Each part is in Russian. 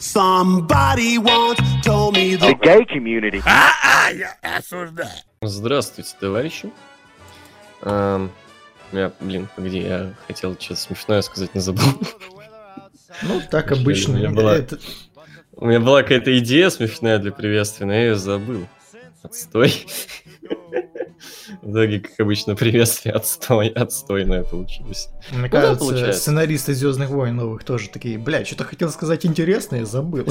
Somebody once told me the gay community. Я осуждаю. Здравствуйте, товарищи. Погоди, я хотел что-то смешное сказать, но забыл. Ну, так обычно. У меня была какая-то идея смешная для приветствия, но я ее забыл. Отстой. В итоге, как обычно, приветствие отстойное получилось. Мне кажется, сценаристы «Звездных войн» новых тоже такие, блядь, что-то хотел сказать интересное, забыл.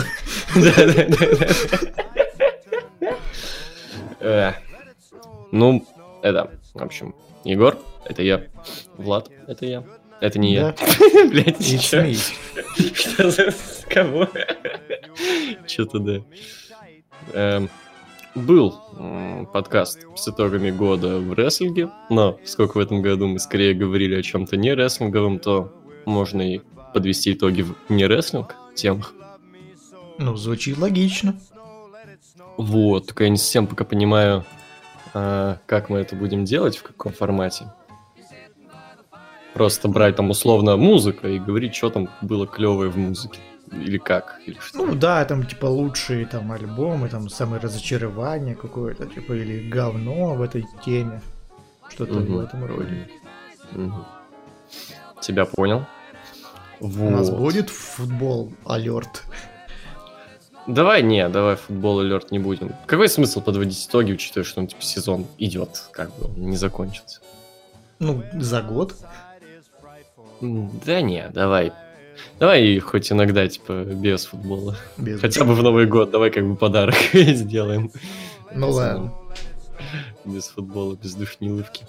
Ну, это, в общем, Егор, это я, Влад, это я. Это не я. Блядь, ничего. Что за... Кого? Что-то да. Был подкаст с итогами года в рестлинге, но поскольку в этом году мы скорее говорили о чем-то не рестлинговом, то можно и подвести итоги в не рестлинг темах. Ну, звучит логично. Вот, только я не совсем пока понимаю, как мы это будем делать, в каком формате. Просто брать там условно музыку и говорить, что там было клевое в музыке. Или как, или что. Ну да, там типа лучшие там альбомы, там самое разочарование какое-то, типа, или говно в этой теме. Что-то в этом роде. Тебя понял. Вот. У нас будет футбол алерт. Давай футбол алерт не будем. Какой смысл подводить итоги, учитывая, что он типа сезон идет, как бы он не закончился? Ну, за год. Да не, давай хоть иногда, типа, без футбола. Хотя бы в Новый год, давай как бы подарок сделаем. Ну ладно. Без футбола, без душниловки.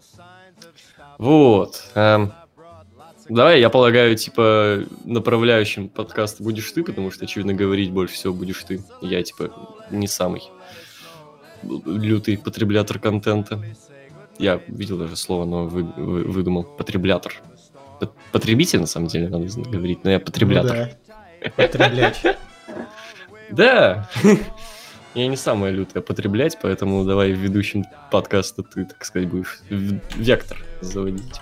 Вот. Давай, я полагаю, типа, направляющим подкаста будешь ты, потому что, очевидно, говорить больше всего будешь ты. Я, типа, не самый лютый потреблятор контента. Я видел даже слово, но выдумал. Потреблятор. Потребитель, на самом деле, надо говорить, но я потреблятор. Ну да, потреблять. Да! Я не самая лютая потреблять, поэтому давай ведущим подкаста ты, так сказать, будешь вектор заводить.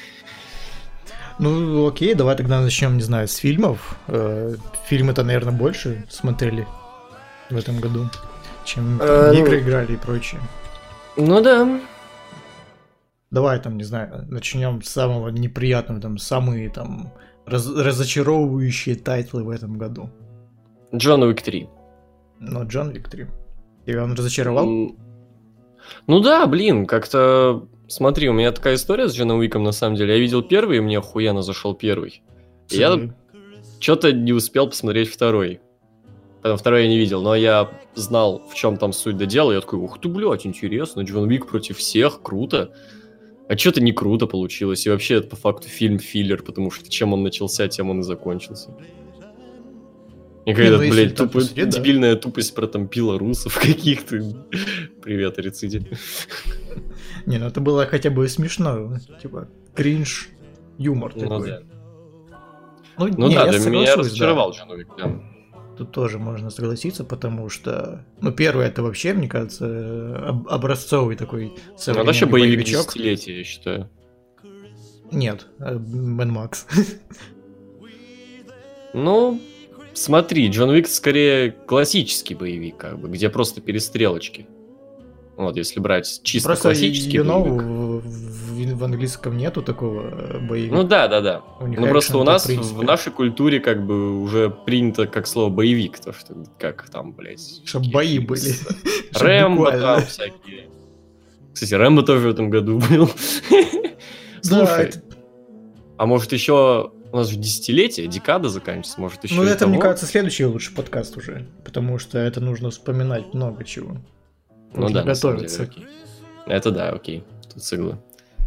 Ну, окей, давай тогда начнем, не знаю, с фильмов. Фильмы-то, наверное, больше смотрели в этом году, чем игры играли и прочее. Ну да. Давай там, не знаю, начнем с самого неприятного, там, самые там разочаровывающие тайтлы в этом году. Джон Уик 3. Ну, Джон Уик 3. Тебя он разочаровал? Ну да, блин, как-то... Смотри, у меня такая история с Джоном Уиком, на самом деле. Я видел первый, и мне охуенно зашел первый. И я что-то не успел посмотреть второй. Потом второй я не видел, но я знал, в чем там суть до дела. Я такой, ух ты, блядь, интересно, Джон Уик против всех, круто. А что-то не круто получилось. И вообще, это по факту фильм-филлер, потому что чем он начался, тем он и закончился. И какая-то, блядь, дебильная тупость про там белорусов каких-то. Привет, Арициди. Не, ну это было хотя бы смешно. Типа, кринж, юмор такой. Да. Ну да, для меня разочаровал Джон Уик, да. Тут тоже можно согласиться, потому что, ну, первый это вообще, мне кажется, образцовый такой современный это вообще боевик боевичок. Десятилетия, я считаю. Нет, Мэн Макс. Ну, смотри, Джон Уик скорее классический боевик, как бы, где просто перестрелочки. Вот, если брать чисто просто классический боевик. В английском нету такого боевика. Ну да. Ну просто у нас в нашей культуре как бы уже принято как слово боевик, то что как там, блядь. Чтобы бои были. Рэмбо там всякие. Кстати, Рэмбо тоже в этом году был. Слушай, а может еще у нас же десятилетие, декада заканчивается, может еще. Ну это, мне кажется, следующий лучший подкаст уже, потому что это нужно вспоминать много чего. Ну да, готовиться. Это да, окей, тут согласен.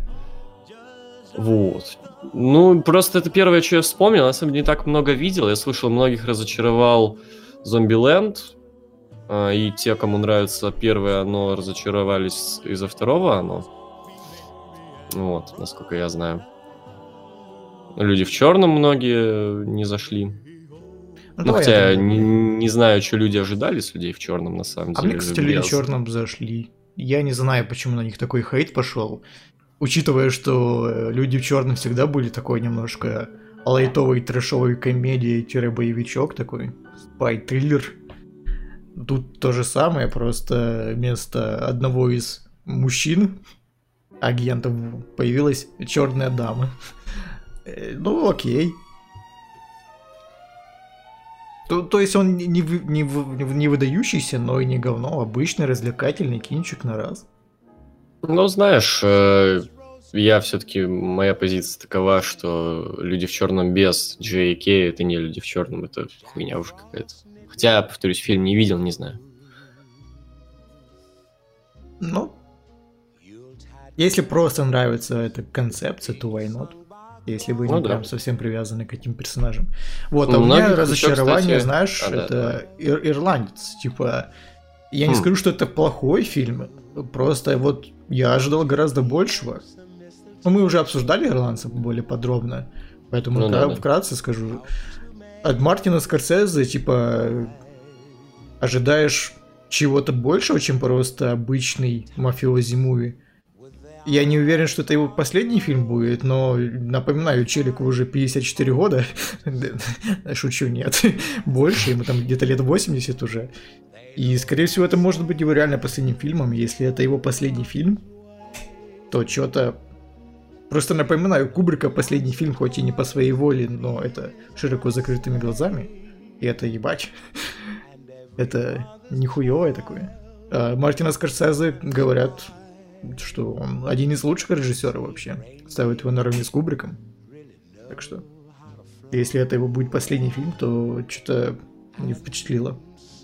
Вот. Ну, просто это первое, что я вспомнил. На самом деле, не так много видел. Я слышал, многих разочаровал Зомбиленд. И те, кому нравится первое оно, разочаровались из-за второго оно. Вот, насколько я знаю. Люди в черном многие не зашли. Ну, хотя я не знаю, что люди ожидали с людей в черном, на самом деле. А мне, кстати, люди в черном зашли. Я не знаю, почему на них такой хейт пошел. Учитывая, что люди в черном всегда были такой немножко лайтовый трэшовый комедия-боевичок такой, спай-триллер. Тут то же самое, просто вместо одного из мужчин, агентов, появилась черная дама. Ну, окей. То есть он не выдающийся, но и не говно. Обычный развлекательный кинчик на раз. Ну, знаешь, я все-таки, моя позиция такова, что люди в черном без J.K. это не люди в черном, это хуйня уже какая-то. Хотя, повторюсь, фильм не видел, не знаю. Ну, если просто нравится эта концепция, то why not? Если вы не прям совсем привязаны к этим персонажам. Вот, а у меня разочарование, кстати... знаешь, это ирландец. Типа, я не скажу, что это плохой фильм, просто вот я ожидал гораздо большего. Но мы уже обсуждали ирландцев более подробно, поэтому вкратце скажу. От Мартина Скорсезе, типа, ожидаешь чего-то большего, чем просто обычный мафиози-муви. Я не уверен, что это его последний фильм будет, но напоминаю, челику уже 54 года. Шучу, нет. Больше, ему там где-то лет 80 уже. И, скорее всего, это может быть его реально последним фильмом. Если это его последний фильм, то что-то... Просто напоминаю, Кубрика последний фильм, хоть и не по своей воле, но это широко закрытыми глазами. И это ебать. Это нихуевое такое. А Мартина Скорсезе, говорят, что он один из лучших режиссеров вообще. Ставят его наравне с Кубриком. Так что, если это его будет последний фильм, то что-то не впечатлило.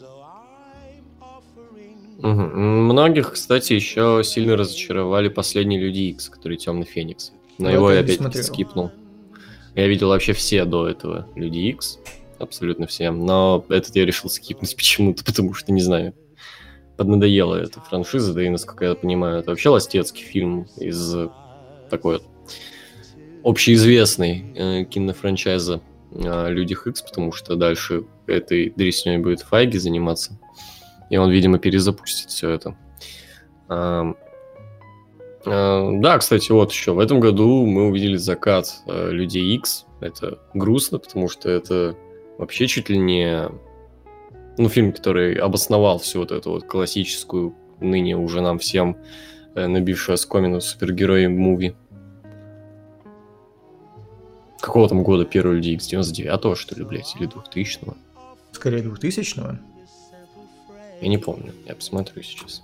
Многих, кстати, еще сильно разочаровали последние Люди Икс, который Темный Феникс. Но его я опять-таки скипнул. Я видел вообще все до этого Люди Икс. Абсолютно все. Но этот я решил скипнуть почему-то, потому что, не знаю, поднадоела эта франшиза, да и, насколько я понимаю, это вообще ластецкий фильм из такой вот общеизвестной кинофранчайзы о Людях Икс, потому что дальше этой дресней будет Файги заниматься. И он, видимо, перезапустит все это. Да, кстати, вот еще. В этом году мы увидели закат Людей Икс. Это грустно, потому что это вообще чуть ли не... Ну, фильм, который обосновал всю вот эту вот классическую, ныне уже нам всем набившую оскомину супергерои-муви. Какого там года первый Люди Икс? 99-го, что ли, блядь? Или 2000-го? Скорее 2000-го. Я не помню, я посмотрю сейчас.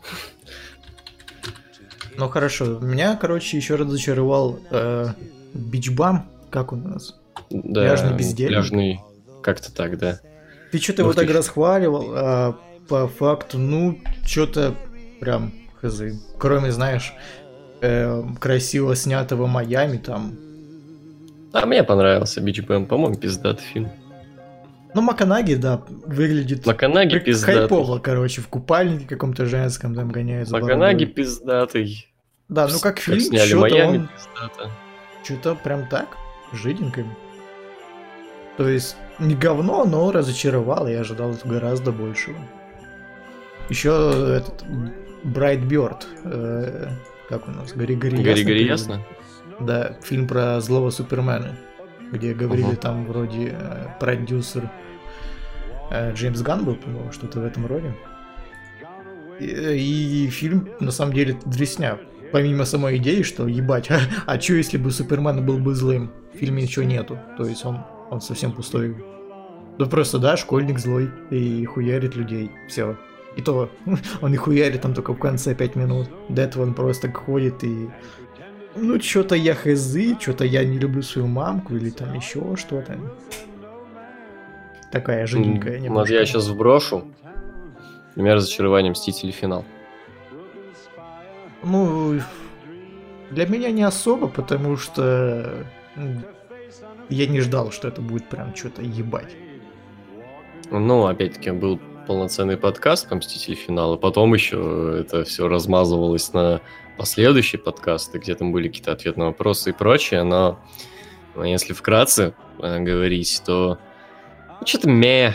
Ну хорошо, меня, короче, еще разочаровал Бичбам, как он у нас? Да, пляжный бездельник. Пляжный, как-то так, да. Ты что-то его так расхваливал, а по факту, ну, что-то прям хз. Кроме, знаешь, красиво снятого Майами там. А мне понравился Бичбам, по-моему, пиздатый фильм. Ну, Макконаги, да, выглядит... Макконаги пиздатый. Хайпово, короче, в купальнике каком-то женском там гоняется. Макконаги пиздатый. Да, ну как фильм, сняли что-то Майами, он... пиздато. Что-то прям так, жиденько. То есть, не говно, но разочаровал, я ожидал гораздо большего. Еще этот... Брайт Бёрд. Как у нас? Гори-гори ясно? Да, фильм про злого Супермена. Где говорили там вроде продюсер Джеймс Ганн был, по-моему, что-то в этом роде. И фильм, на самом деле, дресня. Помимо самой идеи, что ебать, а что если бы Супермен был бы злым? В фильме ничего нету. То есть он совсем пустой. Да просто, да, школьник злой и хуярит людей. Все. И то он и хуярит там только в конце 5 минут. До этого он просто ходит и... Ну, что-то я хз, что-то я не люблю свою мамку или там еще что-то. Такая жиденькая немножко. Вот я сейчас вброшу. У меня разочарование Мстители финал. Ну, для меня не особо, потому что я не ждал, что это будет прям что-то ебать. Ну, опять-таки, был полноценный подкаст по Мстители финала, потом еще это все размазывалось на последующие подкасты, где там были какие-то ответы на вопросы и прочее, но если вкратце говорить, то что-то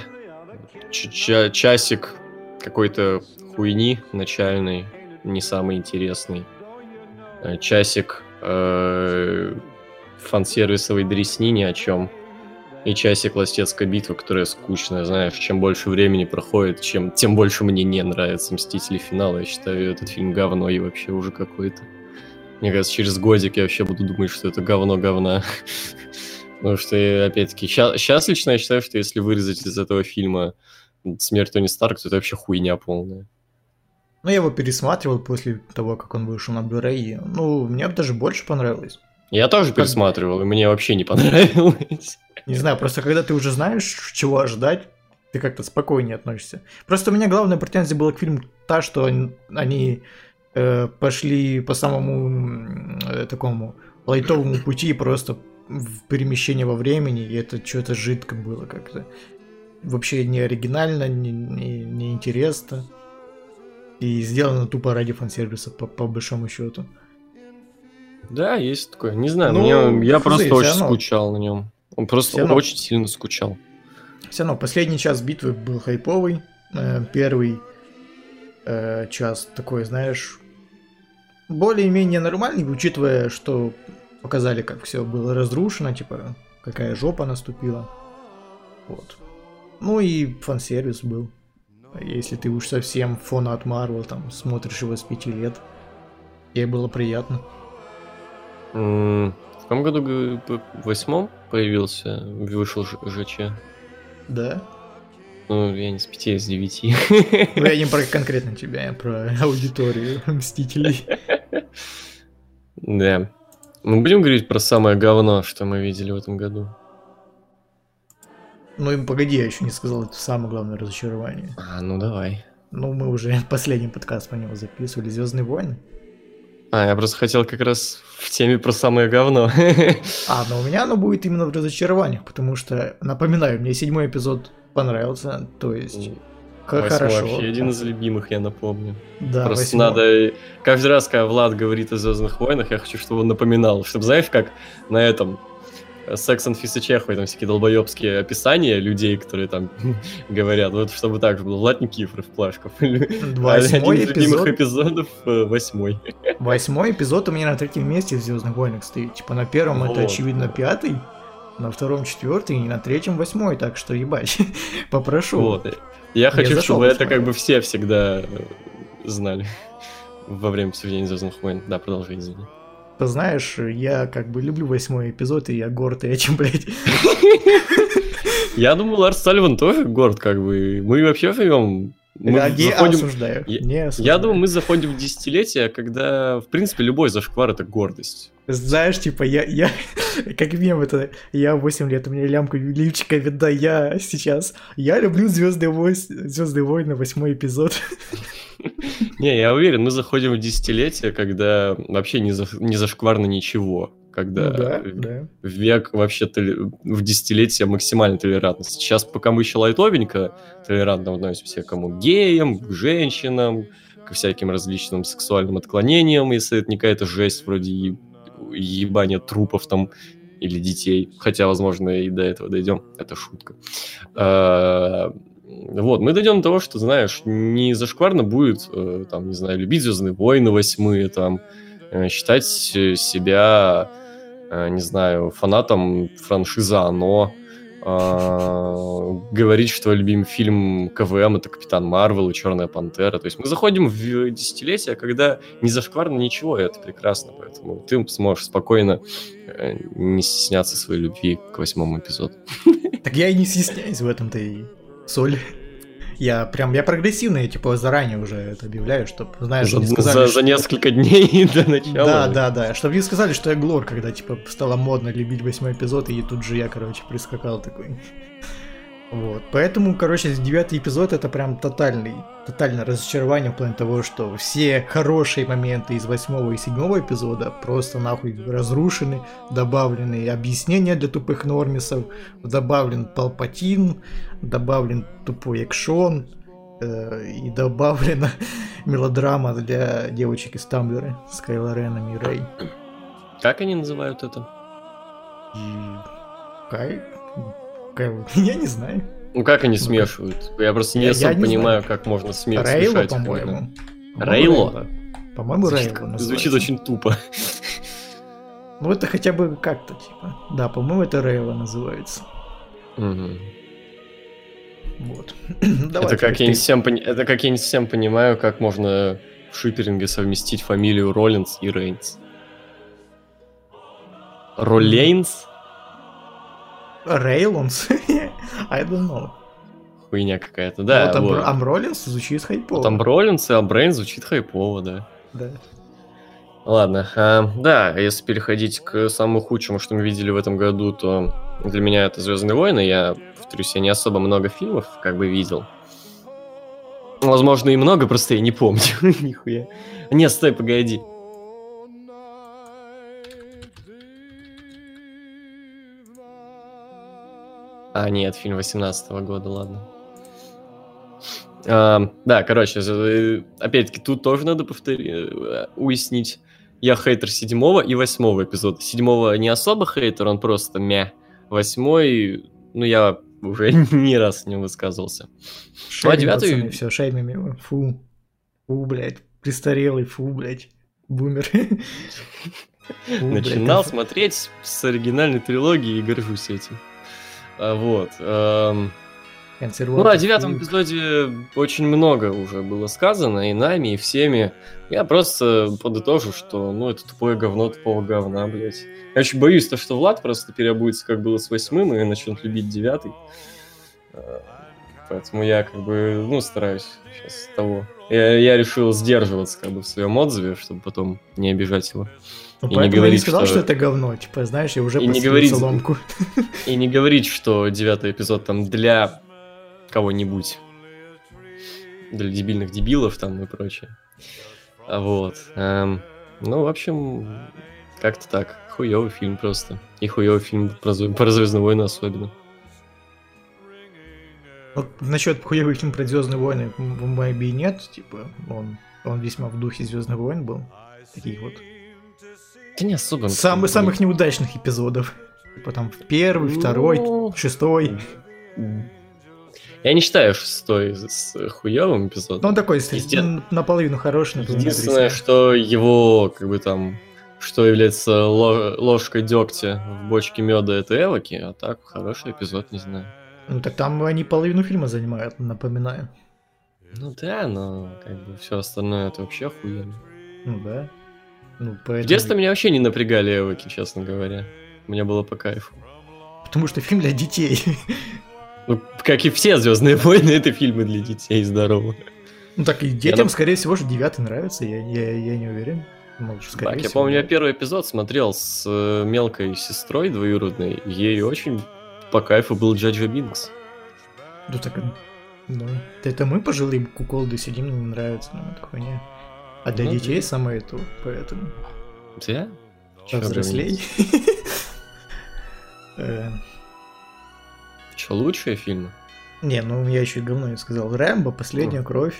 часик какой-то хуйни начальный, не самый интересный, часик фан-сервисовой дресни ни о чем, и часик Ластецкая битва, которая скучная, знаешь, чем больше времени проходит, тем больше мне не нравится Мстители финала. Я считаю этот фильм говно и вообще уже какой-то. Мне кажется, через годик я вообще буду думать, что это говно. Потому что, опять-таки, сейчас лично я считаю, что если вырезать из этого фильма смерть Тони Старк, то это вообще хуйня полная. Ну, я его пересматривал после того, как он вышел на Blu-ray, и, ну, мне даже больше понравилось. Я тоже пересматривал, и мне вообще не понравилось. Не знаю, просто когда ты уже знаешь, чего ожидать, ты как-то спокойнее относишься. Просто у меня главная претензия была к фильму та, что они пошли по самому такому лайтовому пути просто в перемещение во времени, и это что-то жидко было как-то. Вообще не оригинально, не интересно. И сделано тупо ради фан-сервиса, по большому счету. Да, есть такое. Не знаю, я просто очень скучал на нем. Он просто очень сильно скучал. Все равно, последний час битвы был хайповый. Первый час такой, знаешь, более-менее нормальный, учитывая, что показали, как все было разрушено, типа, какая жопа наступила. Вот. Ну и фан-сервис был. Если ты уж совсем фанат Марвел, там, смотришь его с 5 лет, ей было приятно. В каком году, в 8-м появился, вышел ЖЧ? Да. Ну, я не с 5, а с 9. Ну, я не про конкретно тебя, я про аудиторию Мстителей. Да. Мы будем говорить про самое говно, что мы видели в этом году? Ну, и погоди, я еще не сказал, это самое главное разочарование. Ну давай. Ну, мы уже последний подкаст по нему записывали, «Звездные войны». Я просто хотел как раз в теме про самое говно. Но у меня оно будет именно в разочарованиях, потому что, напоминаю, мне 7-й эпизод понравился, то есть хорошо. Вообще один из любимых, я напомню. Да, просто 8-й. Надо... Каждый раз, когда Влад говорит о «Звездных войнах», я хочу, чтобы он напоминал. Чтобы, знаешь, как на этом... Секс and Фиса Чеховой, там всякие долбоебские описания людей, которые там говорят, вот чтобы так же было. Влад Никифоров, Плашков. 8-й из любимых эпизодов 8-й. 8-й эпизод у меня на 3-м месте в «Звездных войнах» стоит. Типа на 1-м это, очевидно, 5-й, на 2-м 4-й, и на 3-м 8-й, так что ебать, попрошу. Вот. Я хочу, чтобы это как бы все всегда знали во время обсуждения «Звездных войн». Да, продолжай, извини. Ты знаешь, я как бы люблю 8-й эпизод, и я горд этим, блядь. Я думаю, Ларс Сальван тоже горд, как бы. Мы вообще живем... осуждаю. Я думаю, мы заходим в десятилетие, когда, в принципе, любой зашквар — это гордость. Знаешь, типа, я как мем это, я 8 лет, у меня лямка лифчика видна, я люблю «Звездные войны», 8-й эпизод. Не, я уверен, мы заходим в десятилетие, когда вообще не зашкварно ничего. Когда век вообще в десятилетие максимальной толерантности. Сейчас пока мы еще лайтовенько толерантно относимся к геям, к женщинам, ко всяким различным сексуальным отклонениям, если это не какая-то жесть вроде ебания трупов там или детей. Хотя, возможно, и до этого дойдем. Это шутка. Вот, мы дойдем до того, что, знаешь, не зашкварно будет, там, не знаю, любить «Звездные войны» 8-е, там, считать себя, не знаю, фанатом франшизы «Оно», говорить, что любимый фильм КВМ — это «Капитан Марвел» и «Черная пантера». То есть мы заходим в десятилетие, когда не зашкварно ничего, и это прекрасно. Поэтому ты сможешь спокойно не стесняться своей любви к 8-му эпизоду. Так я и не стесняюсь, в этом-то и соль. Я прогрессивный, типа, заранее уже это объявляю, чтобы, знаешь, не сказали... За несколько дней до начала. Да, чтобы не сказали, что я глор, когда, типа, стало модно любить 8-й эпизод, и тут же я, короче, прискакал такой. Вот, поэтому, короче, 9-й эпизод — это прям тотальное разочарование в плане того, что все хорошие моменты из 8-го и 7-го эпизода просто нахуй разрушены, добавлены объяснения для тупых нормисов, добавлен Палпатин, добавлен тупой экшон, и добавлена мелодрама для девочек из Тамблера с Кайло Реном и Рей. Как они называют это? Я не знаю. Ну как они смешивают? Я просто не особо понимаю, как можно смешать. Рейло, по-моему. Рейло? По-моему, Рейло называется. Звучит очень тупо. Ну это хотя бы как-то, типа. Да, по-моему, это Рейло называется. Вот. Это как я не всем понимаю, как можно в шиперинге совместить фамилию Роллинс и Рейнс. Роллейнс? Рейлонс? I don't know. Хуйня какая-то, да. Вот Амброллинс звучит хайпово. Вот Амброллинс и Амбрейнс звучит хайпово, да. Да. Ладно, да, если переходить к самому худшему, что мы видели в этом году, то для меня это «Звездные войны». Я, повторюсь, я не особо много фильмов как бы видел. Возможно, и много, просто я не помню. Нихуя. Нет, стой, погоди. Нет, фильм 18-го года, ладно. Да, короче, опять-таки, тут тоже надо уяснить. Я хейтер 7-го и 8-го эпизода. 7-го не особо хейтер, он просто мя. 8-й, я уже ни раз не высказывался. Шейми, пацаны, все, шейми, фу, блядь, престарелый, фу, блядь, бумер. Начинал смотреть с оригинальной трилогии и горжусь этим. Вот. О 9-м эпизоде очень много уже было сказано и нами, и всеми. Я просто подытожу, что, это тупое говно тупого говна, блядь. Я очень боюсь, что Влад просто переобуется, как было с 8-м, и начнет любить 9-й. Поэтому я, стараюсь сейчас того. Я решил сдерживаться, в своем отзыве, чтобы потом не обижать его. И не говорить, я не сказал, что это говно. Типа, знаешь, я уже посадил соломку. И не говорить, что 9-й эпизод там для кого-нибудь. Для дебильных дебилов там и прочее. Вот. В общем, как-то так. Хуёвый фильм просто. И хуёвый фильм про «Звездные войны» особенно. Насчет хуёвый фильм про «Звездные войны» в Майби нет. Типа, он весьма в духе «Звездных войн» был. Таких вот. Да не особо. Самых неудачных эпизодов. Типа там 1-й, 2-й, 6-й. Я не считаю 6-й с хуёвым эпизодом. Он такой, наполовину хороший, наполовину. Единственное, что его, что является ложкой дегтя в бочке меда, это Эвоки, а так хороший эпизод, не знаю. Так там они половину фильма занимают, напоминаю. Да, но все остальное это вообще охуенно. Да. В детстве меня вообще не напрягали Эвоки, честно говоря. Мне было по кайфу. Потому что фильм для детей. Как и все «Звездные войны», это фильмы для детей, здорово. Так и детям, скорее всего, же 9-й нравится, я не уверен. Так, я помню, я первый эпизод смотрел с мелкой сестрой двоюродной, ей очень по кайфу был Джаджа Бинкс. Это мы пожилые куколды сидим, не нравится нам эта хуйня. А для детей самое то, поэтому... Да? Повзрослей. Что, лучшие фильмы? Не, я еще говно не сказал. «Рэмбо», «Последняя кровь».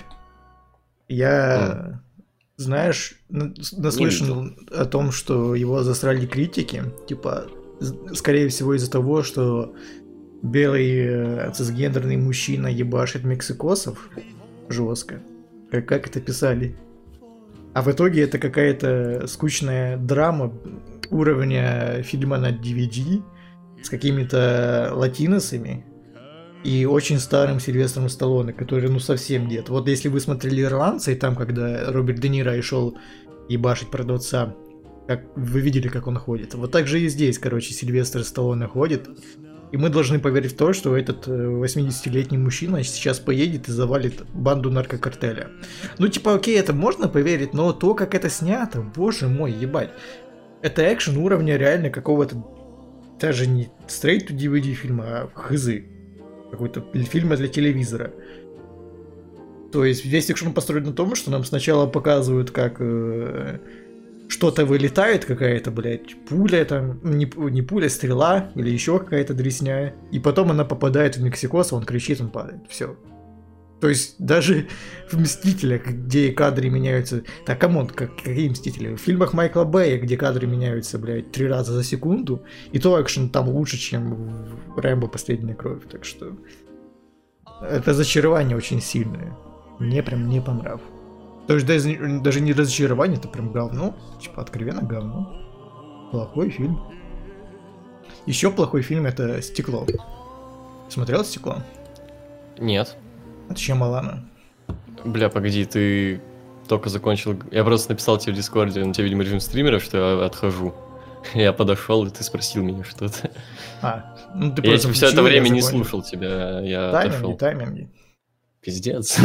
Я, знаешь, наслышан о том, что его засрали критики. Типа, скорее всего, из-за того, что белый цисгендерный мужчина ебашит мексикосов жестко. Как это писали. А в итоге это какая-то скучная драма уровня фильма на DVD с какими-то латиносами и очень старым Сильвестром Сталлоне, который совсем нет. Вот если вы смотрели «Ирландца», и там, когда Роберт Де Ниро шел ебашить продавца, как вы видели, как он ходит. Вот так же и здесь, Сильвестр Сталлоне ходит, и мы должны поверить в то, что этот 80-летний мужчина сейчас поедет и завалит банду наркокартеля. Окей, это можно поверить, но то, как это снято, боже мой, ебать. Это экшен уровня реально какого-то, даже не straight to DVD фильма, а хызы. Какой-то фильма для телевизора. То есть весь экшен построен на том, что нам сначала показывают, как что-то вылетает, какая-то, блядь, пуля там, не пуля, стрела или еще какая-то дресня. И потом она попадает в Мексикоса, он кричит, он падает. Все. То есть даже в «Мстителях», где кадры меняются... Так, камон, какие «Мстители»? В фильмах Майкла Бэя, где кадры меняются, блядь, 3 раза за секунду, и то экшен там лучше, чем в «Рэмбо. Последняя кровь». Так что... Это разочарование очень сильное. Мне прям не по нраву. То есть даже не разочарование, это прям говно. Типа откровенно говно. Плохой фильм. Еще плохой фильм — это «Стекло». Смотрел «Стекло»? Нет. От Шьямалана. Бля, погоди, ты только закончил... Я просто написал тебе в Дискорде, на тебя, видимо, режим стримера, что я отхожу. Я подошел, и ты спросил меня что-то. Ну ты я все это время не слушал тебя, я отошел. Тайминги. Пиздец.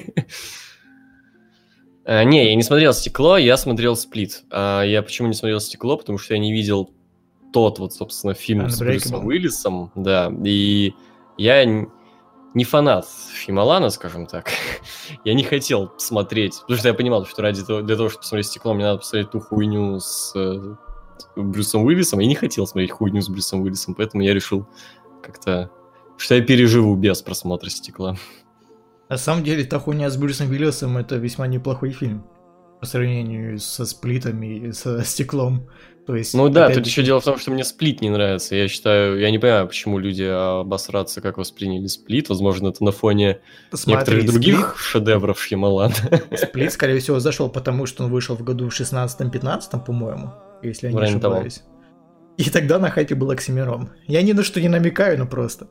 Не, я не смотрел «Стекло», я смотрел «Сплит». Я почему не смотрел «Стекло»? Потому что я не видел тот вот, собственно, фильм с Брюсом Уиллисом. Да, и я не фанат Шьямалана, скажем так. Я не хотел смотреть, потому что я понимал, что для того, чтобы посмотреть «Стекло», мне надо посмотреть ту хуйню с Брюсом Уиллисом. Я не хотел смотреть хуйню с Брюсом Уиллисом, поэтому я решил как-то, что я переживу без просмотра «Стекла». На самом деле, та хуйня с Брюсом Уиллисом — это весьма неплохой фильм по сравнению со «Сплитами» и со «Стеклом». То есть, ну да, тут еще дело в том, что мне «Сплит» не нравится. Я считаю, я не понимаю, почему люди обосраться, как восприняли «Сплит». Возможно, это на фоне некоторых других шедевров Шьямалана. «Сплит», скорее всего, зашел, потому что он вышел в году в 16-15, по-моему, если я не ошибаюсь. И тогда на хайпе был Оксимирон. Я ни на что не намекаю, но просто...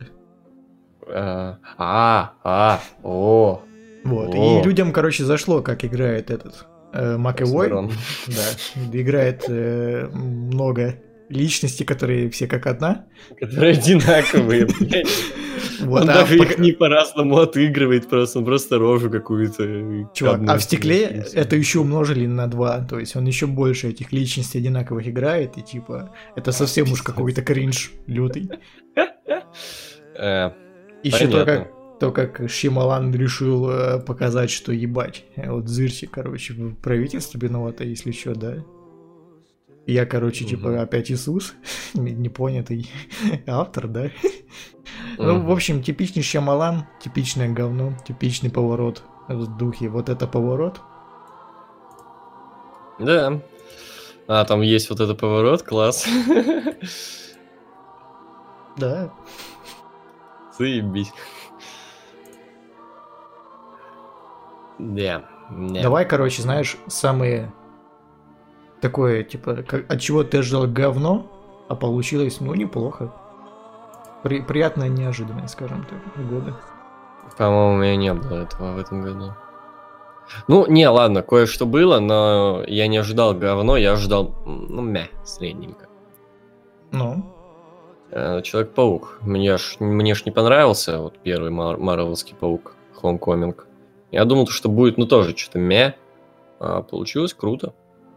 Вот. И людям, короче, зашло, как играет этот Макэвой. Да, играет много личностей, которые все как одна. Которые одинаковые, блядь. Он даже их не по-разному отыгрывает, он просто рожу какую-то. Чувак, а в «Стекле» это еще умножили на 2, то есть он еще больше этих личностей одинаковых играет, и типа это совсем уж какой-то кринж лютый. Еще то, как Шьямалан решил показать, что ебать. Вот Зырчик, короче, правительство виновато, если что, да? Я, короче, типа опять Иисус, непонятый автор, да? Ну, в общем, типичный Шьямалан, типичное говно, типичный поворот в духе. Вот это поворот. Да. Там есть вот это поворот, класс. Да. Заебись. Да. Давай, короче, знаешь, самые... Такое, типа, от чего ты ожидал говно, а получилось, ну, неплохо. Приятная неожиданность, скажем так, года. По-моему, у меня не было этого в этом году. Ну, не, ладно, кое-что было, но я не ожидал говно, я ожидал, средненько. Ну? Человек-паук. Мне ж не понравился вот первый марвелский паук, Homecoming. Я думал, что будет, тоже что-то а получилось круто.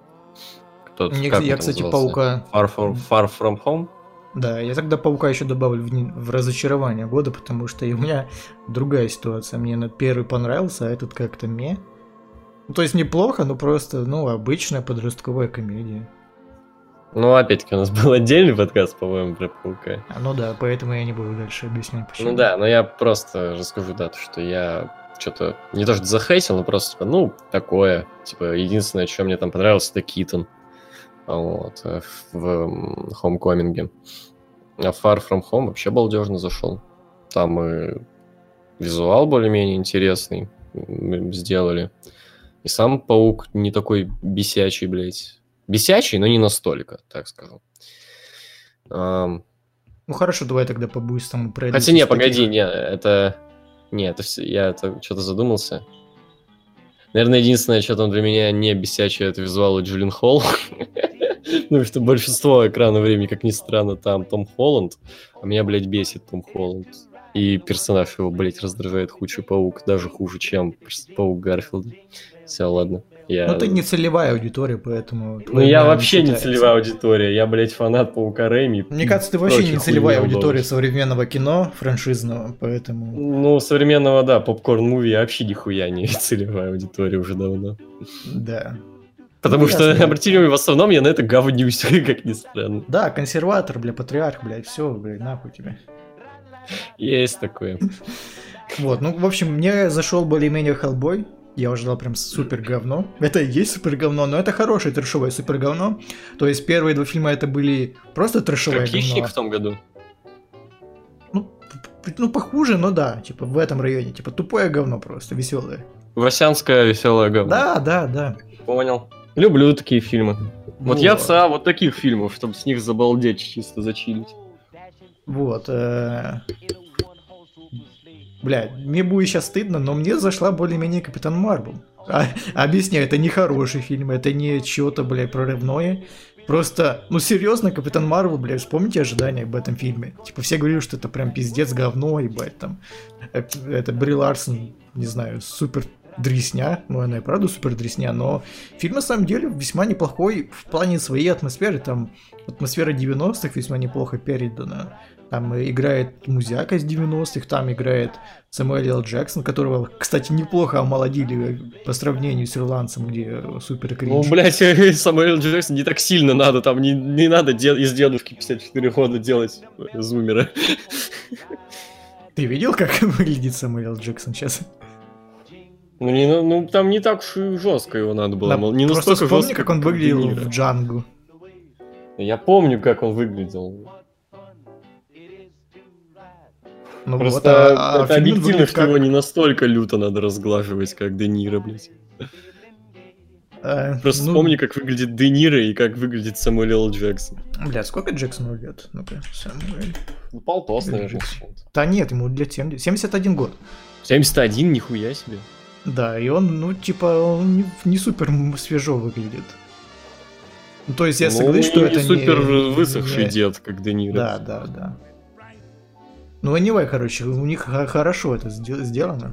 Я, кстати, паука... Far From Home? Да, я тогда паука еще добавлю в разочарование года, потому что у меня другая ситуация. Мне первый понравился, а этот как-то Ну, то есть неплохо, но просто, обычная подростковая комедия. Ну, опять-таки, у нас был отдельный подкаст, по-моему, про паука. Ну да, поэтому я не буду дальше объяснять, почему. Ну да, но я просто расскажу, что я что-то не то что захейтил, но просто, такое. Типа, единственное, что мне там понравилось, это Китон. Вот, в Homecoming. А Far From Home вообще балдежно зашел. Там и визуал более-менее интересный сделали. И сам паук не такой бесячий, блядь. Бесячий, но не настолько, так скажу. Ну хорошо, давай тогда по-быстрому пройдем. Хотя погоди, это я что-то задумался. Наверное, единственное, что там для меня не бесячее, это визуалы Джиллен Холл. Ну, что большинство экрана времени, как ни странно, там Том Холланд. А меня, блядь, бесит Том Холланд. И персонаж его, блядь, раздражает худший паук. Даже хуже, чем паук Гарфилда. Все, ладно. Ну, ты не целевая аудитория, поэтому... Ну, я вообще не целевая аудитория. Я, блядь, фанат паука Рэйми. Мне кажется, ты вообще не целевая аудитория современного кино, франшизного, поэтому... Ну, современного, да, попкорн-муви я вообще нихуя не целевая аудитория уже давно. Да. Потому что, обратите внимание, в основном я на это говнюсь, как ни странно. Да, консерватор, патриарх, все, нахуй тебе. Есть такое. Вот, в общем, мне зашел более-менее Хеллбой. Я ожидал прям супер говно. Это и есть супер говно, но это хорошее трэшовое супер говно. То есть первые два фильма это были просто трэшовое говно. Как Хищник в том году? Ну, похуже, но да, типа в этом районе. Типа тупое говно просто, веселое. Васянское веселое говно. Да. Понял. Люблю такие фильмы. Вот я вот таких фильмов, чтобы с них забалдеть, чисто зачилить. Вот. Бля, мне будет сейчас стыдно, но мне зашла более-менее Капитан Марвел. Объясняю, это не хороший фильм, это не что-то, блядь, прорывное. Просто, ну серьезно, Капитан Марвел, блядь, вспомните ожидания об этом фильме. Типа все говорили, что это прям пиздец, говно, ебать, там. Это Бри Ларсон, не знаю, супер дресня, ну она и правда супер дресня, но фильм на самом деле весьма неплохой в плане своей атмосферы, там атмосфера 90-х весьма неплохо передана. Там играет музяка из 90-х, там играет Сэмюэл Л. Джексон, которого, кстати, неплохо омолодили по сравнению с ирландцем, где супер кринж. Ну, блядь, Сэмюэл Л. Джексон не так сильно надо, там не надо из дедушки 54 года делать зумера. Ты видел, как выглядит Сэмюэл Л. Джексон сейчас? Ну, там не так уж и жестко его надо было. Не просто вспомни, как он выглядел в Джангу. Я помню, как он выглядел. Ну просто вот, это объективно, что его не настолько люто надо разглаживать, как Де Ниро, блядь. Просто вспомни, как выглядит Де Ниро и как выглядит Сэмюэл Л. Джексон. Бля, сколько Джексону лет? Ну-ка, Сэмюэл. Ну, полтос, наверное. Да нет, ему лет 71 год. 71? Нихуя себе. Да, и он, ну, типа, он не супер свежо выглядит. Ну, то есть я согласен, что это не супер высохший дед, как Де Ниро. Да. Ну, anyway, короче, у них хорошо это сделано.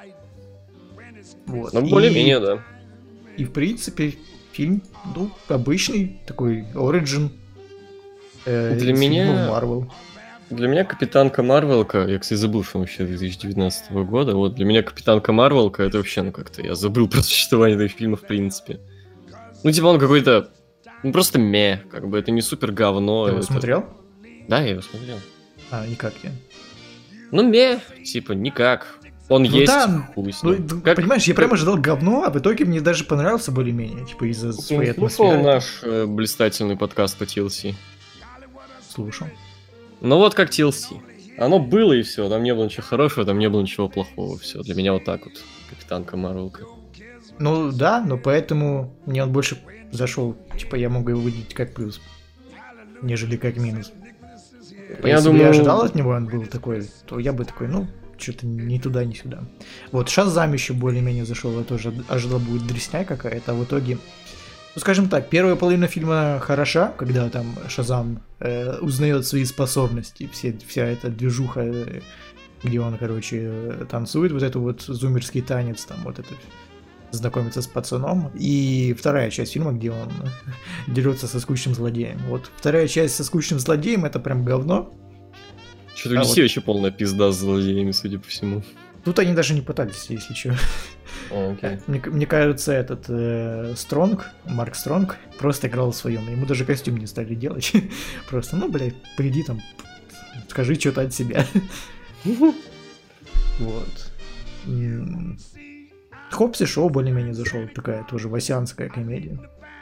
Вот. Ну, более-менее, да. И, в принципе, фильм, ну, обычный, такой origin. Для меня... Marvel. Для меня Капитанка Марвелка, я, кстати, забыл, что он вообще 2019 года, вот для меня Капитанка Марвелка, это вообще, ну, как-то, я забыл про существование этого фильма, в принципе. Ну, типа, он какой-то, ну, просто как бы, это не супер говно. Ты его смотрел? Да, я его смотрел. А, никак я. Ну, типа, никак. Он есть, да, хуй с ним. Ну, как... Понимаешь, я прямо ожидал говно, а в итоге мне даже понравился более-менее, типа, из-за своей атмосферы. Слушал наш блистательный подкаст по TLC? Слушал. Ну вот как TLC. Оно было и все, там не было ничего хорошего, там не было ничего плохого, все. Для меня вот так вот, Капитанка Марвелка. Ну да, но поэтому мне он больше зашел, типа я могу его выделить как плюс, нежели как минус. Если бы я ожидал от него, он был такой, то я бы такой, ну, что-то ни туда, ни сюда. Вот Шазам еще более-менее зашел, я тоже ожидал, будет дресня какая-то, а в итоге... Ну, скажем так, первая половина фильма хороша, когда там Шазам узнает свои способности, вся эта движуха, где он, короче, танцует, вот это вот зумерский танец, там вот это, знакомится с пацаном. И вторая часть фильма, где он дерется со скучным злодеем. Вот вторая часть со скучным злодеем, это прям говно. Что-то у DC вообще полная пизда с злодеями, судя по всему. Тут они даже не пытались, если что. Okay. Мне кажется, этот Стронг, Марк Стронг, просто играл в своем. Ему даже костюм не стали делать. Просто, ну, блядь, приди там, скажи что-то от себя. Вот. Хопс и Шоу более-менее зашел. Такая тоже васянская комедия.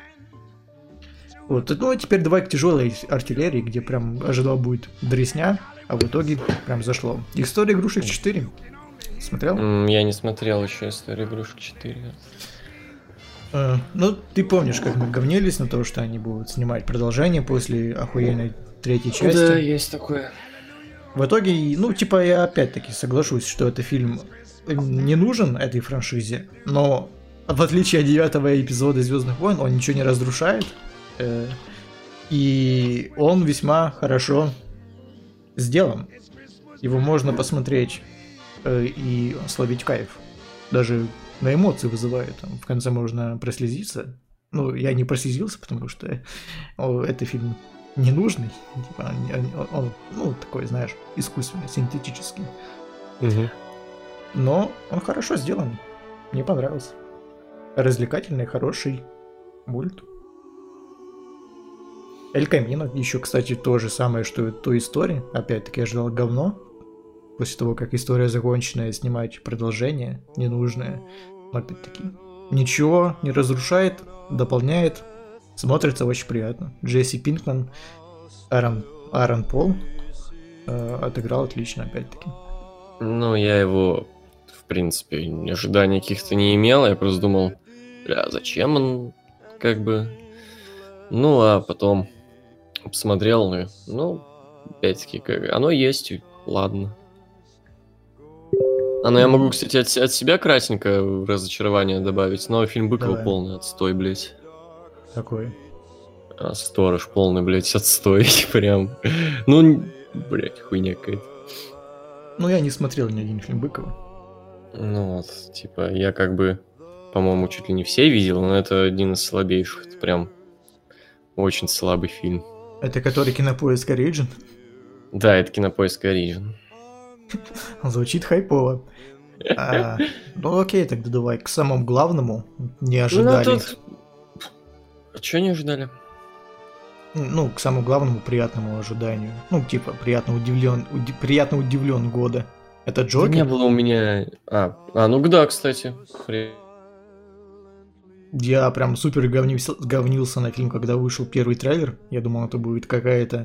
Вот. Ну, а теперь давай к тяжелой артиллерии, где прям ожидал будет дресня, а в итоге прям зашло. История игрушек 4. Смотрел? Я не смотрел еще «Историю игрушек 4». Ну, ты помнишь, как мы говнились на то, что они будут снимать продолжение после охуенной третьей части. Да, есть такое. В итоге, ну, типа, я опять-таки соглашусь, что этот фильм не нужен этой франшизе, но в отличие от 9-го эпизода «Звездных войн», он ничего не разрушает, и он весьма хорошо сделан. Его можно посмотреть и словить кайф. Даже на эмоции вызывает. Там, в конце можно прослезиться. Ну, я не прослезился, потому что это фильм ненужный. Типа, он, ну, такой, знаешь, искусственный, синтетический. Угу. Но он хорошо сделан. Мне понравился. Развлекательный, хороший мульт. Эль Камино. Еще, кстати, то же самое, что и той истории. Опять-таки, я ждал говно. После того, как история законченная, снимать продолжение ненужное. Но опять-таки, ничего не разрушает, дополняет. Смотрится очень приятно. Джесси Пинкман, Аарон Пол отыграл отлично, опять-таки. Ну, я его, в принципе, ожиданий каких-то не имел. Я просто думал, бля, зачем он, как бы... Ну, а потом посмотрел, ну, опять-таки, как... оно есть, ладно. Ну я могу, кстати, от себя кратенько разочарование добавить, но фильм Быкова полный отстой, блядь. Какой? Сторож полный, блядь, отстой, прям. Ну, блядь, хуйня какая-то. Ну, я не смотрел ни один фильм Быкова. Ну вот, типа, я как бы, по-моему, чуть ли не все видел, но это один из слабейших. Это прям очень слабый фильм. Это который Кинопоиск Origin? Да, это Кинопоиск Origin. Звучит хайпово. Ну окей, тогда давай к самому главному. Не ожидали. Ну, тут... Чего не ожидали? Ну, к самому главному приятному ожиданию. Ну, типа, приятно удивлен года. Это Джокер? Да не было у меня... ну да, кстати. Я прям супер говнился на фильм, когда вышел первый трейлер. Я думал, это будет какая-то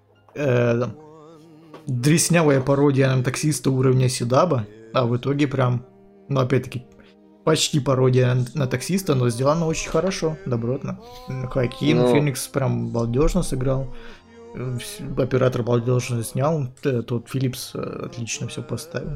дреснявая пародия на таксиста уровня Седаба. А в итоге прям, ну опять-таки, почти пародия на таксиста, но сделано очень хорошо, добротно. Хоакин Феникс прям балдежно сыграл. Оператор балдежно снял. Тот Филлипс отлично все поставил.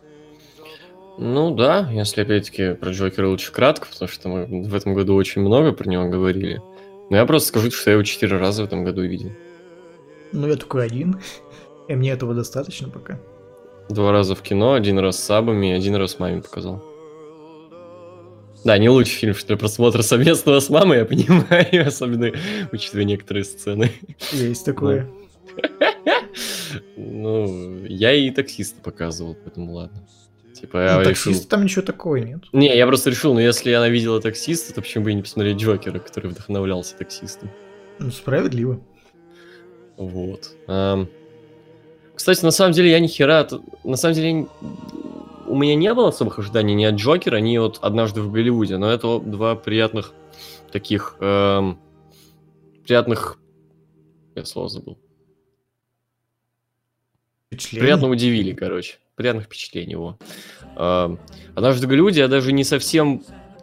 Ну да, если опять-таки про Джокера лучше кратко, потому что мы в этом году очень много про него говорили. Но я просто скажу, что я его 4 раза в этом году видел. Ну я только один, и мне этого достаточно пока. 2 раза в кино, 1 раз с сабами, 1 раз маме показал. Да, не лучший фильм, что ли, просмотра совместного с мамой, я понимаю, особенно учитывая некоторые сцены. Есть такое. Ну, я и таксиста показывал, поэтому ладно. Типа, я решил... Таксист там ничего такого нет. Не, я просто решил, ну если она видела таксиста, то почему бы и не посмотреть Джокера, который вдохновлялся таксистом. Ну, справедливо. Вот. Кстати, на самом деле я ни хера... На самом деле у меня не было особых ожиданий ни от Джокера, ни от «Однажды в Голливуде», но это 2 приятных таких... приятных... Я слово забыл. Приятно удивили, короче. Приятных впечатлений его. «Однажды в Голливуде» я даже не совсем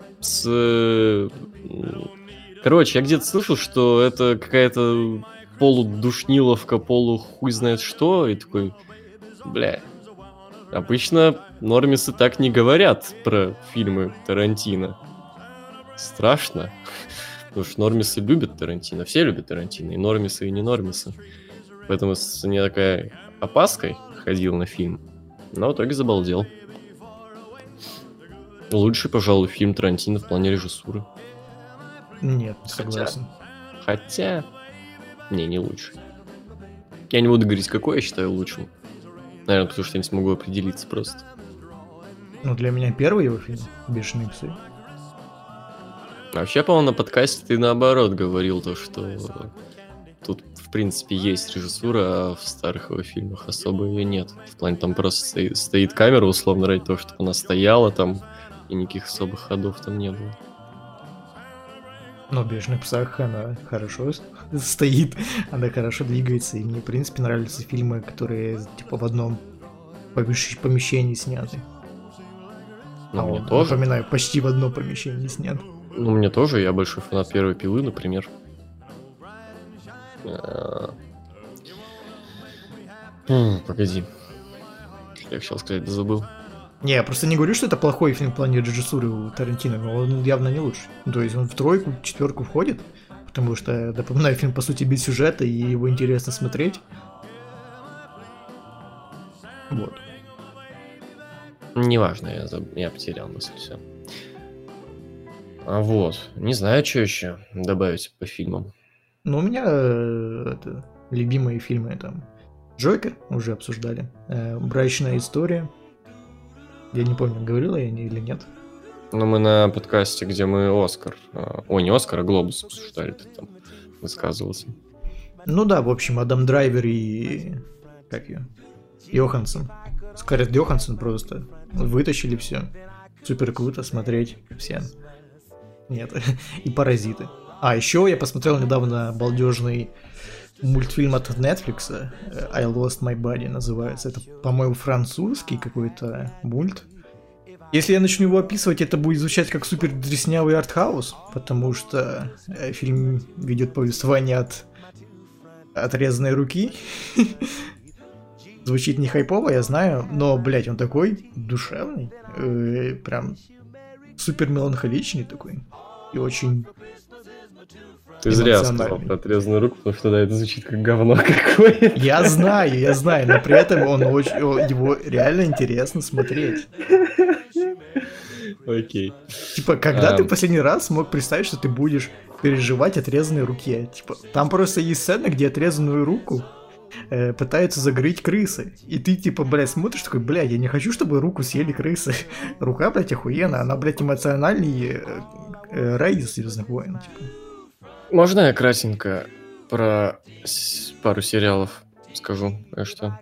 Короче, я где-то слышал, что это какая-то полудушниловка, полухуй знает что, и такой, бля, обычно нормисы так не говорят про фильмы Тарантино. Страшно. Потому что нормисы любят Тарантино, все любят Тарантино, и нормисы, и не нормисы. Поэтому с не такая опаской ходил на фильм, но в итоге забалдел. Лучший, пожалуй, фильм Тарантино в плане режиссуры. Нет, согласен. Хотя... Не лучший. Я не буду говорить, какой я считаю лучшим. Наверное, потому что я не смогу определиться просто. Ну, для меня первый его фильм «Бешеные псы». Вообще, по-моему, на подкасте ты наоборот говорил то, что тут, в принципе, есть режиссура, а в старых его фильмах особо ее нет. В плане, там просто стоит камера, условно, ради того, чтобы она стояла там, и никаких особых ходов там не было. Но в «Бешеных псах» она хорошо стоит, она хорошо двигается, и мне, в принципе, нравятся фильмы, которые, типа, в одном помещении сняты. Мне тоже. Напоминаю, почти в одном помещении снят. Ну, мне тоже, я большой фанат «Первой пилы», например. Погоди. Что я хотел сказать, да забыл. Не, я просто не говорю, что это плохой фильм в плане режиссуры у Тарантино, но он явно не лучший. То есть он в 3, 4 входит, потому что, напоминаю, фильм, по сути, без сюжета, и его интересно смотреть. Вот. Неважно, я потерял мысль, все. Вот, не знаю, что еще добавить по фильмам. Ну, у меня любимые фильмы, там, Джокер, уже обсуждали, Брачная история. Я не помню, говорила я или нет. Ну, мы на подкасте, где мы Оскар... не Оскар, а Глобус обсуждали, ты там высказывался. Ну да, в общем, Адам Драйвер и... Как ее? Йоханссон. Скарлетт Йоханссон просто вытащили все. Супер круто смотреть всем. Нет. И «Паразиты». А еще я посмотрел недавно балдежный мультфильм от Netflix. I Lost My Body называется. Это, по-моему, французский какой-то мульт. Если я начну его описывать, это будет звучать как супер дреснявый артхаус, потому что фильм ведет повествование от отрезанной руки. звучит не хайпово, я знаю, но, блядь, он такой душевный, прям супер меланхоличный такой и очень... Ты зря сказал про отрезанную руку, потому что да, это звучит как говно какое-то. Я знаю, но при этом его реально интересно смотреть. Окей. Типа, когда ты последний раз смог представить, что ты будешь переживать отрезанной руке? Типа, там просто есть сцена, где отрезанную руку пытаются загрызть крысы. И ты, типа, блядь, смотришь такой, блядь, я не хочу, чтобы руку съели крысы. Рука, блядь, охуенная, она, блядь, эмоциональней Рэй из Звездных войн, типа. Можно я кратенько про пару сериалов скажу, что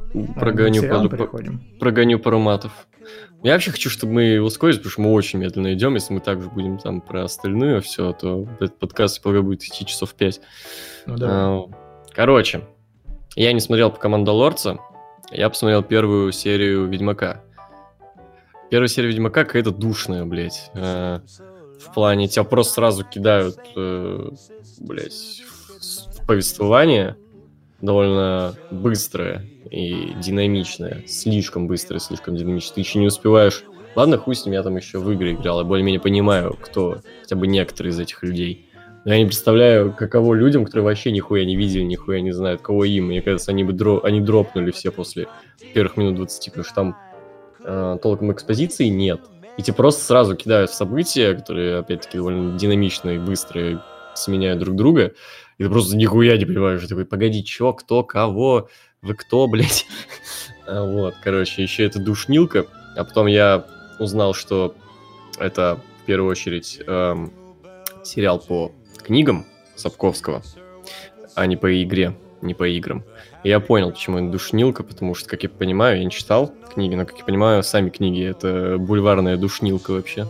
прогоню пару матов. Я вообще хочу, чтобы мы ускорились, потому что мы очень медленно идем. Если мы также будем там про остальное все, то этот подкаст пока будет идти часов 5. Ну, да. Короче, я не смотрел по «Мандалорца», я посмотрел первую серию «Ведьмака». Первая серия «Ведьмака» какая-то душная, блядь. В плане тебя просто сразу кидают, блядь, в повествование довольно быстрое и динамичное. Слишком быстрое, слишком динамичное. Ты еще не успеваешь... Ладно, хуй с ним, я там еще в игры играл. Я более-менее понимаю, кто хотя бы некоторые из этих людей. Но я не представляю, каково людям, которые вообще нихуя не видели, нихуя не знают, кого им. Мне кажется, они дропнули все после первых минут 20, потому что там толком экспозиции нет. И тебе просто сразу кидают в события, которые, опять-таки, довольно динамичные и быстрые, сменяют друг друга. И ты просто нихуя не понимаешь. Ты такой, погоди, чё, кто, кого, вы кто, блядь? Вот, короче, еще это душнилка. А потом я узнал, что это, в первую очередь, сериал по книгам Сапковского, а не по игре, не по играм. И я понял, почему это душнилка, потому что, как я понимаю, я не читал книги, но, как я понимаю, сами книги — это бульварная душнилка вообще.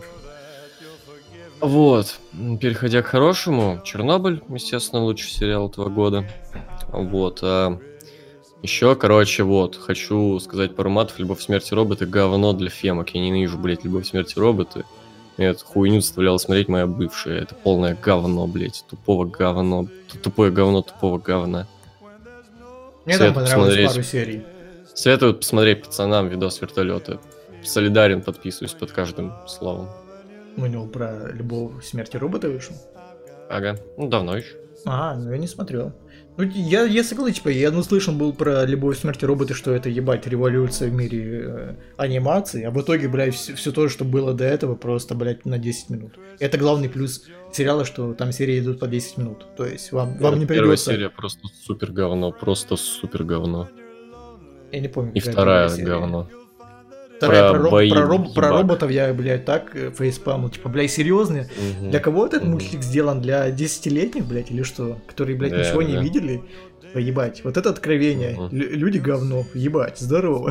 Вот. Переходя к хорошему, «Чернобыль», естественно, лучший сериал этого года. Вот. Еще, короче, вот, хочу сказать пару матов. «Любовь, смерть и роботы» — говно для фемок. Я ненавижу, блядь, «Любовь, смерть и роботы». Мне эту хуйню заставляла смотреть моя бывшая. Это полное говно, блядь. Тупого говно. Тупое говно тупого говна. Мне там понравилось пару серий. Советую посмотреть пацанам видос вертолета. Солидарен, подписываюсь под каждым словом. У него про «Любовь, смерть и роботы» вышел? Ага, ну давно еще. Ну я не смотрел. Ну, я согласен, типа, я слышал был про «Любовь, смерть и роботы», что это, ебать, революция в мире анимации, а в итоге, блядь, все то, что было до этого, просто, блядь, на 10 минут. Это главный плюс сериала, что там серии идут по 10 минут. То есть вам не придется... Первая серия просто супер говно. Я не помню. И вторая говно. Вторая про роботов я, блядь, так фейспамил. Типа, блядь, серьезно? Для кого этот мультик сделан? Для 10-летних, блядь, или что? Которые, блядь, ничего не видели? Ебать, вот это откровение. Люди говно. Ебать, здорово.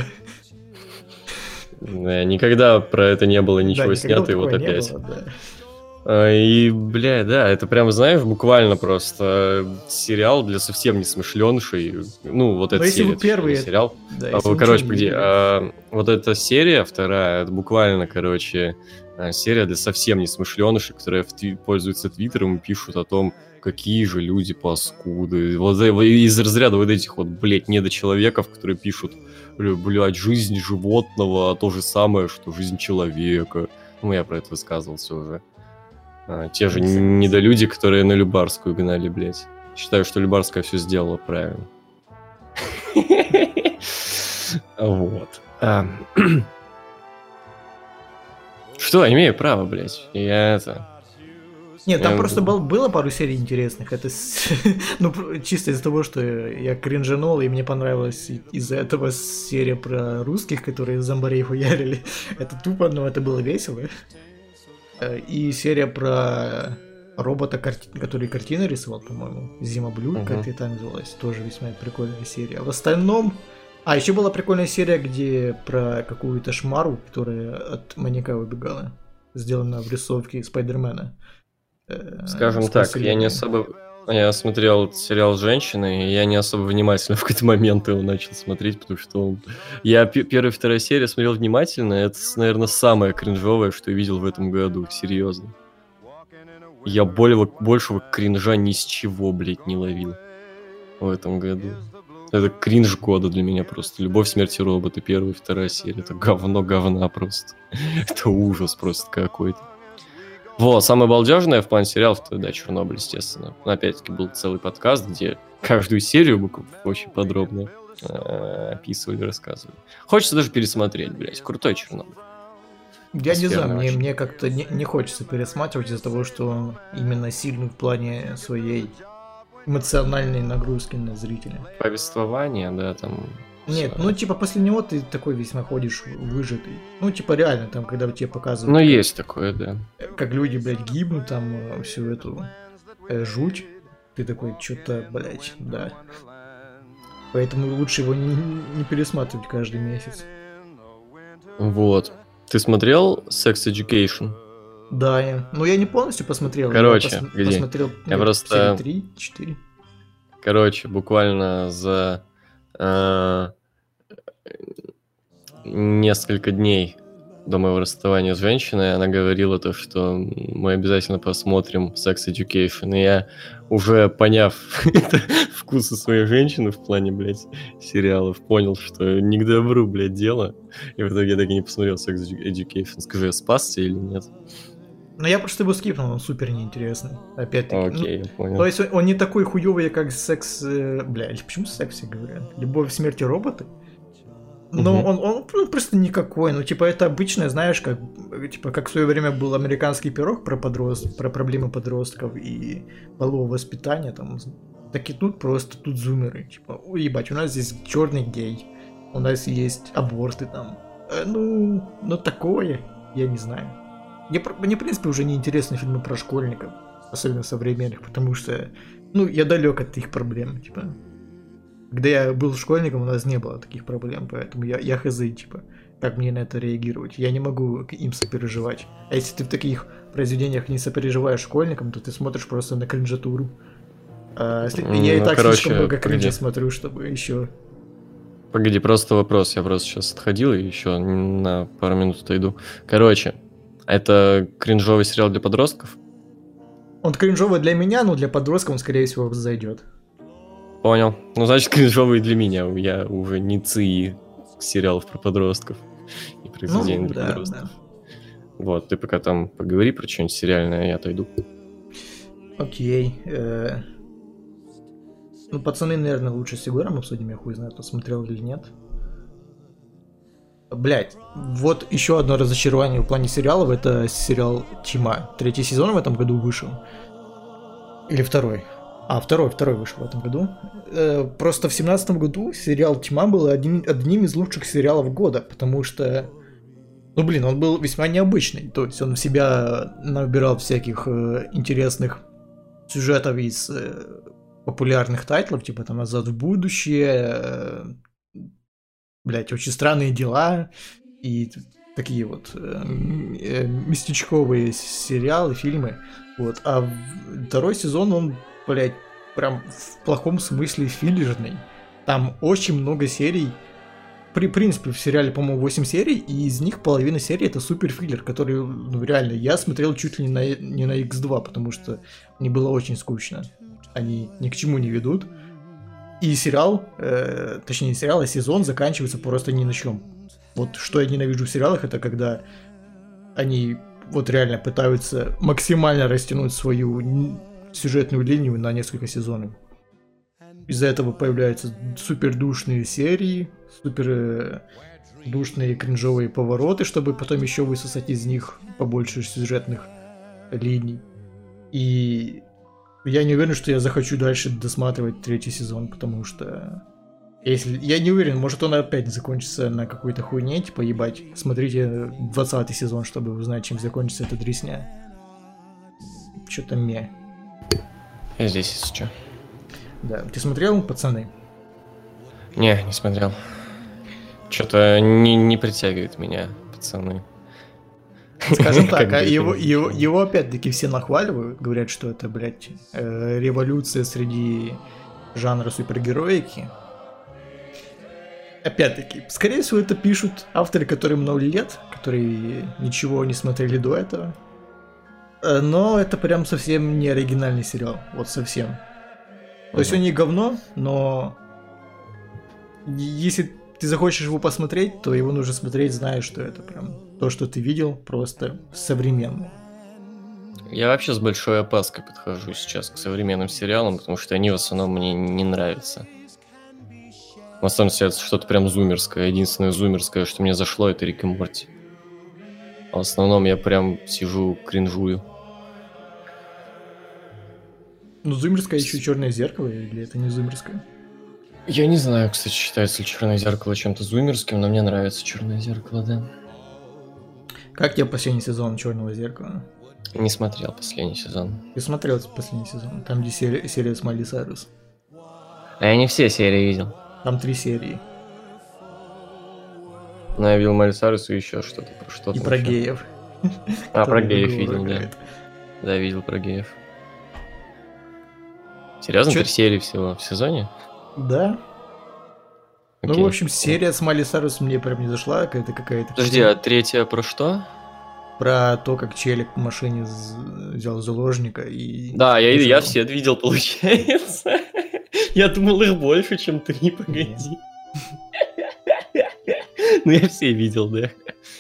Никогда про это не было ничего снято, и вот опять. И, бля, да, это прям, знаешь, буквально просто сериал для совсем несмышленышей. Ну, вот эта серия, первый сериал. Да, короче, погоди, вот эта серия вторая, это буквально, короче, серия для совсем несмышленышей, которые пользуются Твиттером и пишут о том, какие же люди паскуды. Вот из разряда вот этих вот, блядь, недочеловеков, которые пишут, блядь, жизнь животного то же самое, что жизнь человека. Ну, я про это высказывался уже. Те же недолюди, которые на Любарскую гнали, блядь. Считаю, что Любарская все сделала правильно. Вот. Что, имею право, блядь. Я это... Нет, там просто было пару серий интересных. Это ну, чисто из-за того, что я кринжанул, и мне понравилась из-за этого серия про русских, которые зомбарей хуярили. Это тупо, но это было весело. И серия про робота, который картины рисовал, по-моему, Зимоблюд, как это называлось, тоже весьма прикольная серия. А в остальном... еще была прикольная серия, где про какую-то шмару, которая от маньяка убегала, сделана в рисовке Спайдермена. Скажем так, я смотрел сериал «Женщины», и я не особо внимательно в какой-то момент его начал смотреть, потому что я первая и вторая серия смотрел внимательно, это, наверное, самое кринжовое, что я видел в этом году, серьезно. Я большего кринжа ни с чего, блядь, не ловил в этом году. Это кринж года для меня просто. «Любовь, смерть и роботы», 1 и 2 серия. Это говна просто. Это ужас просто какой-то. Вот, самое балдежное в плане сериалов, это, да, «Чернобыль», естественно. Но, опять-таки, был целый подкаст, где каждую серию очень подробно описывали, рассказывали. Хочется даже пересмотреть, блядь. Крутой «Чернобыль». Я не знаю, мне как-то не хочется пересматривать из-за того, что он именно сильный в плане своей эмоциональной нагрузки на зрителя. Повествование, да, там... Нет, ну типа после него ты такой весь находишь выжатый. Ну типа реально там, когда тебе показывают... Ну есть такое, да. Как люди, блядь, гибнут, там всю эту жуть. Ты такой, что-то, блядь, да. Поэтому лучше его не пересматривать каждый месяц. Вот. Ты смотрел Sex Education? Да, я не полностью посмотрел. Короче, я посмотрел я просто... 3-4. Короче, буквально за несколько дней до моего расставания с женщиной она говорила то, что мы обязательно посмотрим Sex Education. И я, уже поняв вкусы своей женщины в плане, блядь, сериалов, понял, что не к добру, блядь, дело. И в итоге я так и не посмотрел Sex Education. Скажи, я спасся или нет? Ну, я просто его скипнул, он супер неинтересный. Опять-таки. Окей, я понял. То есть он не такой хуёвый, как секс... Блядь, почему секс я говорю? «Любовь, смерть и роботы»? Но он просто никакой. Ну, типа, это обычное, знаешь, как в свое время был «Американский пирог» про проблемы подростков и полового воспитания, там. Так и тут просто, тут зумеры. Типа, ой, ебать, у нас здесь черный гей, у нас есть аборты там. Ну, такое, я не знаю. Мне, в принципе, уже не интересны фильмы про школьников, особенно современных, потому что, я далек от их проблем, типа. Когда я был школьником, у нас не было таких проблем, поэтому я хз, типа, как мне на это реагировать. Я не могу им сопереживать. А если ты в таких произведениях не сопереживаешь школьникам, то ты смотришь просто на кринжатуру. Я и так слишком много кринжа смотрю, чтобы еще... Погоди, просто вопрос. Я просто сейчас отходил и еще на пару минут отойду. Короче, это кринжовый сериал для подростков? Он кринжовый для меня, но для подростков он, скорее всего, зайдет. Понял. Ну, значит, кринжовый для меня. Я уже не ЦИ сериалов про подростков и произведений для подростков. Да. Вот, ты пока там поговори про что-нибудь сериальное, я отойду. Окей. Ну, «Пацаны», наверное, лучше с Егором обсудим, я хуй знаю, кто смотрел или нет. Блять, вот еще одно разочарование в плане сериалов, это сериал «Тьма». 3-й сезон в этом году вышел. Или 2-й? Второй вышел в этом году. Просто в 17-м году сериал «Тьма» был одним из лучших сериалов года, потому что, он был весьма необычный. То есть он в себя набирал всяких интересных сюжетов из популярных тайтлов, типа там «Назад в будущее», «Очень странные дела» и такие вот местечковые сериалы, фильмы. Вот. А 2-й сезон, он, прям в плохом смысле филлерный. Там очень много серий. При принципе, в сериале, по-моему, 8 серий, и из них половина серий это супер филлер, который, реально, я смотрел чуть ли не на X2, потому что мне было очень скучно. Они ни к чему не ведут. И сериал, точнее не сериал, а сезон заканчивается просто ни на чем. Вот что я ненавижу в сериалах, это когда они реально пытаются максимально растянуть свою сюжетную линию на несколько сезонов. Из-за этого появляются супер душные серии, супер душные кринжовые повороты, чтобы потом еще высосать из них побольше сюжетных линий. И я не уверен, что я захочу дальше досматривать 3-й сезон, потому что... Я не уверен, может он опять закончится на какой-то хуйне, типа, ебать, смотрите 20-й сезон, чтобы узнать, чем закончится эта дресня. Что-то мне. Я здесь, если что. Да, ты смотрел «Пацаны»? Не смотрел. Что-то не притягивает меня «Пацаны». Скажем так, его опять-таки все нахваливают, говорят, что это, революция среди жанра супергероики. Опять-таки, скорее всего, это пишут авторы, которым 0 лет, которые ничего не смотрели до этого. Но это прям совсем не оригинальный сериал, вот совсем. То есть он не говно, но если ты захочешь его посмотреть, то его нужно смотреть, зная, что это прям то, что ты видел, просто современно. Я вообще с большой опаской подхожу сейчас к современным сериалам, потому что они в основном мне не нравятся. В основном сейчас что-то прям зумерское. Единственное зумерское, что мне зашло, это Рик и Морти. А в основном я прям сижу, кринжую. Ну, зумерское еще «Черное зеркало» или это не зумерское? Я не знаю, кстати, считается ли «Черное зеркало» чем-то зумерским, но мне нравится «Черное зеркало», да. Как тебе последний сезон «Черного зеркала»? Не смотрел последний сезон. Ты смотрел последний сезон? Там, где серия с Майли Сайрус. А я не все серии видел. Там 3 серии. Но я видел Майли Сайрус и еще что-то. И про геев. А, про геев видел, да. Да, видел про геев. Серьезно? 3 серии всего в сезоне? Да. Ну, в общем, серия с Майли Сайрус мне прям не зашла, это какая-то... Подожди, а 3-я про что? Про то, как челик в машине взял заложника и... Да, я все видел, получается. Я думал, их больше, чем 3, погоди. Ну, я все видел, да.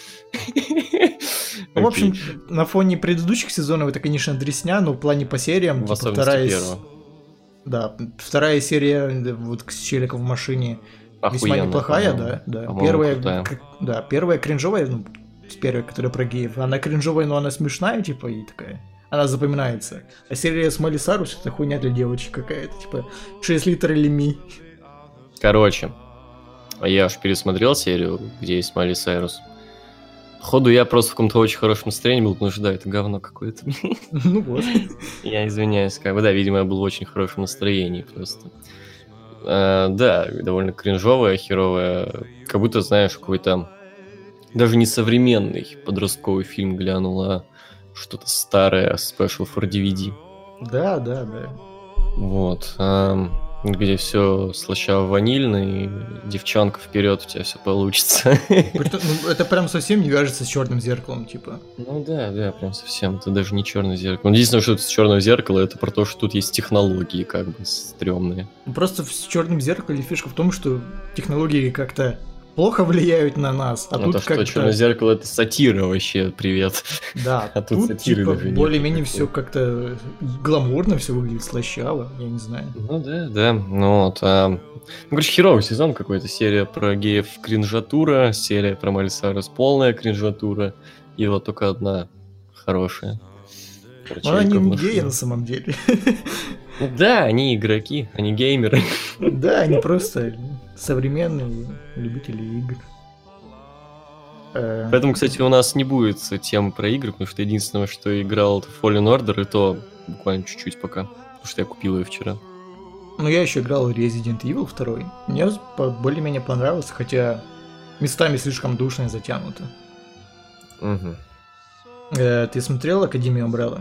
Ну, в общем, на фоне предыдущих сезонов это, конечно, дресня, но в плане по сериям... В особенности первого. Да, вторая серия вот с челиком в машине весьма неплохая, да. Первая кринжовая, ну, с первой, которая про геев, она кринжовая, но она смешная, типа, и такая, она запоминается. А серия с Майли Сайрус — это хуйня для девочек какая-то, типа, 6 литров леми. Короче, я аж пересмотрел серию, где есть Майли Сайрус. Походу, я просто в каком-то очень хорошем настроении был, потому что, да, это говно какое-то. Ну вот. Я извиняюсь, как бы, да, видимо, я был в очень хорошем настроении просто. Да, довольно кринжовая, херовая, как будто, знаешь, какой-то даже не современный подростковый фильм глянул, а что-то старое, Special for DVD. Да. Вот. Где все слащаво-ванильно, и девчонка вперед, у тебя все получится. Это прям совсем не вяжется с черным зеркалом, типа. Ну да, прям совсем. Это даже не черное зеркало. Единственное, что это с черного зеркала, это про то, что тут есть технологии, как бы, стрёмные. Просто в черном зеркале фишка в том, что технологии как-то плохо влияют на нас. А ну, тут то, что черное зеркало, это сатира вообще, привет. Да, а тут сатиры типа, даже более-менее все как-то гламурно, все выглядит слащаво, я не знаю. Ну да, ну вот. Короче, херовый сезон какой-то. Серия про геев кринжатура, серия про Майли Сайрус полная кринжатура, и вот только одна хорошая. Но они не геи на самом деле. Ну да, они игроки, они геймеры. Да, они просто современные любители игр. Поэтому, кстати, у нас не будет темы про игры, потому что единственное, что играл, это Fallen Order, и то буквально чуть-чуть пока, потому что я купил ее вчера. Ну, я еще играл Resident Evil 2. Мне более-менее понравился, хотя местами слишком душно и затянуто. Угу. Ты смотрел Академию Umbrella?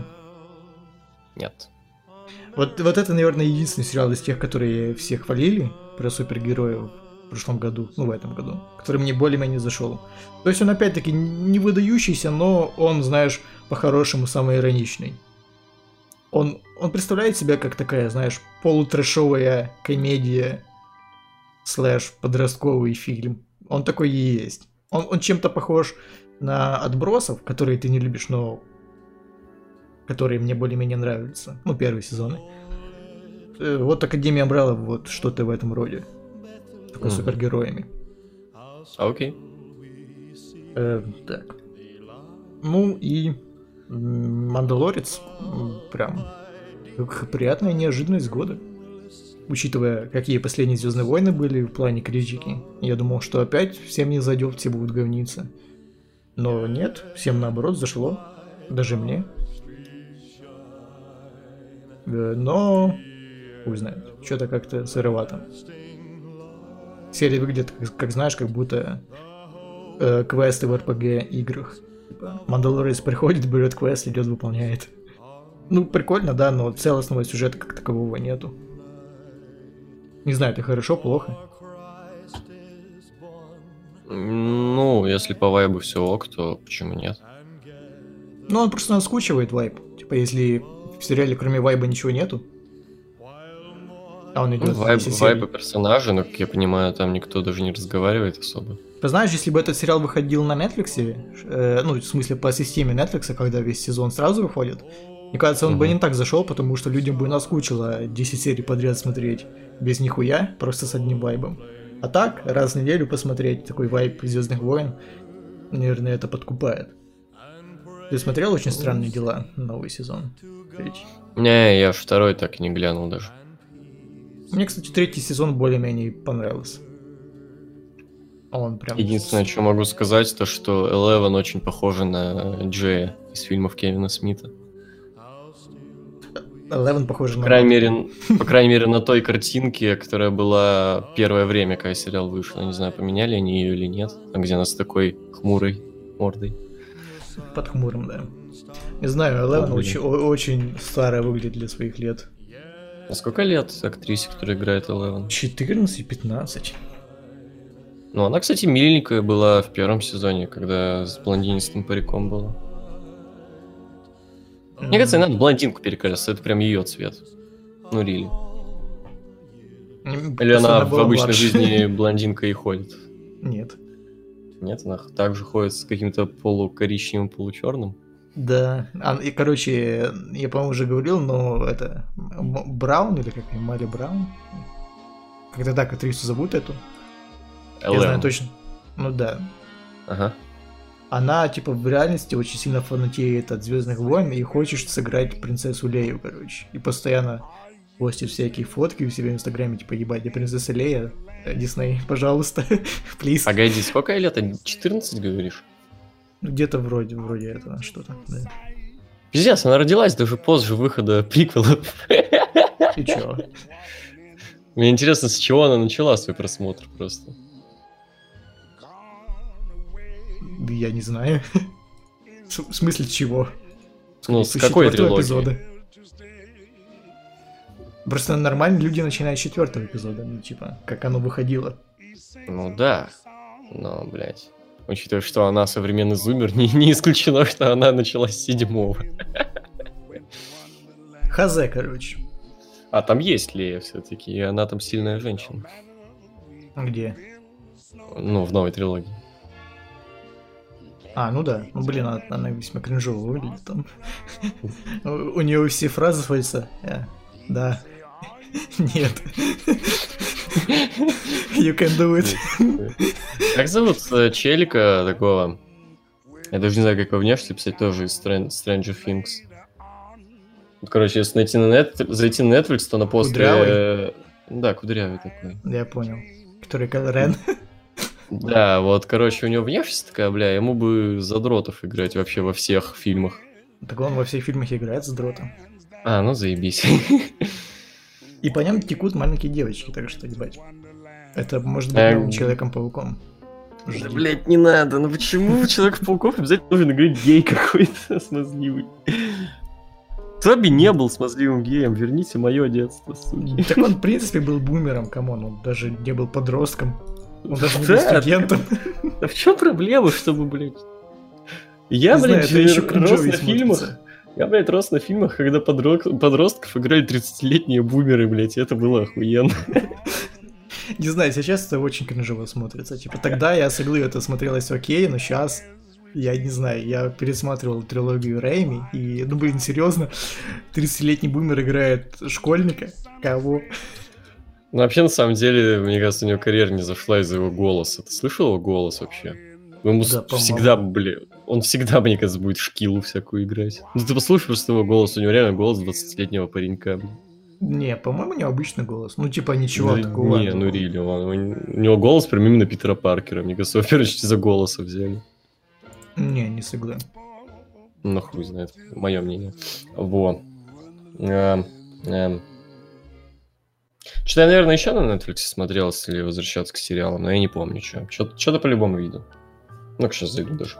Нет. Вот это, наверное, единственный сериал из тех, которые все хвалили про супергероев в прошлом году, ну, в этом году, который мне более-менее зашел. То есть он, опять-таки, не выдающийся, но он, знаешь, по-хорошему самый ироничный. Он представляет себя как такая, знаешь, полутрэшовая комедия слэш подростковый фильм. Он такой и есть. Он чем-то похож на «Отбросов», которые ты не любишь, но которые мне более-менее нравятся. Ну, первые сезоны. Вот Академия Umbrella, вот что-то в этом роде. Только супергероями. Окей. Так. Ну и Мандалорец прям приятная неожиданность года. Учитывая, какие последние Звездные войны были в плане критики. Я думал, что опять всем не зайдет, все будут говниться. Но нет, всем наоборот зашло. Даже мне. Но хуй знает, что-то как-то сыровато. Серия выглядит, как знаешь, как будто квесты в RPG играх. Типа, Мандалорец приходит, берет квест, идет, выполняет. Ну, прикольно, да, но целостного сюжета как такового нету. Не знаю, это хорошо, плохо. Ну, если по вайбу все ок, то почему нет? Ну, он просто наскучивает вайб. Типа, если в сериале кроме вайба ничего нету. А он идет вайбы персонажей, но, как я понимаю, там никто даже не разговаривает особо. Ты знаешь, если бы этот сериал выходил на Netflix, ну, в смысле, по системе Netflix, когда весь сезон сразу выходит, мне кажется, он бы не так зашел, потому что людям бы наскучило 10 серий подряд смотреть без нихуя, просто с одним вайбом. А так, раз в неделю посмотреть такой вайб Звездных войн, наверное, это подкупает. Ты смотрел «Очень странные дела», новый сезон? Не, я второй так и не глянул даже. Мне, кстати, третий сезон более-менее понравился. Он прям... Единственное, что могу сказать, то что Элевен очень похожа на Джея из фильмов Кевина Смита. Элевен похожа на... По крайней мере, на той картинке, которая была первое время, когда сериал вышел. Не знаю, поменяли они ее или нет. А где она с такой хмурой мордой. Под хмурым, да. Не знаю, Элевен очень старая выглядит для своих лет. А сколько лет актрисе, которая играет Элевен? 14-15. Ну, она, кстати, миленькая была в первом сезоне, когда с блондинистым париком была. Мне кажется, надо блондинку перекрасить, это прям ее цвет. Ну, рили. Или она в обычной жизни блондинка и ходит? Нет. Нет, она также ходит с каким-то полукоричневым, получерным. Да, и, короче, я, по-моему, уже говорил, но это Браун, или как ее, Молли Браун? Как-то так актрису зовут эту. Я знаю точно. Ну да. Ага. Она, типа, в реальности очень сильно фанатеет от Звездных войн и хочет сыграть принцессу Лею, короче. И постоянно постит всякие фотки у себя в Инстаграме, типа, ебать, я принцесса Лея, Дисней, пожалуйста, плиз. Погоди, сколько ей лет? 14, говоришь? Где-то вроде это что-то, да. Пиздец, она родилась даже позже выхода приквелов. И чё? Мне интересно, с чего она начала свой просмотр просто. Я не знаю. В смысле чего? Ну, с какой трилогии? Эпизода. Просто нормально люди начинают с 4-го эпизода, ну, типа, как оно выходило. Ну да, но, блядь, учитывая, что она современный зумер, не исключено, что она начала с 7-го. Хазе, короче. А там есть Лея все-таки, и она там сильная женщина. Где? Ну, в новой трилогии. А, ну да. Ну, блин, она весьма кринжово выглядит там. У нее все фразы сводятся. Да. Нет. You can do it. Как зовут челика такого? Я даже не знаю, как его внешне писать, тоже из Stranger Things. Короче, если зайти на Netflix, то на после... Кудрявый? Да, кудрявый такой. Я понял. Который Рен. Да, вот, короче, у него внешность такая, бля, ему бы задротов играть вообще во всех фильмах. Так он во всех фильмах играет задротом. А, ну заебись. И по нем текут маленькие девочки, так что, ебать. Это может быть новым Человеком-пауком. Да, блядь, не надо, ну почему Человек-пауков обязательно должен играть гей какой-то смазливый? Тоби не был смазливым геем, верните мое детство, суки. Так он, в принципе, был бумером, камон, он даже не был подростком. Он даже не был студентом. А в чем проблема, чтобы, блядь... Я, блядь, рос на фильмах. Я, блядь, рос на фильмах, когда подростков играли 30-летние бумеры, блядь, и это было охуенно. Не знаю, сейчас это очень кринжово смотрится. Типа, тогда я с иглы это смотрелось окей, но сейчас... Я не знаю, я пересматривал трилогию Рэйми, и, ну, блин, серьезно, 30-летний бумер играет школьника? Кого? Ну, вообще, на самом деле, мне кажется, у него карьера не зашла из-за его голоса. Ты слышал его голос вообще? Ему да, всегда, блин, он всегда, мне кажется, будет шкилу всякую играть. Ну, ты послушай просто его голос, у него реально голос 20-летнего паренька, блин. Не, по-моему, необычный голос. Ну, типа, ничего такого. Не, ну, рили, у него голос прям именно Питера Паркера. Мне кажется, его в первую очередь за голоса взяли. Не согласен. Ну, хуй знает, мое мнение. Во. Что-то я, наверное, еще на Netflix смотрел, если возвращаться к сериалам, но я не помню, что. Что-то по-любому видел. Ну-ка, сейчас зайду даже.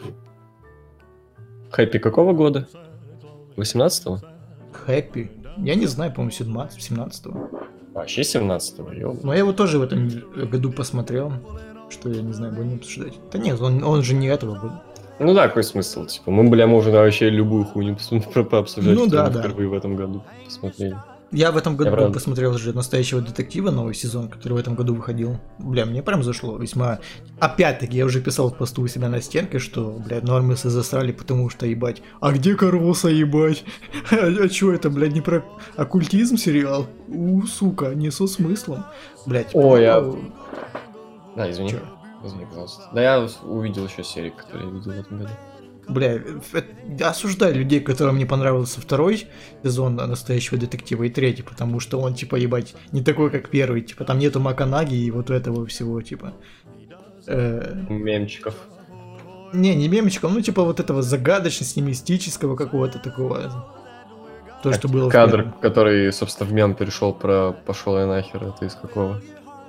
Хэппи какого года? 18-го? Хэппи? Я не знаю, по-моему, 17-го. Вообще 17-го, ёбаный. Но я его тоже в этом году посмотрел. Что, я не знаю, будем обсуждать. Да нет, он же не этого был. Ну да, какой смысл, типа, мы, бля, можем вообще любую хуйню пообсуждать, ну, да, впервые в этом году посмотрели. Я в этом году посмотрел уже «Настоящего детектива», новый сезон, который в этом году выходил. Бля, мне прям зашло весьма... Опять-таки, я уже писал в посту у себя на стенке, что, блядь, Нормисы засрали, потому что, ебать, а где Карлоса, ебать? А чё это, блядь, не про оккультизм сериал? Сука, не со смыслом. Блядь. Ой, Да, извини. Чё? Извини, пожалуйста. Да я увидел еще серии, которые я видел в этом году. Бля, я осуждаю людей, которым не понравился второй сезон «Настоящего детектива» и третий, потому что он, типа, ебать, не такой, как первый. Типа, там нету Маканаги и вот этого всего, типа... Мемчиков. Не мемчиков, ну, типа, вот этого загадочности, мистического какого-то такого. То, что было кадр, который, собственно, в мем перешел про «Пошел я нахер», это из какого?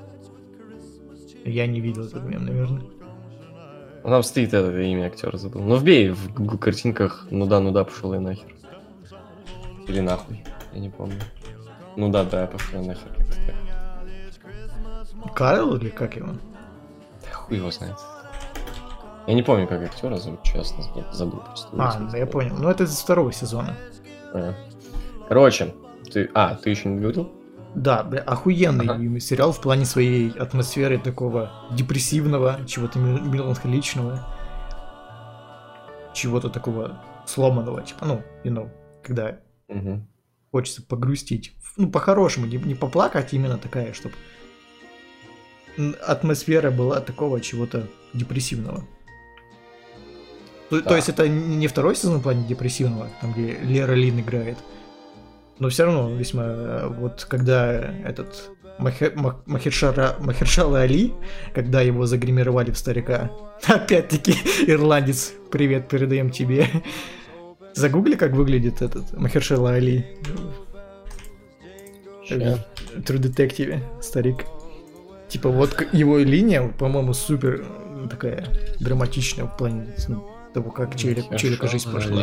Я не видел этот мем, наверное. Там стоит это имя актера, забыл. Ну вбей в Google картинках, ну да, пошел я нахер. Или нахуй, я не помню. Ну да, пошел я нахер. Карл или как его? Да хуй его знает. Я не помню, как актера зовут, честно, забыл просто. Да я понял. Ну это из второго сезона. Короче, ты еще не говорил? Да, бля, охуенный сериал в плане своей атмосферы такого депрессивного, чего-то меланхоличного, чего-то такого сломанного, типа, когда хочется погрустить. Ну, по-хорошему, не поплакать, именно такая, чтобы атмосфера была такого чего-то депрессивного. То есть это не второй сезон в плане депрессивного, там, где Лера Лин играет. Но все равно весьма, вот когда этот Махершала Али, когда его загримировали в старика, опять-таки ирландец, привет передаем тебе. Загугли, как выглядит этот Махершала Али в True Detective, старик. Типа вот его линия, по-моему, супер такая драматичная в плане того, как челика жизнь прошла.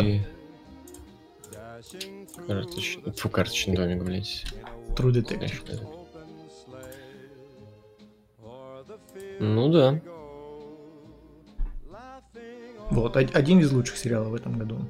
Карточный домик, блядь. True Detective. Ну да. Вот, один из лучших сериалов в этом году.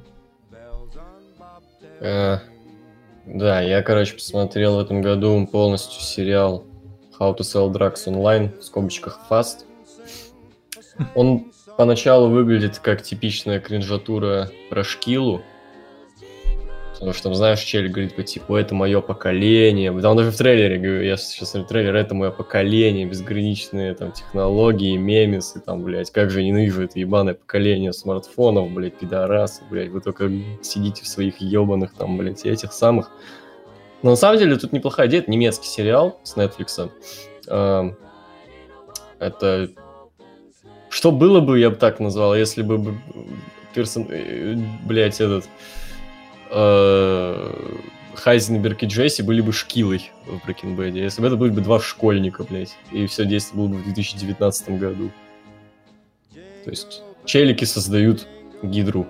Да, я, посмотрел в этом году полностью сериал How to Sell Drugs Online, в скобочках Fast. Он поначалу выглядит как типичная кринжатура про Шкилу. Потому что, знаешь, челик говорит, типа, это мое поколение. Там даже в трейлере, я сейчас смотрю трейлер, это мое поколение, безграничные там технологии, мемесы, там, блядь, как же ненавижу это ебаное поколение смартфонов, блядь, пидорасы, блядь, вы только сидите в своих ебаных там, блядь, этих самых. Но на самом деле тут неплохая идея, это немецкий сериал с Netflix. Это... Что было бы, я бы так назвал, если бы блядь, этот... Хайзенберг и Джесси были бы Шкилой в Breaking Bad, если бы это были бы два школьника, блядь, и все действие было бы в 2019 году. То есть челики создают гидру.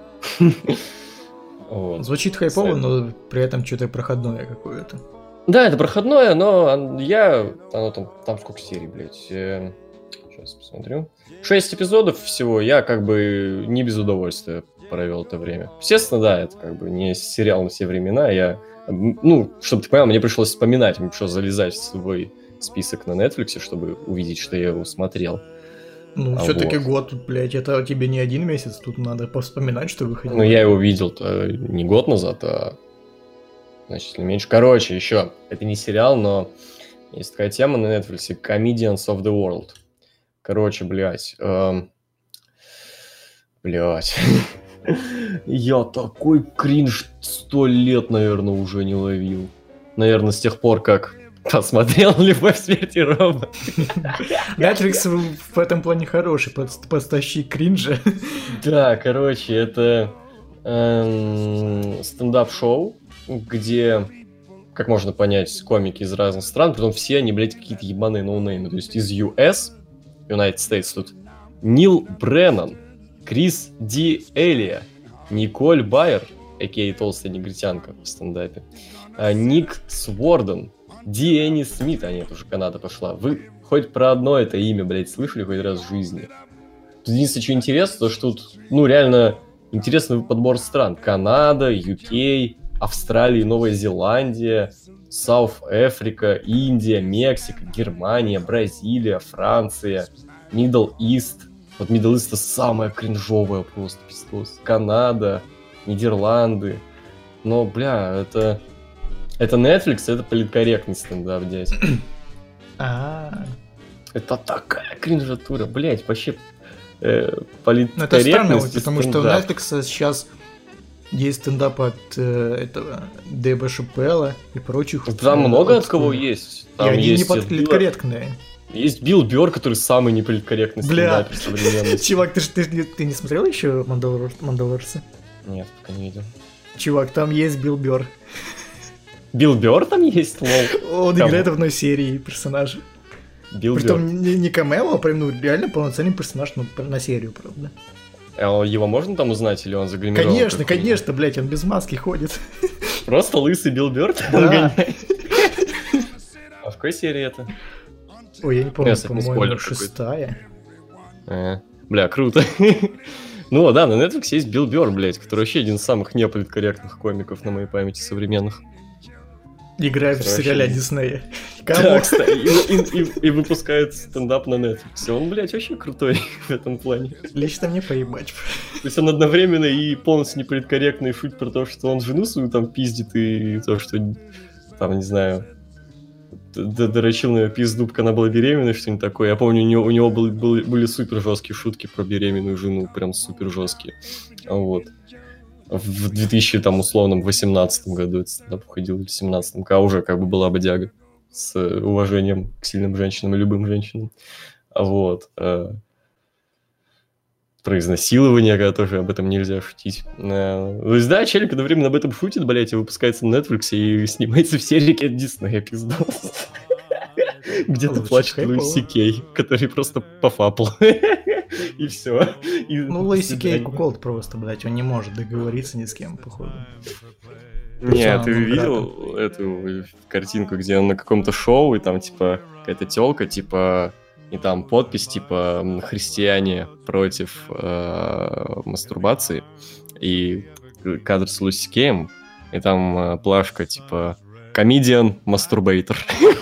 Звучит хайпово, но при этом что-то проходное какое-то. Да, это проходное, но там сколько серий, блядь? Сейчас посмотрю. 6 эпизодов всего, я не без удовольствия провел это время. Естественно, да, это не сериал на все времена. Чтобы ты понял, мне пришлось вспоминать, мне пришлось залезать в свой список на Netflix, чтобы увидеть, что я его смотрел. Все-таки год, блядь, это тебе не один месяц, тут надо повспоминать, что выходило. Я его видел-то не год назад, а значительно меньше. Короче, еще, это не сериал, но есть такая тема на Netflix, Comedians of the World. Короче, блядь. Я такой кринж 100 лет, наверное, уже не ловил. Наверное, с тех пор, как посмотрел «Любовь, смерть и роботы». Netflix в этом плане хороший, поставщик кринжа. Да, короче, это стендап-шоу, где, как можно понять, комики из разных стран, притом все они, блядь, какие-то ебаные ноунеймы. То есть из US, United States, тут Нил Бреннан, Крис Ди Элия, Николь Байер, а.к.а. толстая негритянка в стендапе, Ник Сворден, Ди Энни Смит, нет, уже Канада пошла. Вы хоть про одно это имя, блядь, слышали хоть раз в жизни? Тут единственное, что интересно, то что тут, реально интересный подбор стран. Канада, UK, Австралия, Новая Зеландия, Саут Африка, Индия, Мексика, Германия, Бразилия, Франция, Middle East. Вот Middle East это самое кринжовое просто, пиздос. Канада, Нидерланды. Но, бля, это Netflix, это политкорректный стендап, дядь. Это такая кринжатура, блядь, вообще политкорректность. Это странно, потому что у Netflix сейчас есть стендап от этого Дэйва Шапелла и прочих. Там много от кого есть. И они не политкорректные. Есть Билл Бёрр, который самый неполиткорректный стендапер современности. Чувак, ты не смотрел еще «Мандалорца»? Нет, пока не видел. Чувак, там есть Билл Бёрр. Билл Бёрр там есть? Он играет в одной серии персонажа. Притом не камео, а прям реально полноценный персонаж на серию, правда. Его можно там узнать, или он загримирован? Конечно, блядь, он без маски ходит. Просто лысый Билл Бёрр? Да. А в какой серии это? Ой, я не помню, по-моему, 6-я. Бля, круто. Ну да, на Netflix есть Билл Бёрр, блядь, который вообще один из самых неполиткорректных комиков на моей памяти современных. Играет в сериале Диснея. Да, кстати, и выпускает стендап на Netflix. Он, блядь, вообще крутой в этом плане. Лично мне поебать. То есть он одновременно и полностью неполиткорректный, шутит про то, что он жену свою там пиздит, и то, что там, не знаю, дорочил на ее пизду, пока она была беременна, что-нибудь такое. Я помню, у него были супер жесткие шутки про беременную жену, прям супер жесткие. Вот. В 2018 году это стендап уходил, или в 17-м, когда уже как бы была бодяга с уважением к сильным женщинам и любым женщинам. Вот. Про изнасилование, когда тоже об этом нельзя шутить. То есть, да, челик одновременно об этом шутит, блядь, и выпускается на Netflix, и снимается в серии от Диснея, пиздос. Где-то плачет Луис Си Кей, который просто пофапал. И все. Ну, Луис Си Кей куколд просто, блядь, он не может договориться ни с кем, походу. Не, ты видел эту картинку, где он на каком-то шоу, и там, типа, какая-то тёлка, типа, и там подпись, типа, христиане против мастурбации, и кадр с Луис Си Кеем, и там плашка, типа, комедиан мастурбейтер.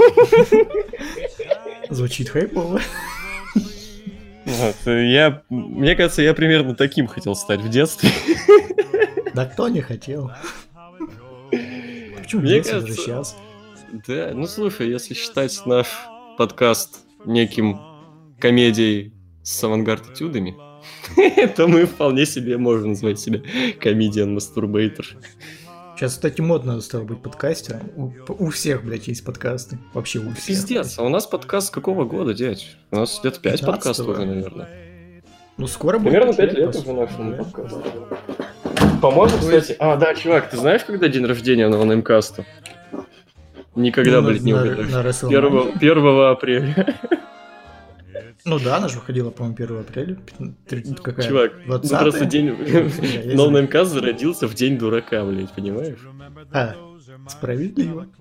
Звучит хайпово. Вот, мне кажется, я примерно таким хотел стать в детстве. Да кто не хотел? Почему мне кажется, даже сейчас? Да, ну слушай, если считать наш подкаст неким комедией с авангард-этюдами, то мы вполне себе можем назвать себя комедиан-мастурбейтер. Сейчас, кстати, модно стало быть подкастером. У всех, блядь, есть подкасты. Вообще у всех. Пиздец, а у нас подкаст с какого года, дядь? У нас где-то 5 подкастов уже, наверное. Ну, скоро будет. Примерно 5 лет уже нашему подкасту. По-моему, кстати... А, да, чувак, ты знаешь, когда день рождения нового Наймкаста? Никогда, блядь, не угадаешь. 1 апреля. Ну да, она же выходила, по-моему, 1 апреля. Какая? Чувак, ну просто день... Новый МК зародился в день дурака, блядь, понимаешь? Справедливо.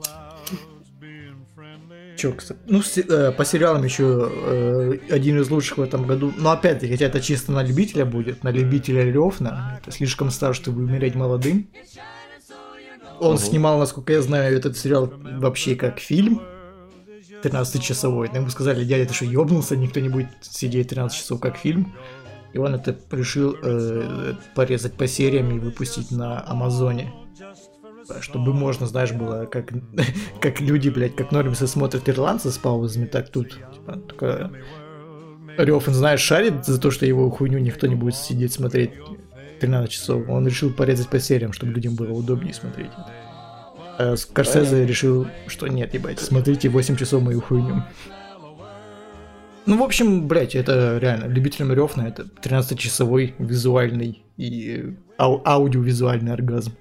Чё, ну, по сериалам еще один из лучших в этом году. Но опять-таки, хотя это чисто на любителя будет, на любителя Рёфна. Это слишком стар, чтобы умереть молодым. Он снимал, насколько я знаю, этот сериал вообще как фильм. 13-часовой. Ему сказали: дядя, ты что, ёбнулся? Никто не будет сидеть 13 часов как фильм. И он это решил порезать по сериям и выпустить на Амазоне. Чтобы можно, знаешь, было как люди, блядь, как нормисы смотрят ирландцы с паузами, так тут. Типа, только Рёфн, знаешь, шарит за то, что его хуйню никто не будет сидеть смотреть 13 часов. Он решил порезать по сериям, чтобы людям было удобнее смотреть. А Скорсезе решил, что нет, ебать, смотрите 8 часов мою хуйню. Ну, в общем, блядь, это реально, любителям Рёфна это 13-часовой визуальный и аудиовизуальный оргазм.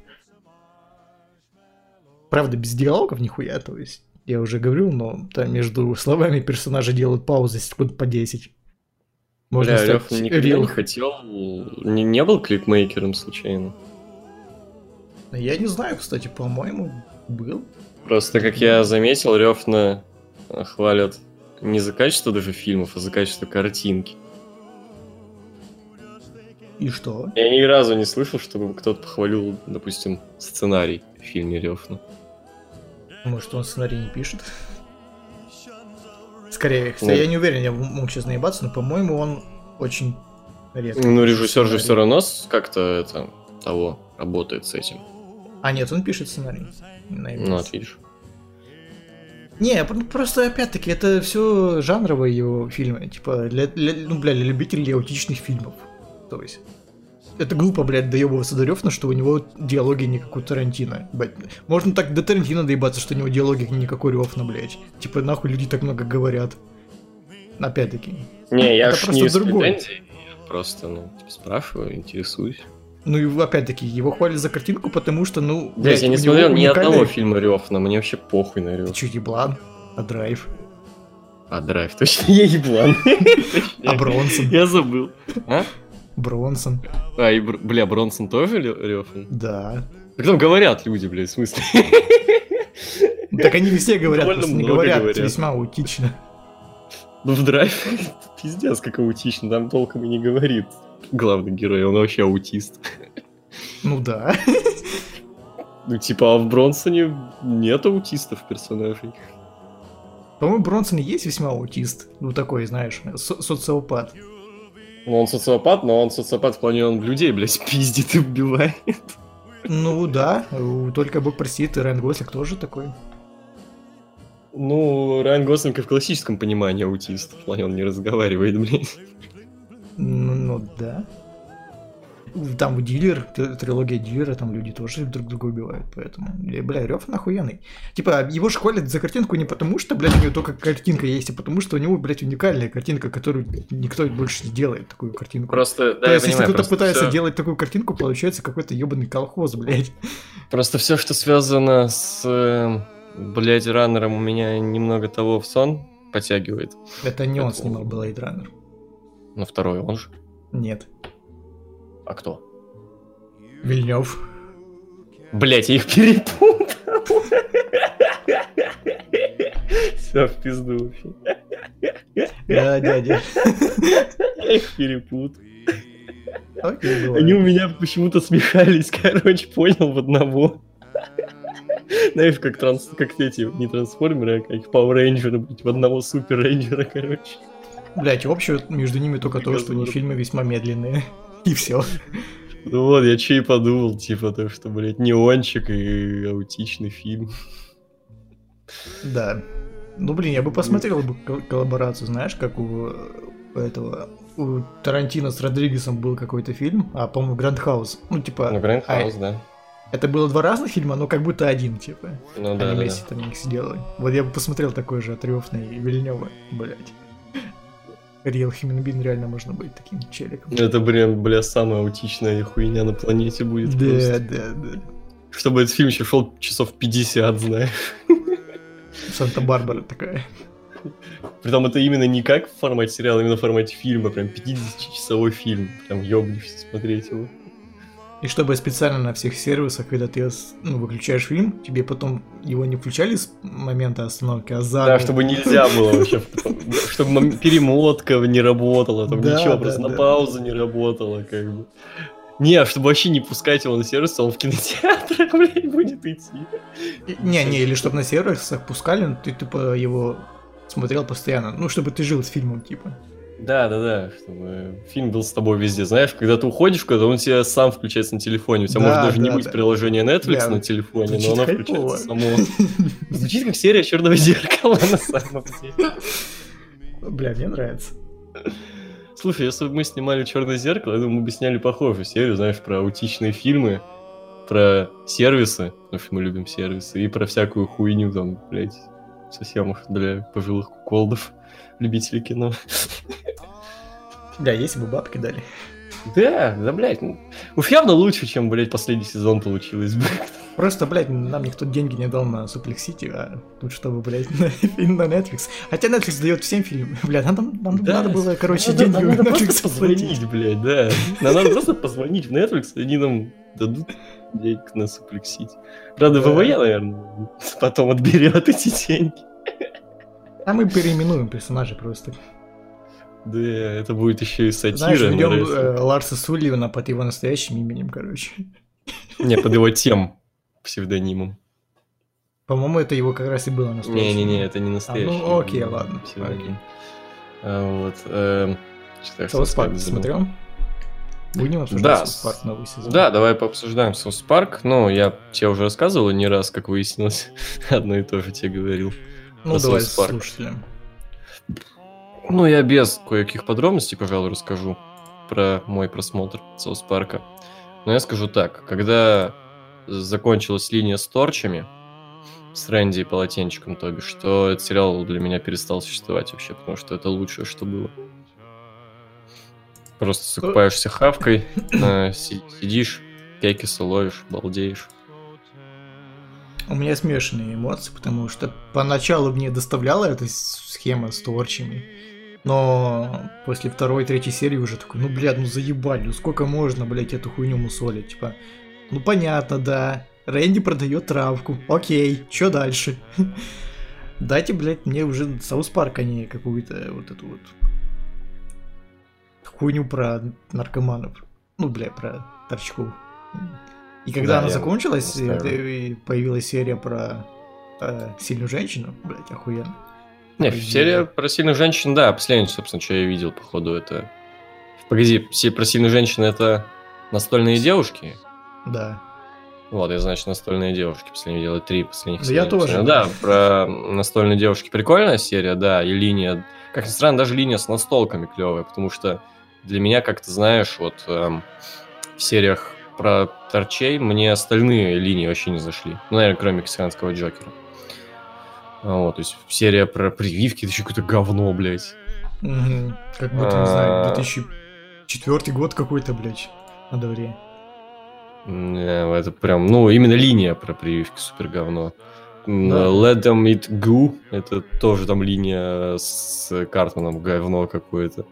Правда, без диалогов нихуя, то есть, я уже говорил, но там между словами персонажи делают паузы секунд по 10. Можно бля, Рёфн никогда не хотел, не был клипмейкером случайно? Я не знаю, кстати, по-моему, был. Просто, как я заметил, Рёфна хвалят не за качество даже фильмов, а за качество картинки. И что? Я ни разу не слышал, чтобы кто-то похвалил, допустим, сценарий в фильме Рёфна. Может, он сценарий не пишет? Скорее, я не уверен, я мог сейчас наебаться, но, по-моему, он очень редко. Ну, режиссер же все равно как-то работает с этим. А нет, он пишет сценарий. Ну, вот видишь. Не, просто опять-таки это все жанровые его фильмы, типа для любителей аутичных фильмов. То есть это глупо, блядь, доебываться до рёфна, что у него диалоги не как у Тарантино. Можно так до Тарантино доебаться, что у него диалоги не как у Рёфна, блядь. Типа нахуй люди так много говорят. Опять-таки. Не, я ж не с претензией, просто, спрашиваю, интересуюсь. Ну и опять-таки, его хвалят за картинку, потому что, блядь, я не смотрел ни одного фильма Рёфна, мне вообще похуй на Рёфна. Ты чё, еблан? А Драйв? А Драйв, точно, я еблан. А Бронсон? Я забыл. А? Бронсон. Бля, Бронсон тоже Рёфн? Да. Так там говорят люди, блядь, в смысле? Так они все говорят, просто не говорят весьма аутично. Ну в Драйв пиздец как аутично, там толком и не говорит главный герой, он вообще аутист. Ну да. Ну типа, а в Бронсоне нет аутистов персонажей. По-моему, Бронсон есть весьма аутист. Ну такой, знаешь, социопат. Ну он социопат, но он социопат в плане, он людей, блядь, пиздит и убивает. Ну да, только Бог простит, и Райан Гослинг тоже такой. Ну, Райан Гослинг и в классическом понимании аутист. В плане он не разговаривает, блядь. Ну да. Там дилер, трилогия дилера, там люди тоже друг друга убивают, поэтому, бля, Рёфн охуенный. Типа, его же хвалят за картинку не потому, что, блядь, у него только картинка есть, а потому, что у него, блядь, уникальная картинка, которую никто больше не делает, такую картинку. Просто, да, то есть, если кто-то пытается всё... делать такую картинку, получается какой-то ебаный колхоз, блядь. Просто все, что связано с, блядь, раннером, у меня немного того в сон подтягивает. Это не он снимал Blade Runner. Ну, второй он же. Нет. А кто? Вильнёв. Блять, я их перепутал. Все в пизду вообще. Да, дядя. Я их перепутал. Они у меня почему-то смешались, короче, понял в одного. Знаешь, как эти, не трансформеры, а как Power Rangers, в одного Супер Рейнджера, короче. Блять, общее между ними только то, что они фильмы весьма медленные. И все. Ну вот, я че и подумал, типа, то, что, блядь, неончик и аутичный фильм. Да. Ну, блин, я бы посмотрел бы коллаборацию, знаешь, как у Тарантино с Родригесом был какой-то фильм, по-моему, Грандхаус. Ну, типа... Ну, Грандхаус, да. Это было два разных фильма, но как будто один, типа. Ну, да, они вместе там их сделали. Вот я бы посмотрел такой же от Рёфна и Вильнёва, блядь. Риэл Химинбин реально можно быть таким челиком. Это, бля, самая аутичная хуйня на планете будет. Да, просто. Да. Чтобы этот фильм еще шел часов 50, знаешь. Санта-Барбара такая. Притом это именно не как в формате сериала, именно в формате фильма. Прям 50-часовой фильм. Прям ёбнешься смотреть его. И чтобы специально на всех сервисах, когда ты выключаешь фильм, тебе потом его не включали с момента остановки, а заново. Да, чтобы нельзя было вообще, чтобы перемотка не работала, там ничего, просто на паузу не работала, как бы. Не, чтобы вообще не пускать его на сервис, он в кинотеатрах, блядь, будет идти. Не, или чтобы на сервисах пускали, но ты типа его смотрел постоянно, ну, чтобы ты жил с фильмом, типа. Да, чтобы фильм был с тобой везде. Знаешь, когда ты уходишь, когда он тебя сам включается на телефоне. У тебя может даже не быть приложения Netflix на телефоне, но оно включается само. Звучит как серия Черного зеркала на самом деле. Бля, мне нравится. Слушай, если бы мы снимали Черное зеркало, я думаю, мы бы сняли похожую серию, знаешь, про аутичные фильмы, про сервисы, потому что мы любим сервисы, и про всякую хуйню там, блядь, совсем уж для пожилых куколдов. Любители кино. Бля, если бы бабки дали. Да, блядь. Уж явно лучше, чем, блядь, последний сезон получилось бы. Просто, блядь, нам никто деньги не дал на Suplex City, а тут чтобы, блядь, фильм на Netflix. Хотя Netflix дает всем фильм. Бля, нам надо было, короче, деньги на Netflix позвонить, блядь, да. Нам надо просто позвонить в Netflix, и они нам дадут денег на Suplex City. Правда, ВВЕ, наверное, потом отберет эти деньги. А мы переименуем персонажей просто. Да, это будет еще и сатира. Знаешь, ведем Ларса Сулливана под его настоящим именем, короче. Не, под его тем псевдонимом. По-моему, это его как раз и было настоящее. Не-не-не, это не настоящее. Ну, окей, ладно. Окей. Вот. Саус Парк смотрел? Будем обсуждать Саус Парк новый сезон? Да, давай пообсуждаем Саус Парк. Ну, я тебе уже рассказывал не раз, как выяснилось. Одно и то же тебе говорил. Ну, давай слушателям. Ну, я без кое-каких подробностей, пожалуй, расскажу про мой просмотр Саус Парка. Но я скажу так. Когда закончилась линия с торчами, с Рэнди и полотенчиком, то бишь, что этот сериал для меня перестал существовать вообще, потому что это лучшее, что было. Просто закупаешься хавкой, сидишь, кекисы ловишь, балдеешь. У меня смешанные эмоции, потому что поначалу мне доставляла эта схема с торчами, но после второй, третьей серии уже такой, ну, блядь, ну заебали, ну сколько можно, блядь, эту хуйню мусолить, типа, ну понятно, да, Рэнди продает травку, окей, что дальше? Дайте, блядь, мне уже Саус Парк, а не какую-то вот эту вот хуйню про наркоманов. Ну, блядь, про торчков. И когда она закончилась, и появилась серия про сильную женщину, блядь, охуенно. Не, серия про сильных женщин, да, последнее, собственно, что я видел, походу, это... Погоди, про сильных женщин это настольные девушки? Да. Вот, я, значит, настольные девушки последние видел, 3 последних серии. Да я тоже. Да, про настольные девушки прикольная серия, да, и линия... Как ни странно, даже линия с настолками клевая, потому что для меня, как ты знаешь, вот в сериях про торчей мне остальные линии вообще не зашли. Ну, наверное, кроме Мексиканского Джокера. Вот, то есть серия про прививки, это еще какое-то говно, блядь. Угу. Как будто, не знаю, 2004 год какой-то, блядь, на дворе. Это прям, ну, именно линия про прививки супер говно. Да. Let them eat goo, это тоже там линия с Картманом, говно какое-то.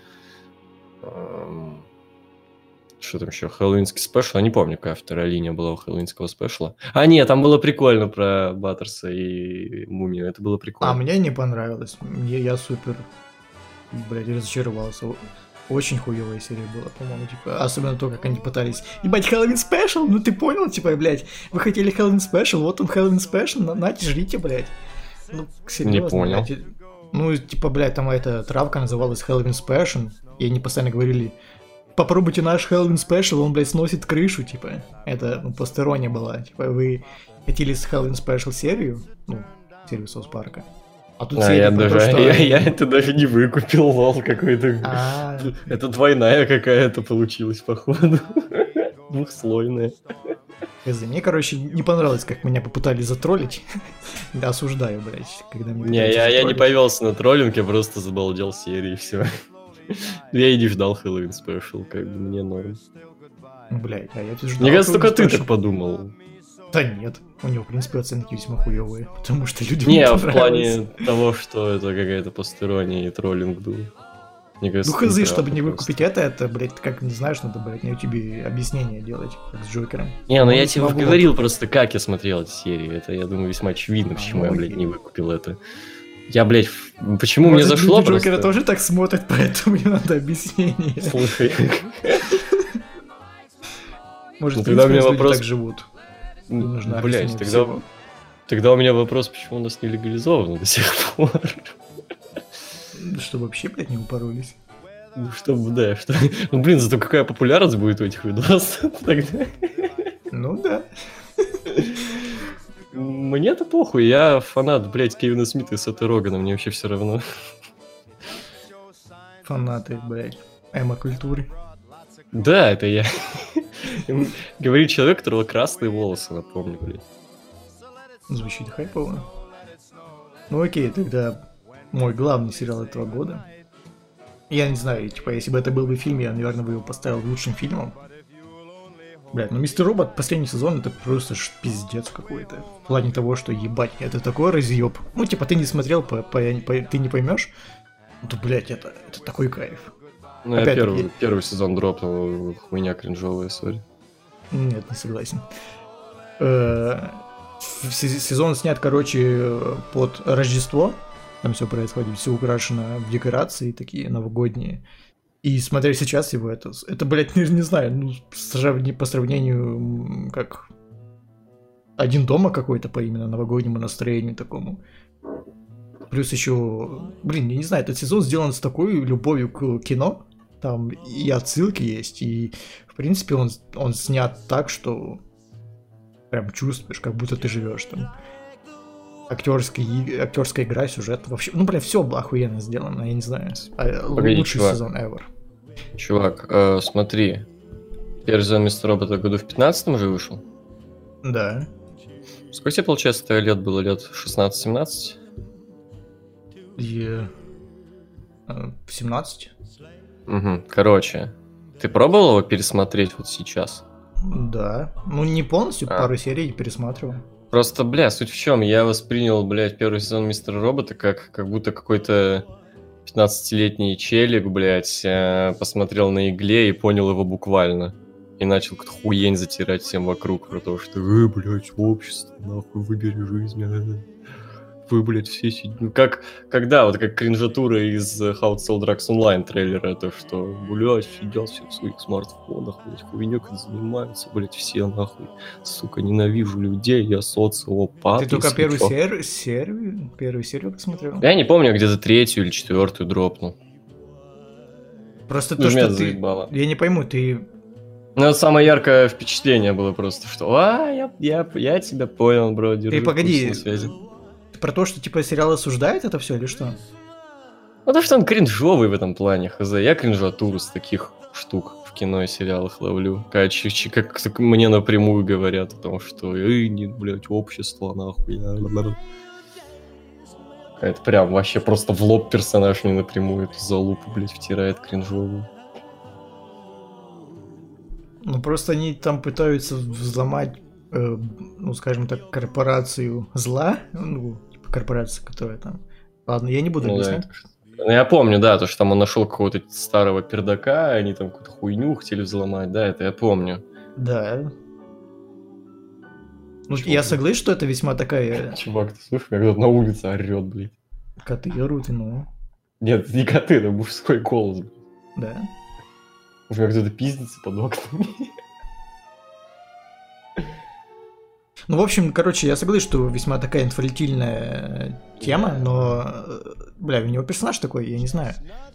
Что там еще? Хэллоуинский спешл? Я не помню, какая вторая линия была у хэллоуинского спешла. А, нет, там было прикольно про Баттерса и Мумию. Это было прикольно. А мне не понравилось. Я супер, блядь, разочаровался. Очень хуевая серия была, по-моему, типа, особенно то, как они пытались. Ебать, Хэллоуин спешл? Ну ты понял, типа, блядь, вы хотели Хэллоуин спешл, вот он Хэллоуин спешл, нате, жрите, блядь. Ну, серьезно, не понял. Блядь. Ну, типа, блядь, там эта травка называлась Хэллоуин спешл, и они постоянно говорили: попробуйте наш Хэллоуин спешл, он, блядь, сносит крышу, типа. Это, ну, постерония была. Типа, вы хотели с Хэллоуин спешл серию, ну, серию Саус Парка. А тут я это даже не выкупил, лол, какой-то. Это двойная какая-то получилась, походу. Двухслойная. Мне, короче, не понравилось, как меня попытались затроллить. Да, осуждаю, блядь, когда меня не, я не повелся на троллинг, я просто забалдел серии, и все. Я и не ждал Хэллоуин спешл, как бы мне норм. Блядь, а я ждал. Мне кажется, только ты так подумал. Да нет, у него, в принципе, оценки весьма хуёвые, потому что людям не в плане того, что это какая-то постерония и троллинг был. Мне кажется, ну хз, чтобы не выкупить это, блядь, как не знаешь, надо, блядь, на ютубе объяснение делать, как с Джокером. Не, ну я тебе говорил просто, как я смотрел эти серии. Это, я думаю, весьма очевидно, почему я, блядь, не выкупил это. Я, блядь, почему мне зашло просто... Джокера тоже так смотрят, поэтому мне надо объяснение. Слушай. Может, тогда у меня вопрос... так живут. Блять, тогда у меня вопрос, почему у нас не легализовано до сих пор. Чтобы вообще, блядь, не упоролись. Ну, чтобы, да, что... Ну, блин, зато какая популярность будет у этих видосов тогда. Ну, да. Мне-то похуй, я фанат, блядь, Кевина Смита и Сета Рогана, мне вообще все равно. Фанаты, блядь, эмо-культуры. Да, это я. Говорит человек, у которого красные волосы, напомню, блядь. Звучит хайпово. Ну окей, тогда мой главный сериал этого года. Я не знаю, типа, если бы это был бы фильм, я, наверное, бы его поставил лучшим фильмом. Блядь, ну Мистер Робот последний сезон это просто пиздец какой-то. В плане того, что ебать, это такой разъеб. Ну, типа, ты не смотрел, ты не поймешь. Ну, то, блядь, это такой кайф. Ну, я первый сезон дропнул, хуйня кринжовая, сори. Нет, не согласен. Сезон снят, короче, под Рождество. Там все происходит, все украшено в декорации такие новогодние. И смотря сейчас его, это блядь, не знаю, ну, по сравнению, как «Один дома» какой-то по именно новогоднему настроению такому. Плюс еще, блин, я не знаю, этот сезон сделан с такой любовью к кино. Там и отсылки есть, и в принципе он снят так, что прям чувствуешь, как будто ты живешь там. Актерская игра, сюжет, вообще, ну, бля, все охуенно сделано, я не знаю. Погоди, лучший сезон ever. Чувак, смотри, первый сезон Мистер Робота году в 15-м же вышел? Да. Сколько тебе, получается, лет было? Лет 16-17? В 17. Угу. Короче, ты пробовал его пересмотреть вот сейчас? Да. Ну, не полностью, пару серий пересматривал. Просто, бля, суть в чем? Я воспринял, блядь, первый сезон Мистера Робота как будто какой-то 15-летний челик, блядь, посмотрел на Игле и понял его буквально. И начал какую-то хуень затирать всем вокруг про то, что, блядь, общество, нахуй, выбери жизнь, вы, блядь, все сидите... Когда кринжатура из How to Sell Drugs Online трейлера, то, что, блядь, сидят все в своих смартфонах, блядь, хуйнёй занимаются, блядь, все, нахуй, сука, ненавижу людей, я социопат. Ты только первую серию посмотрел? Я не помню, где-то 3-ю или 4-ю дропнул. Просто то, что ты... Я не пойму, ты... Ну, самое яркое впечатление было просто, что, я тебя понял, бро, держи. Ты погоди, на связи. Про то, что, типа, сериал осуждает это все или что? Потому что он кринжовый в этом плане, хз. Я кринжатуру с таких штук в кино и сериалах ловлю. Как мне напрямую говорят о том, что, нет, блядь, общество, нахуй. Это прям вообще просто в лоб персонаж мне напрямую эту залупу, блядь, втирает кринжовую. Ну, просто они там пытаются взломать, ну, скажем так, корпорацию зла, ну, корпорация, которая там... Ладно, я не буду объяснять. Да, я помню, да, то, что там он нашел какого-то старого пердака, они там какую-то хуйню хотели взломать, да, это я помню. Да. Ну, я согласен, что это весьма такая... Чувак, ты слышишь, меня кто-то на улице орёт, блядь. Коты орут, ну... Нет, не коты, это мужской голос, блядь. Да. Может, меня кто-то пиздится под окнами. Ну, в общем, короче, я согласен, что весьма такая инфантильная тема, но, бля, у него персонаж такой, я не знаю.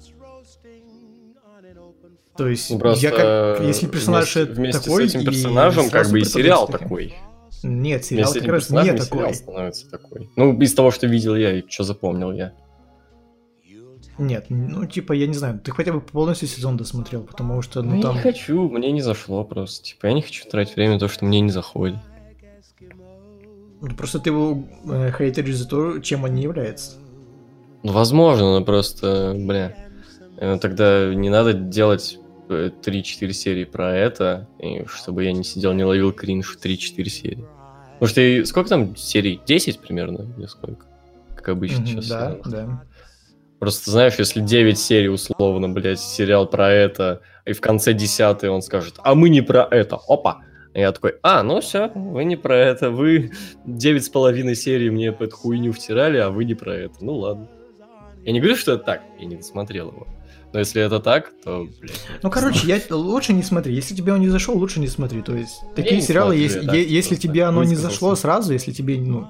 То есть, ну, просто если персонаж вместе такой... с этим персонажем как бы и сериал такой. Нет, сериал как раз не такой. Сериал становится такой. Ну, из того, что видел я и что запомнил я. Нет, ну, типа, я не знаю, ты хотя бы полностью сезон досмотрел, потому что, ну, там... Я не хочу, мне не зашло просто. Типа, я не хочу тратить время на то, что мне не заходит. Просто ты его хейтеришь за то, чем он не является. Ну, возможно, но просто, бля, тогда не надо делать 3-4 серии про это, и чтобы я не сидел, не ловил кринж 3-4 серии. Потому что сколько там серий? 10 примерно? Или сколько? Как обычно сейчас. Да, да. Просто, знаешь, если 9 серий, условно, блядь, сериал про это, и в конце 10-й он скажет, а мы не про это, опа! И я такой, ну все, вы не про это, вы 9,5 серий мне эту хуйню втирали, а вы не про это, ну ладно. Я не говорю, что это так, я не досмотрел его. Но если это так, то, блядь... Ну, короче, лучше не смотри. Если тебе он не зашел, лучше не смотри. То есть, такие сериалы, если тебе оно не зашло сразу, если тебе, ну,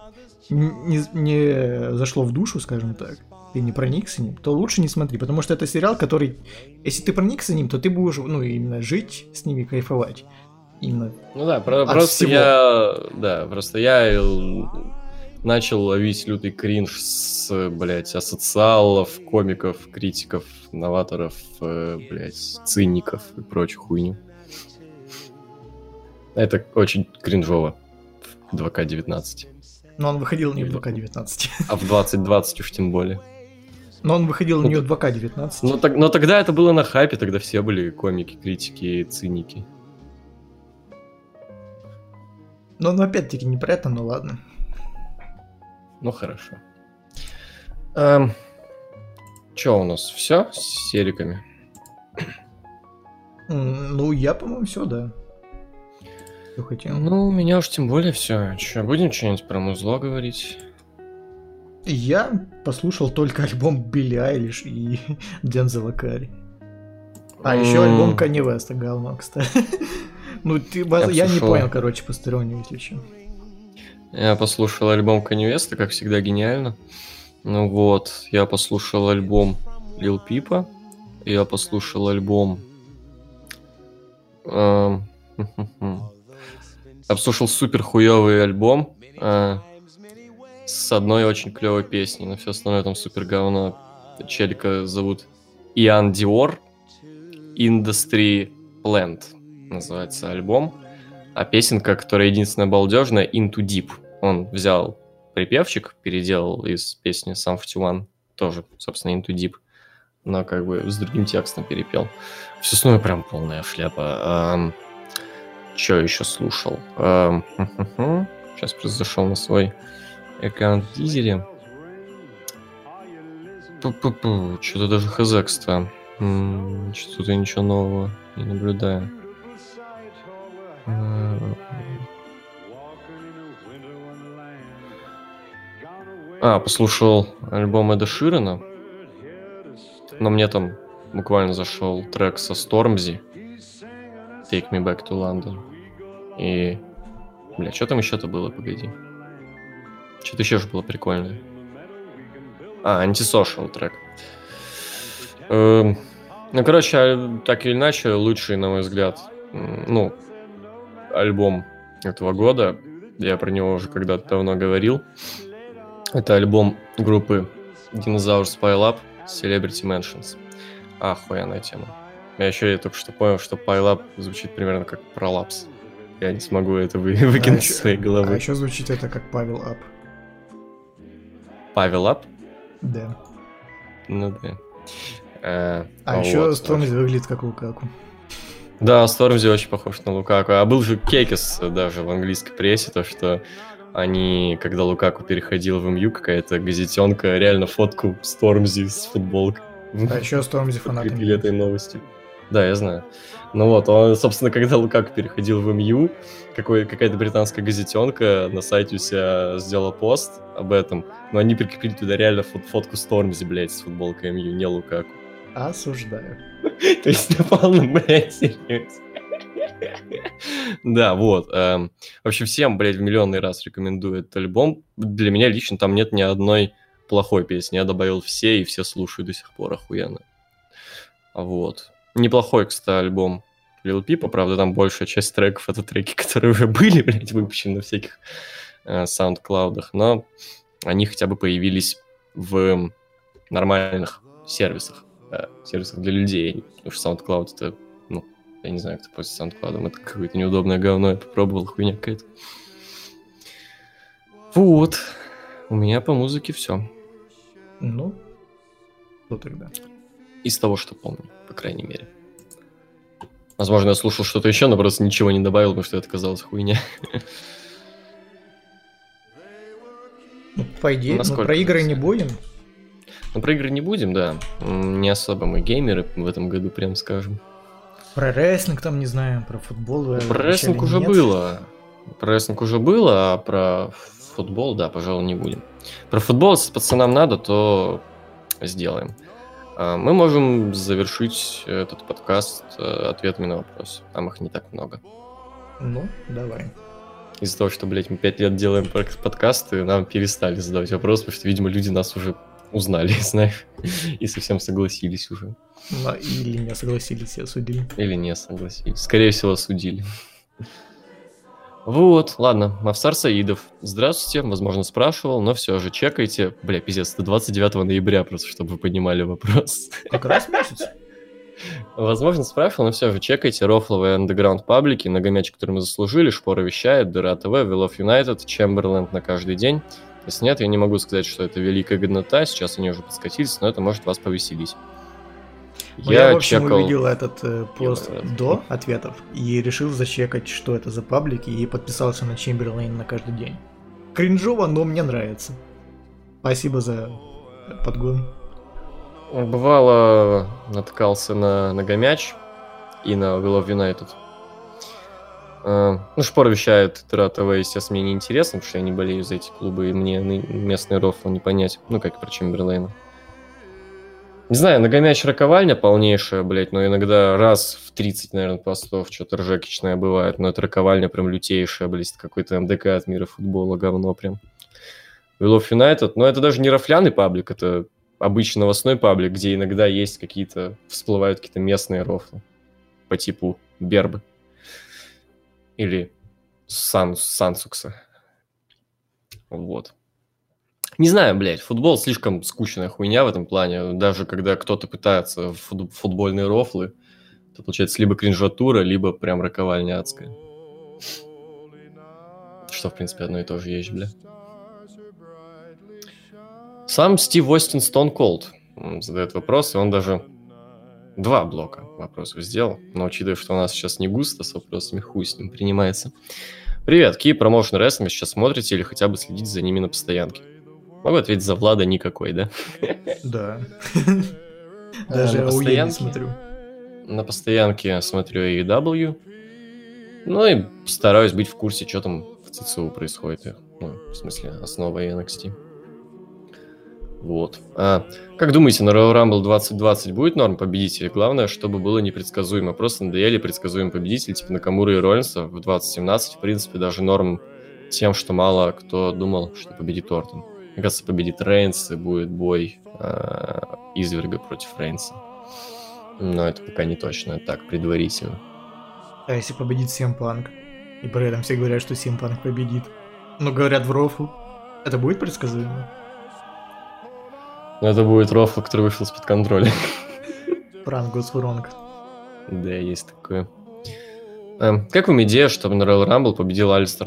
не зашло в душу, скажем так, ты не проникся ним, то лучше не смотри, потому что это сериал, который, если ты проникся ним, то ты будешь, ну, именно жить с ними, кайфовать. Именно. Ну да, просто я начал ловить лютый кринж с, блядь, асоциалов, комиков, критиков, новаторов, блядь, циников и прочую хуйню. Это очень кринжово в 2К19. Но он выходил не в 2К19. А в 2020 уж тем более. Но он выходил не в 2К19. Но тогда это было на хайпе, тогда все были комики, критики и циники. Ну, опять-таки не про это, но ладно. Ну, хорошо. Чё у нас? Все с сериками? Ну, я, по-моему, все, да. Что хотел. Ну, у меня уж тем более все. Че, будем что-нибудь про музло говорить? Я послушал только альбом Билли Айлиш и Дензела Карри. Еще альбом Канье Веста, говно, кстати. Ну, я не понял, короче, постороннего отличия. Я послушал альбом Kanye West, как всегда, гениально. Ну вот, я послушал альбом Lil Peep, я послушал альбом... Обслушал супер хуёвый альбом с одной очень клевой песней, но все остальное там супер говно. Челика зовут Иан Диор, Industry Plant называется альбом. А песенка, которая единственная балдежная, Into Deep. Он взял припевчик, переделал из песни Sum 41, тоже, собственно, Into Deep, но как бы с другим текстом перепел. Все остальное прям полная шляпа. Что еще слушал? Сейчас просто зашел на свой аккаунт в Дизеле. Что-то даже хз-то. Что-то ничего нового не наблюдаю. Послушал альбом Эда Ширана, но мне там буквально зашел трек со Stormzy Take Me Back to London. И, что там еще-то было, погоди. Что-то еще же было прикольное. Antisocial трек. Короче, так или иначе, лучший, на мой взгляд, альбом этого года. Я про него уже когда-то давно говорил. Это альбом группы Dinosaurs Pile Up Celebrity Mansions. Охуенная тема. Я только что понял, что Pile Up звучит примерно как пролапс. Я не смогу это выкинуть из своей головы. А еще звучит это как Павел Ап. Павел Ап? Да. Ну да. Еще Stormzy выглядит как Лукаку. Да, Stormzy очень похож на Лукаку. А был же кекис даже в английской прессе, то что они, когда Лукаку переходил в МЮ, какая-то газетенка реально фотку Stormzy с футболкой. А еще Stormzy фанатами. Прикрепили этой новости. Да, я знаю. Ну вот, он, собственно, когда Лукаку переходил в МЮ, какая-то британская газетенка на сайте у себя сделала пост об этом, но они прикрепили туда реально фотку Stormzy, блядь, с футболкой МЮ, не Лукаку. Осуждаю. То есть на полном, блядь, серьезно. Да, вот. Вообще всем, блядь, в миллионный раз рекомендую этот альбом. Для меня лично там нет ни одной плохой песни. Я добавил все, и все слушаю до сих пор охуенно. Вот. Неплохой, кстати, альбом Lil Peep. Правда, там большая часть треков — это треки, которые уже были, блядь, выпущены на всяких SoundCloud'ах, но они хотя бы появились в нормальных сервисах. Сервисах для людей. Потому что SoundCloud — это, я не знаю, кто пользуется SoundCloud, это какое-то неудобное говно, я попробовал, хуйня какая-то. Вот. У меня по музыке все. Ну, что тогда? Из того, что помню, по крайней мере. Возможно, я слушал что-то еще, но просто ничего не добавил, потому что это казалось хуйня. По идее, про игры не будем. Про игры не будем, да. Не особо мы геймеры в этом году, прям скажем. Про рестлинг там не знаю, про футбол. Про рестлинг уже было. Про рестлинг уже было, а про футбол, да, пожалуй, не будем. Про футбол, если пацанам надо, то сделаем. Мы можем завершить этот подкаст ответами на вопросы. Там их не так много. Ну, давай. Из-за того, что, блядь, мы 5 лет делаем подкасты, нам перестали задавать вопросы, потому что, видимо, люди нас уже узнали, знаешь, и совсем согласились уже. Или не согласились и осудили. Или не согласились. Скорее всего, осудили. Вот, ладно, Мавсар Саидов. Здравствуйте, возможно, спрашивал, но все же чекайте. Бля, пиздец, это 29 ноября, просто чтобы вы понимали вопрос. Как раз месяц. Возможно, спрашивал, но все же чекайте рофловые андеграунд паблики, многомяч, который мы заслужили, Шпора вещает, Дыра ТВ, We Love United, Чемберленд на каждый день. Если нет, я не могу сказать, что это великая годнота, сейчас они уже подскатились, но это может вас повеселить. Я в общем, увидел этот пост до ответов и решил зачекать, что это за паблики, и подписался на Чемберлейн на каждый день. Кринжово, но мне нравится. Спасибо за подгон. Бывало, натыкался на Многомяч и на We Love United. Шпор вещает Дыра ТВ, естественно, мне неинтересно, потому что я не болею за эти клубы, и мне местный рофл не понять. Как и про Чемберлейна. Не знаю, ногомяч роковальня полнейшая, блядь, но иногда раз в 30, наверное, постов что-то ржакичное бывает, но это роковальня прям лютейшая, блядь, какой-то МДК от мира футбола, говно прям. We Love United, но это даже не рафляный паблик, это обычный новостной паблик, где иногда есть какие-то, всплывают какие-то местные рофлы по типу Бербы или Сансукса. Вот. Не знаю, блядь, футбол слишком скучная хуйня в этом плане. Даже когда кто-то пытается футбольные рофлы, то получается либо кринжатура, либо прям роковальня адская. Что, в принципе, одно и то же есть, бля. Сам Стив Остин Stone Cold задает вопрос, и он даже 2 блока вопросов сделал. Но учитывая, что у нас сейчас не густо с вопросами, хуй с ним принимается. Привет, какие промоушен рестлинга сейчас смотрите или хотя бы следите за ними на постоянке? Могу ответить за Влада никакой, да? Да. Даже АУЕ не смотрю. На постоянке смотрю AEW. Ну и стараюсь быть в курсе, что там в ЦЦУ происходит. Ну, в смысле, основа NXT. Вот. Как думаете, на Royal Rumble 2020 будет норм победителей? Главное, чтобы было непредсказуемо. Просто надоели предсказуемый победитель, типа Накамура и Роллинса в 2017. В принципе, даже норм тем, что мало кто думал, что победит Ортон. Мне кажется, победит Рейнс, и будет бой Изверга против Рейнса. Но это пока не точно, так, предварительно. А если победит CM Punk? И при этом все говорят, что CM Punk победит. Но говорят в рофл. Это будет предсказуемо? Это будет рофл, который вышел из-под контроля. Prank goes wrong. Да, есть такое. Как вам идея, чтобы на Royal Rumble победил Алистер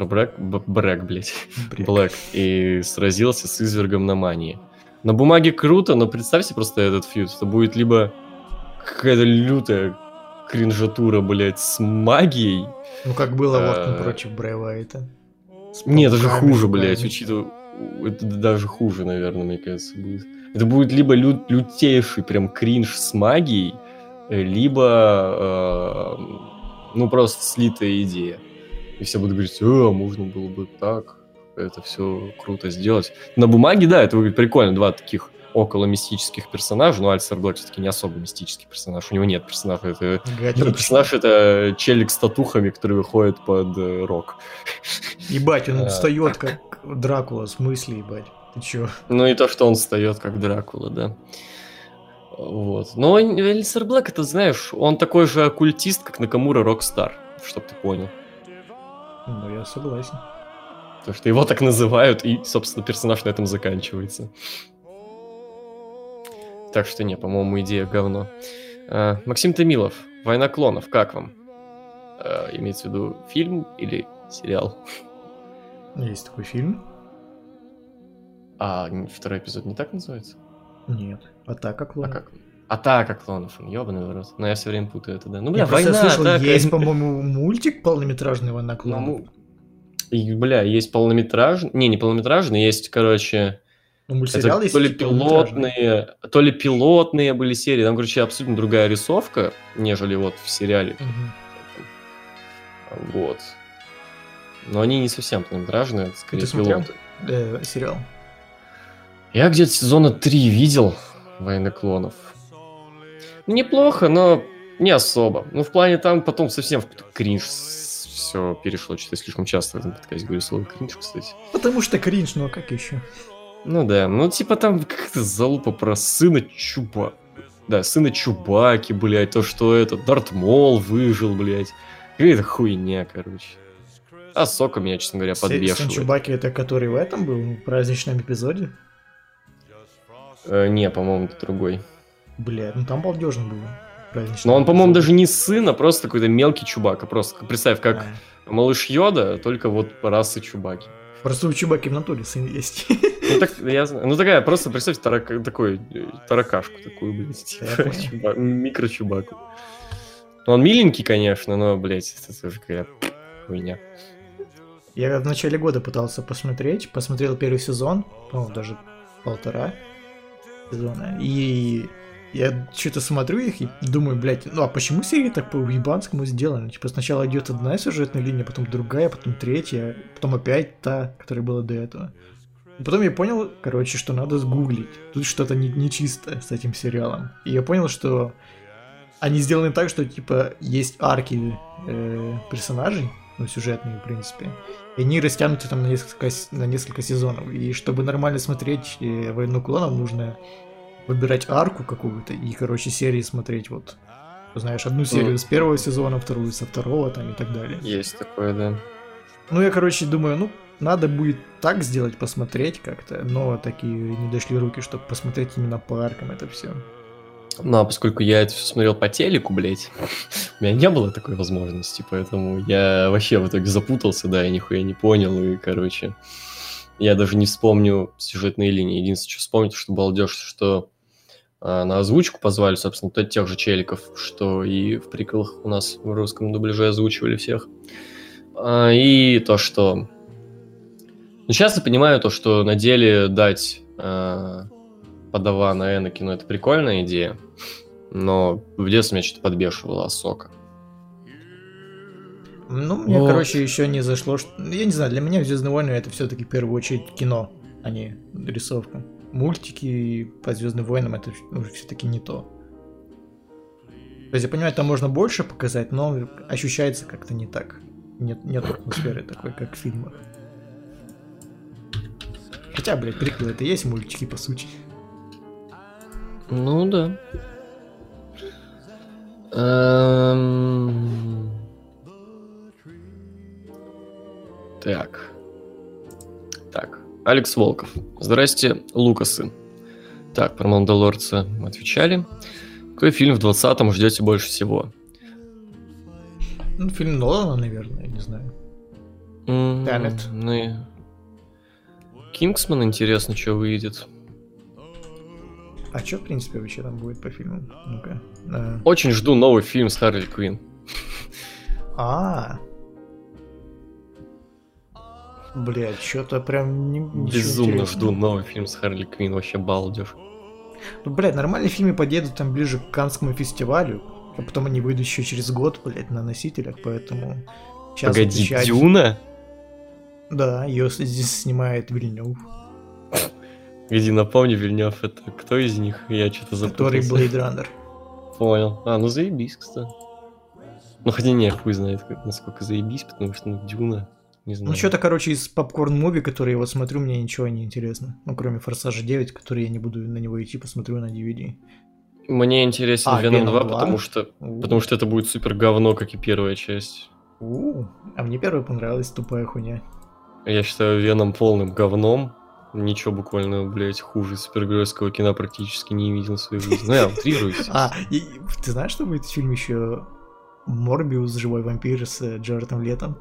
Блэк и сразился с Извергом на Мании? На бумаге круто, но представьте просто этот фьюд. Это будет либо какая-то лютая кринжатура, блядь, с магией. Ну, как было Ортон против Брэя Уайта. Нет, даже хуже, блядь, учитывая... Это даже хуже, наверное, мне кажется, будет. Это будет либо лютейший прям кринж с магией, либо... ну, просто слитая идея. И все будут говорить, можно было бы так, это все круто сделать. На бумаге, да, это выглядит прикольно. 2 таких около мистических персонажа, но Алистер Блэк все-таки не особо мистический персонаж. У него нет персонажа. Это персонаж, это челик с татухами, который выходит под рок. Ебать, он встает как Дракула, в смысле, ебать? Ты чё? Ну, и то, что он встает как Дракула, да. Вот. Но Алистер Блэк, это, знаешь, он такой же оккультист, как Накамура Рокстар, чтоб ты понял. Ну, я согласен. Потому что его так называют, и, собственно, персонаж на этом заканчивается. Так что не, по-моему, идея говно. Максим Томилов, «Война клонов», как вам? Имеется в виду фильм или сериал? Есть такой фильм. А 2-й эпизод не так называется? Нет, «Атака клонов». А как? «Атака клонов», ёбаный в рот. Но я все время путаю это, да. Ну, бля, я «Война», слышал, атака... есть, по-моему, мультик полнометражный «Война клонов». Ну, и, бля, есть полнометражный... Не полнометражный, есть, короче... Ну, мультсериал есть то ли пилотные были серии. Там, короче, абсолютно другая рисовка, нежели вот в сериале. Вот. Но они не совсем полнометражные, это скорее пилоты. Сериал? Я где-то сезона 3 видел «Войны клонов». Ну, неплохо, но не особо. Ну, в плане там потом совсем в кринж все перешло. Что-то слишком часто в этом подкасте говорю слово кринж, кстати. Потому что кринж, ну а как еще? Ну да, ну типа там как-то залупа про сына Чубаки. Да, сына Чубаки, блядь, то, что этот Дарт Мол выжил, блядь. Какая-то хуйня, короче. А Сока меня, честно говоря, подбешивает. Сын Чубаки это который в этом был, в праздничном эпизоде? Не, по-моему, это другой. Блядь, ну там балдежно было. Но он, по-моему, даже не сын, а просто какой-то мелкий Чубака. Просто представь, как малыш Йода, только вот расы Чубаки. Просто у Чубаки в натуре сын есть. Ну, так, я знаю. Ну, такая, просто представьте такой таракашку такую, блядь, типа, микро-Чубаку. Он миленький, конечно, но, блядь, это тоже какая хуйня. Я в начале года пытался посмотреть, посмотрел первый сезон, по-моему, даже 1,5 сезона, и я что-то смотрю их и думаю, блядь, ну а почему серии так по-уебанскому сделаны? Типа сначала идет одна сюжетная линия, потом другая, потом третья, потом опять та, которая была до этого. Потом я понял, короче, что надо сгуглить. Тут что-то нечисто с этим сериалом. И я понял, что они сделаны так, что, типа, есть арки персонажей, ну, сюжетные, в принципе, и они растянуты там на несколько сезонов. И чтобы нормально смотреть «Войну клонов», нужно выбирать арку какую-то и, короче, серии смотреть вот. Знаешь, одну серию с первого сезона, вторую со второго там и так далее. Есть такое, да. Ну, я, короче, думаю, ну, надо будет так сделать, посмотреть как-то, но такие не дошли руки, чтобы посмотреть именно по аркам это все. Ну, а поскольку я это все смотрел по телеку, блять, у меня не было такой возможности, поэтому я вообще в итоге запутался, да, я нихуя не понял, и, короче, я даже не вспомню сюжетные линии. Единственное, что вспомнить, что балдеж, что на озвучку позвали, собственно, тех же челиков, что и в приколах у нас в русском дубляже озвучивали всех. И то, что... Ну, сейчас я понимаю то, что на деле дать подавана Энакину — это прикольная идея, но в детстве меня что-то подбешивало Асока. Ну, мне, вот. Короче, еще не зашло, что... Я не знаю, для меня «Звездные войны» это все-таки в первую очередь кино, а не рисовка. Мультики по «Звездным войнам» это уже все-таки не то. То есть, я понимаю, там можно больше показать, но ощущается как-то не так. Нет атмосферы такой, как в фильмах. Хотя, блядь, приквелы это есть мультики, по сути. Ну да. Так. Алекс Волков. Здрасте, Лукасы. Так, про «Мандалорца» мы отвечали. Какой фильм в 20-м ждете больше всего? Ну, фильм Нолана, наверное, я не знаю. Тенет. Ну, Кингсман, интересно, что выйдет. А что, в принципе, вообще там будет по фильму? Ну-ка. Очень жду новый фильм с Харли Квинн. Блядь, что-то прям... Безумно жду новый фильм с Харли Квинн, вообще балдеж. Ну, блядь, нормальные фильмы подъедут там ближе к Каннскому фестивалю, а потом они выйдут еще через год, блядь, на носителях, поэтому... Погоди, отвечать... Дюна? Да, ее здесь снимает Вильнёв. Где, напомни, Вильнёв, это кто из них? Я что-то запутался. Который Blade Runner. Понял. Ну заебись, кстати. Ну хотя не, хуй знает, насколько заебись, потому что, Дюна, не знаю. Ну что-то, короче, из попкорн-муви, который я вот смотрю, мне ничего не интересно. Ну, кроме «Форсажа 9», который я не буду на него идти, посмотрю на DVD. Мне интересен Веном 2, потому что это будет супер говно, как и первая часть. А мне первая понравилась, тупая хуйня. Я считаю Веном полным говном. Ничего буквально, блять, хуже супергеройского кино практически не видел в своей жизни. Ну, я утрируюсь. Ты знаешь, что будет фильм еще «Морбиус. Живой вампир» с Джаредом Летом?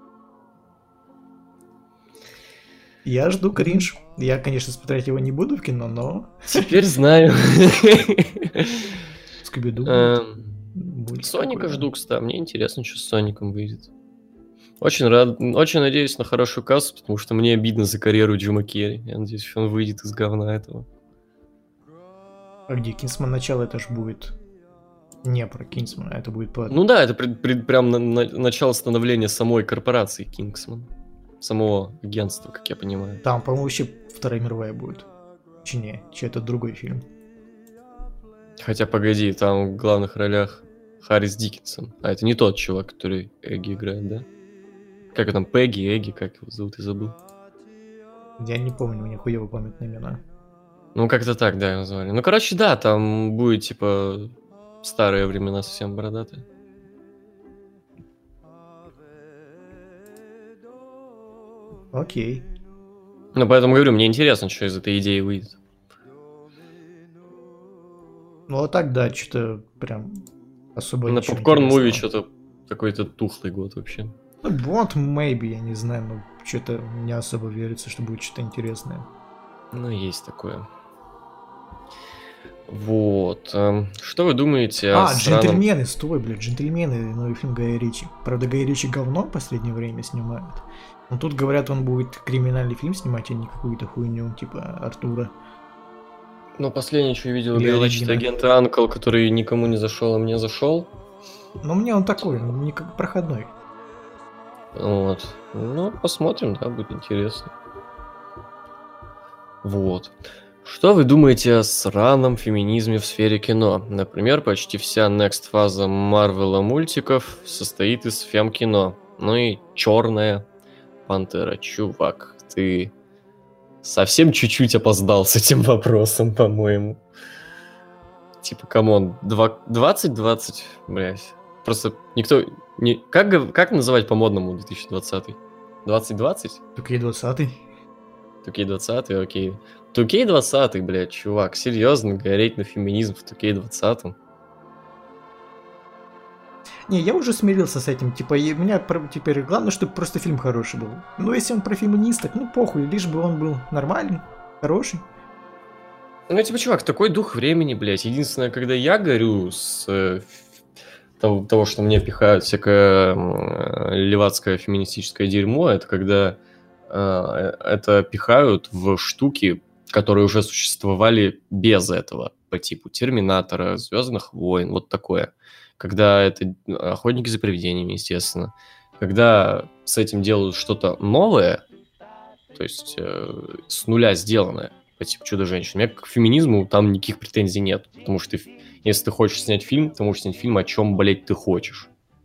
Я жду кринж. Я, конечно, смотреть его не буду в кино, но... Теперь знаю. Скуби-Ду. Соника жду, кстати. Мне интересно, что с Соником выйдет. Очень надеюсь на хорошую кассу, потому что мне обидно за карьеру Джима Керри. Я надеюсь, что он выйдет из говна этого. А где Кингсман начало, это ж будет не про Кингсмана, это будет по... Ну да, это прям начало становления самой корпорации Кингсман. Самого агентства, как я понимаю. Там, по-моему, вообще Вторая мировая будет. Чи это другой фильм. Хотя, погоди, там в главных ролях Харрис Диккенсон. А это не тот чувак, который Эгги играет, да? Как там, Пегги, Эгги, как его зовут, я забыл. Я не помню, у меня хуёво памятные имена. Ну, как-то так, да, его звали. Ну, короче, да, там будет, типа, старые времена совсем бородатые. Окей. Ну, поэтому говорю, мне интересно, что из этой идеи выйдет. Ну, а так, да, что-то прям особо на попкорн-муви что-то какой-то тухлый год вообще. Ну, Бонд, maybe, я не знаю, но что-то не особо верится, что будет что-то интересное. Ну, есть такое. Вот. Что вы думаете о «Джентльмены», стой, блядь, «Джентльмены», новый фильм Гая Ричи. Правда, Гай Ричи говно в последнее время снимает. Но тут, говорят, он будет криминальный фильм снимать, а не какую-то хуйню, типа Артура. Ну, последнее, что я видел, Гай Ричи, это «Агент Анкл», который никому не зашел, а мне зашел. Ну, мне он такой, он не как проходной. Вот. Ну, посмотрим, да, будет интересно. Вот. Что вы думаете о сраном феминизме в сфере кино? Например, почти вся next-фаза Марвела мультиков состоит из фем-кино. Ну и Черная Пантера. Чувак, ты совсем чуть-чуть опоздал с этим вопросом, по-моему. Типа, камон, 2020, блядь. Просто никто... Как называть по-модному 2020? 2020? 2K20. 2K20, окей. 2K20, блядь, чувак, серьезно, гореть на феминизм в 2K20? Не, я уже смирился с этим, типа, и у меня теперь главное, чтобы просто фильм хороший был. Ну, если он про феминисток, ну, похуй, лишь бы он был нормальный, хороший. Ну, типа, чувак, такой дух времени, блядь. Единственное, когда я горю с того, что мне пихают всякое левацкое феминистическое дерьмо, это когда это пихают в штуки, которые уже существовали без этого, по типу Терминатора, Звездных войн, вот такое. Когда это Охотники за привидениями, естественно. Когда с этим делают что-то новое, то есть с нуля сделанное, по типу Чудо-женщины. У меня к феминизму там никаких претензий нет. Потому что если ты хочешь снять фильм, ты можешь снять фильм, о чем, блядь, ты хочешь.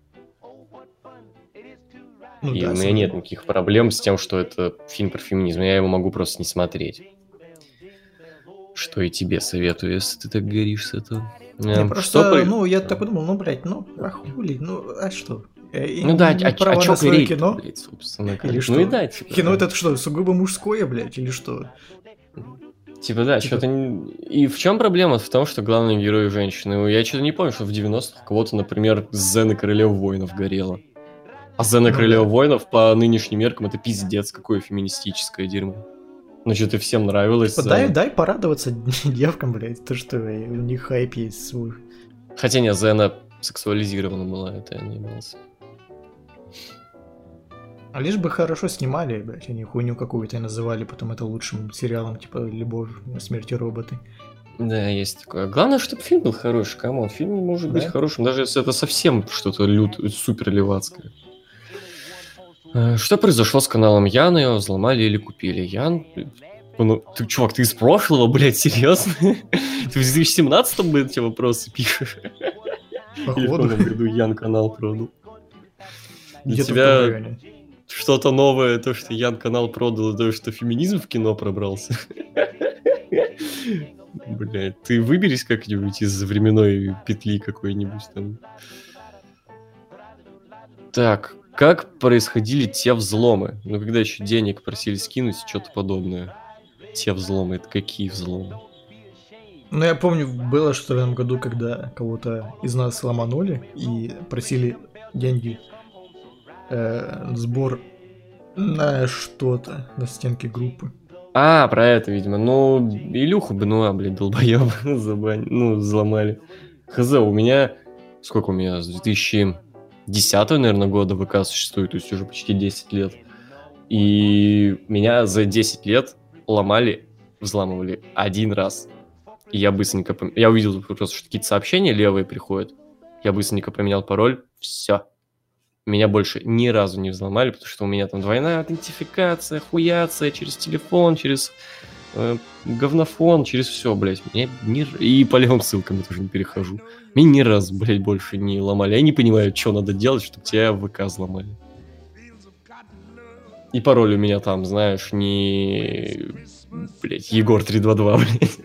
Ну, и да, у меня нет никаких проблем с тем, что это фильм про феминизм. Я его могу просто не смотреть. Что и тебе советую, если ты так горишь с этого. Не, просто, я так подумал, блядь, а хули, а что? Ну да, а чё гореть, кино? Блядь, собственно. Или что? Ну и да, типа, кино это что, сугубо мужское, блядь, или что? Типа, да, что-то... И в чем проблема? В том, что главные герои женщины. Я что-то не помню, что в 90-х у кого-то, например, Зена Королева воинов горела. А Зена Королева воинов по нынешним меркам это пиздец, какое феминистическое дерьмо. Ну что-то всем нравилось. Типа, дай порадоваться девкам, блядь, то, что у них хайп есть свой. Хотя не, Зена сексуализирована была, это я не имелся. А лишь бы хорошо снимали, блядь, они хуйню какую-то называли потом это лучшим сериалом, типа «Любовь, смерть и роботы». Да, есть такое. Главное, чтобы фильм был хороший, камон. Фильм может быть хорошим, даже если это совсем что-то супер левацкое. Что произошло с каналом Яна? Его взломали или купили? Ян... ты, чувак, ты из прошлого, блядь, серьезно? Ты в 2017-м эти вопросы пишешь? Или в каком году Ян канал продал? Для тебя что-то новое, то, что Ян канал продал, и то, что феминизм в кино пробрался? Блядь, ты выберись как-нибудь из временной петли какой-нибудь там. Так, как происходили те взломы? Ну, когда еще денег просили скинуть, что-то подобное. Те взломы, это какие взломы? Ну, я помню, было что в этом году, когда кого-то из нас ломанули и просили деньги, сбор на что-то, на стенке группы. А, про это, видимо. Ну, Илюху Бенуа, блядь, долбоёб, взломали. Хз, у меня... Сколько у меня? С 2010, наверное, года ВК существует, то есть уже почти 10 лет. И меня за 10 лет взламывали один раз. И я быстренько... Я увидел просто, что какие-то сообщения левые приходят. Я быстренько поменял пароль. Все. Меня больше ни разу не взломали, потому что у меня там двойная аутентификация, хуяция через телефон, через говнофон, через все, блядь. И по левым ссылкам я тоже не перехожу. Меня ни разу, блядь, больше не ломали. Я не понимаю, что надо делать, чтобы тебя в ВК взломали. И пароль у меня там, знаешь, не... Блядь, Егор 322, блядь.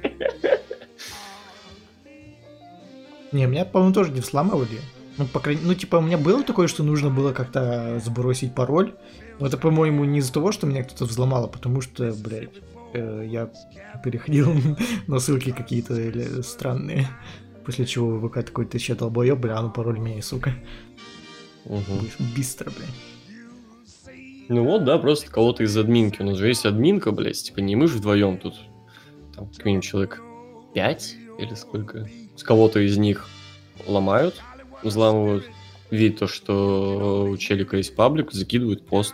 Не, меня, по-моему, тоже не взламывали. Типа, у меня было такое, что нужно было как-то сбросить пароль. Но это, по-моему, не из-за того, что меня кто-то взломал, а потому что, блядь, я переходил на ссылки какие-то странные. После чего ВК такой, ты че, долбоёб, бля, пароль мне, сука. Быстро, блядь. Ну вот, да, просто кого-то из админки. У нас же есть админка, блядь, типа не мы же вдвоем тут. Там, как минимум, человек 5 или сколько. С кого-то из них ломают, взламывают, видят то, что у челика есть паблик, закидывают пост.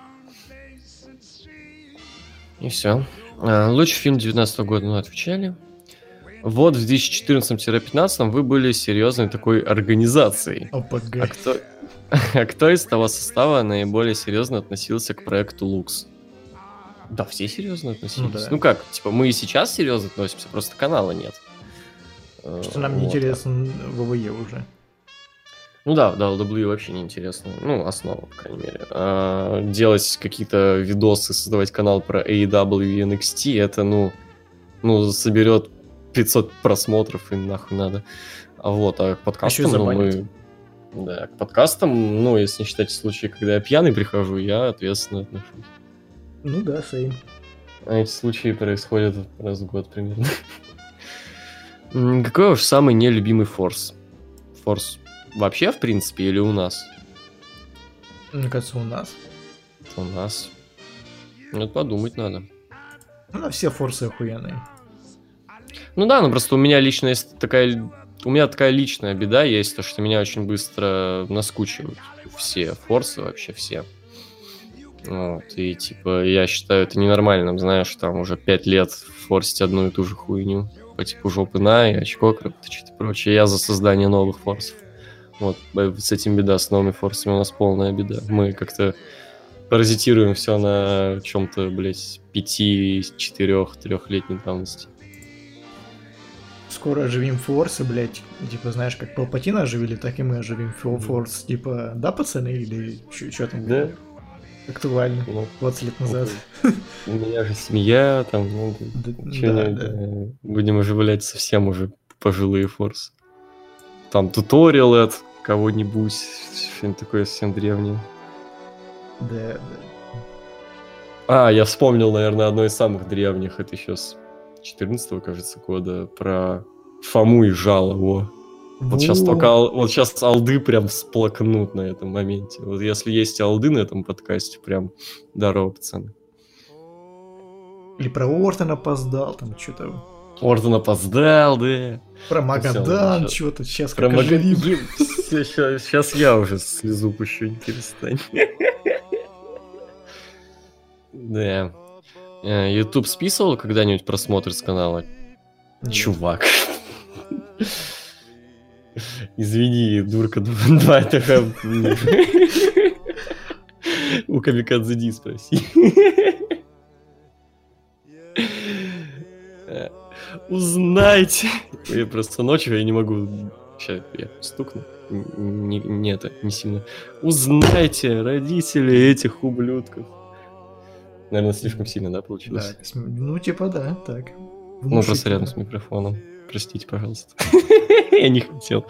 И все. Лучший фильм 19 года, отвечали. Вот в 2014-15 вы были серьезной такой организацией. ОПГ. А кто из того состава наиболее серьезно относился к проекту Лукс? Да, все серьезно относились. Ну как, типа, мы и сейчас серьезно относимся, просто канала нет. Что нам не интересно ВВЕ уже. Ну да, WWE вообще не интересно. Ну, основа, по крайней мере. Делать какие-то видосы, создавать канал про AEW и NXT, это, ну, соберет 500 просмотров и нахуй надо. А к подкастам, Да, к подкастам, ну, если не считать случаи, когда я пьяный прихожу, я ответственно отношусь. Ну да, сейм. А эти случаи происходят раз в год примерно. Какой ваш самый нелюбимый форс? Форс вообще, в принципе, или у нас? Мне кажется, у нас. У нас. Ну, подумать надо. Ну, все форсы охуенные. Ну да, просто у меня лично есть такая... У меня такая личная беда есть, то, что меня очень быстро наскучивают все форсы, вообще все. Вот, и типа, я считаю это ненормальным, знаешь, там уже 5 лет форсить одну и ту же хуйню. По типу жопы на и очко кропточит и прочее. Я за создание новых форсов. Вот, с этим беда, с новыми форсами у нас полная беда. Мы как-то паразитируем все на чем-то, блять, 5-4-3-летней давности. Скоро оживим форсы, блять. Типа, знаешь, как Палпатина оживили, так и мы оживим форс. Типа, да, пацаны, или что там? Да. Актуально. 20 лет назад. У меня же семья, там, будем оживлять совсем уже пожилые форсы. Там туториал от кого-нибудь, что-нибудь такое совсем древнее. Да. Я вспомнил, наверное, одно из самых древних, это еще с 14-го, кажется, года, про Фому и Жало. Вот сейчас алды прям всплакнут на этом моменте. Вот если есть алды на этом подкасте, прям здорово, пацаны. Или про Ортон опоздал, там что-то. Ортон опоздал, да. Про Магадан, что-то сейчас про Магадан. Сейчас я уже слезу пущу, не перестань. Да. YouTube списывал когда-нибудь просмотр с канала? Нет. Чувак. Извини, дурка 2 это у Камикадзе Ди спроси. Узнайте. Я просто ночью я не могу. Сейчас я стукну. Не сильно. Узнайте, родители этих ублюдков. Наверное, слишком сильно, да, получилось? Да, ну типа да, так. Ну, просто рядом с микрофоном. Простите, пожалуйста. Я не хотел.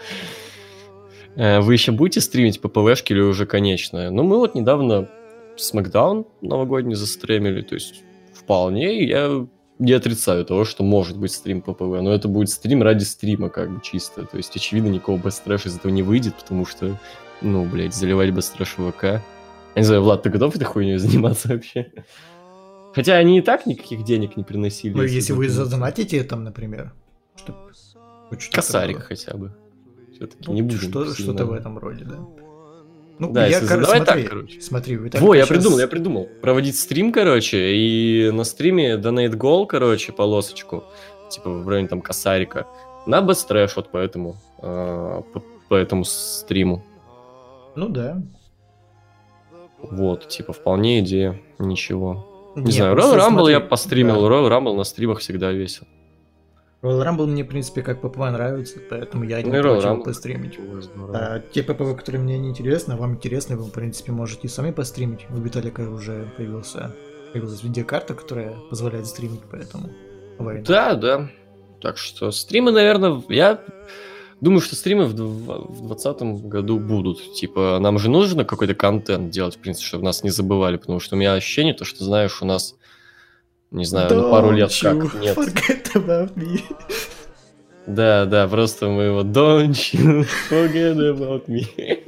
Вы еще будете стримить по ПВшке или уже конечное? Ну, мы вот недавно Смэкдаун новогодний застримили, то есть вполне я не отрицаю того, что может быть стрим по ПВ, но это будет стрим ради стрима, как бы, чисто. То есть, очевидно, никакого бэстрэша из этого не выйдет, потому что, ну, блядь, заливать бэстрэш в ВК. Я не знаю, Влад, ты готов этой хуйней заниматься вообще? Хотя они и так никаких денег не приносили. Ну, если вы задонатите там, например, чтобы косарик хотя бы. Все-таки не будем. Что-то в этом роде, да. Ну, да, смотри, я придумал. Проводить стрим, короче, и на стриме donate goal, короче, полосочку, типа в районе там косарика, на бэстрэш вот по этому стриму. Ну да. Вот, типа, вполне идея, ничего. Не знаю, Royal Rumble я постримил, да. Royal Rumble на стримах всегда весел. Royal Rumble мне, в принципе, как ППВ нравится, поэтому я не против постримить. Те ППВ, которые мне не интересны, а вам интересны, вы, в принципе, можете и сами постримить. У Виталика уже появилась видеокарта, которая позволяет стримить, поэтому... Да. Так что стримы, наверное, я думаю, что стримы в 2020 году будут. Типа, нам же нужно какой-то контент делать, в принципе, чтобы нас не забывали, потому что у меня ощущение, то, что, знаешь, у нас, не знаю, пару лет как нет. Forget about me. Да, просто мы его don't you forget about me.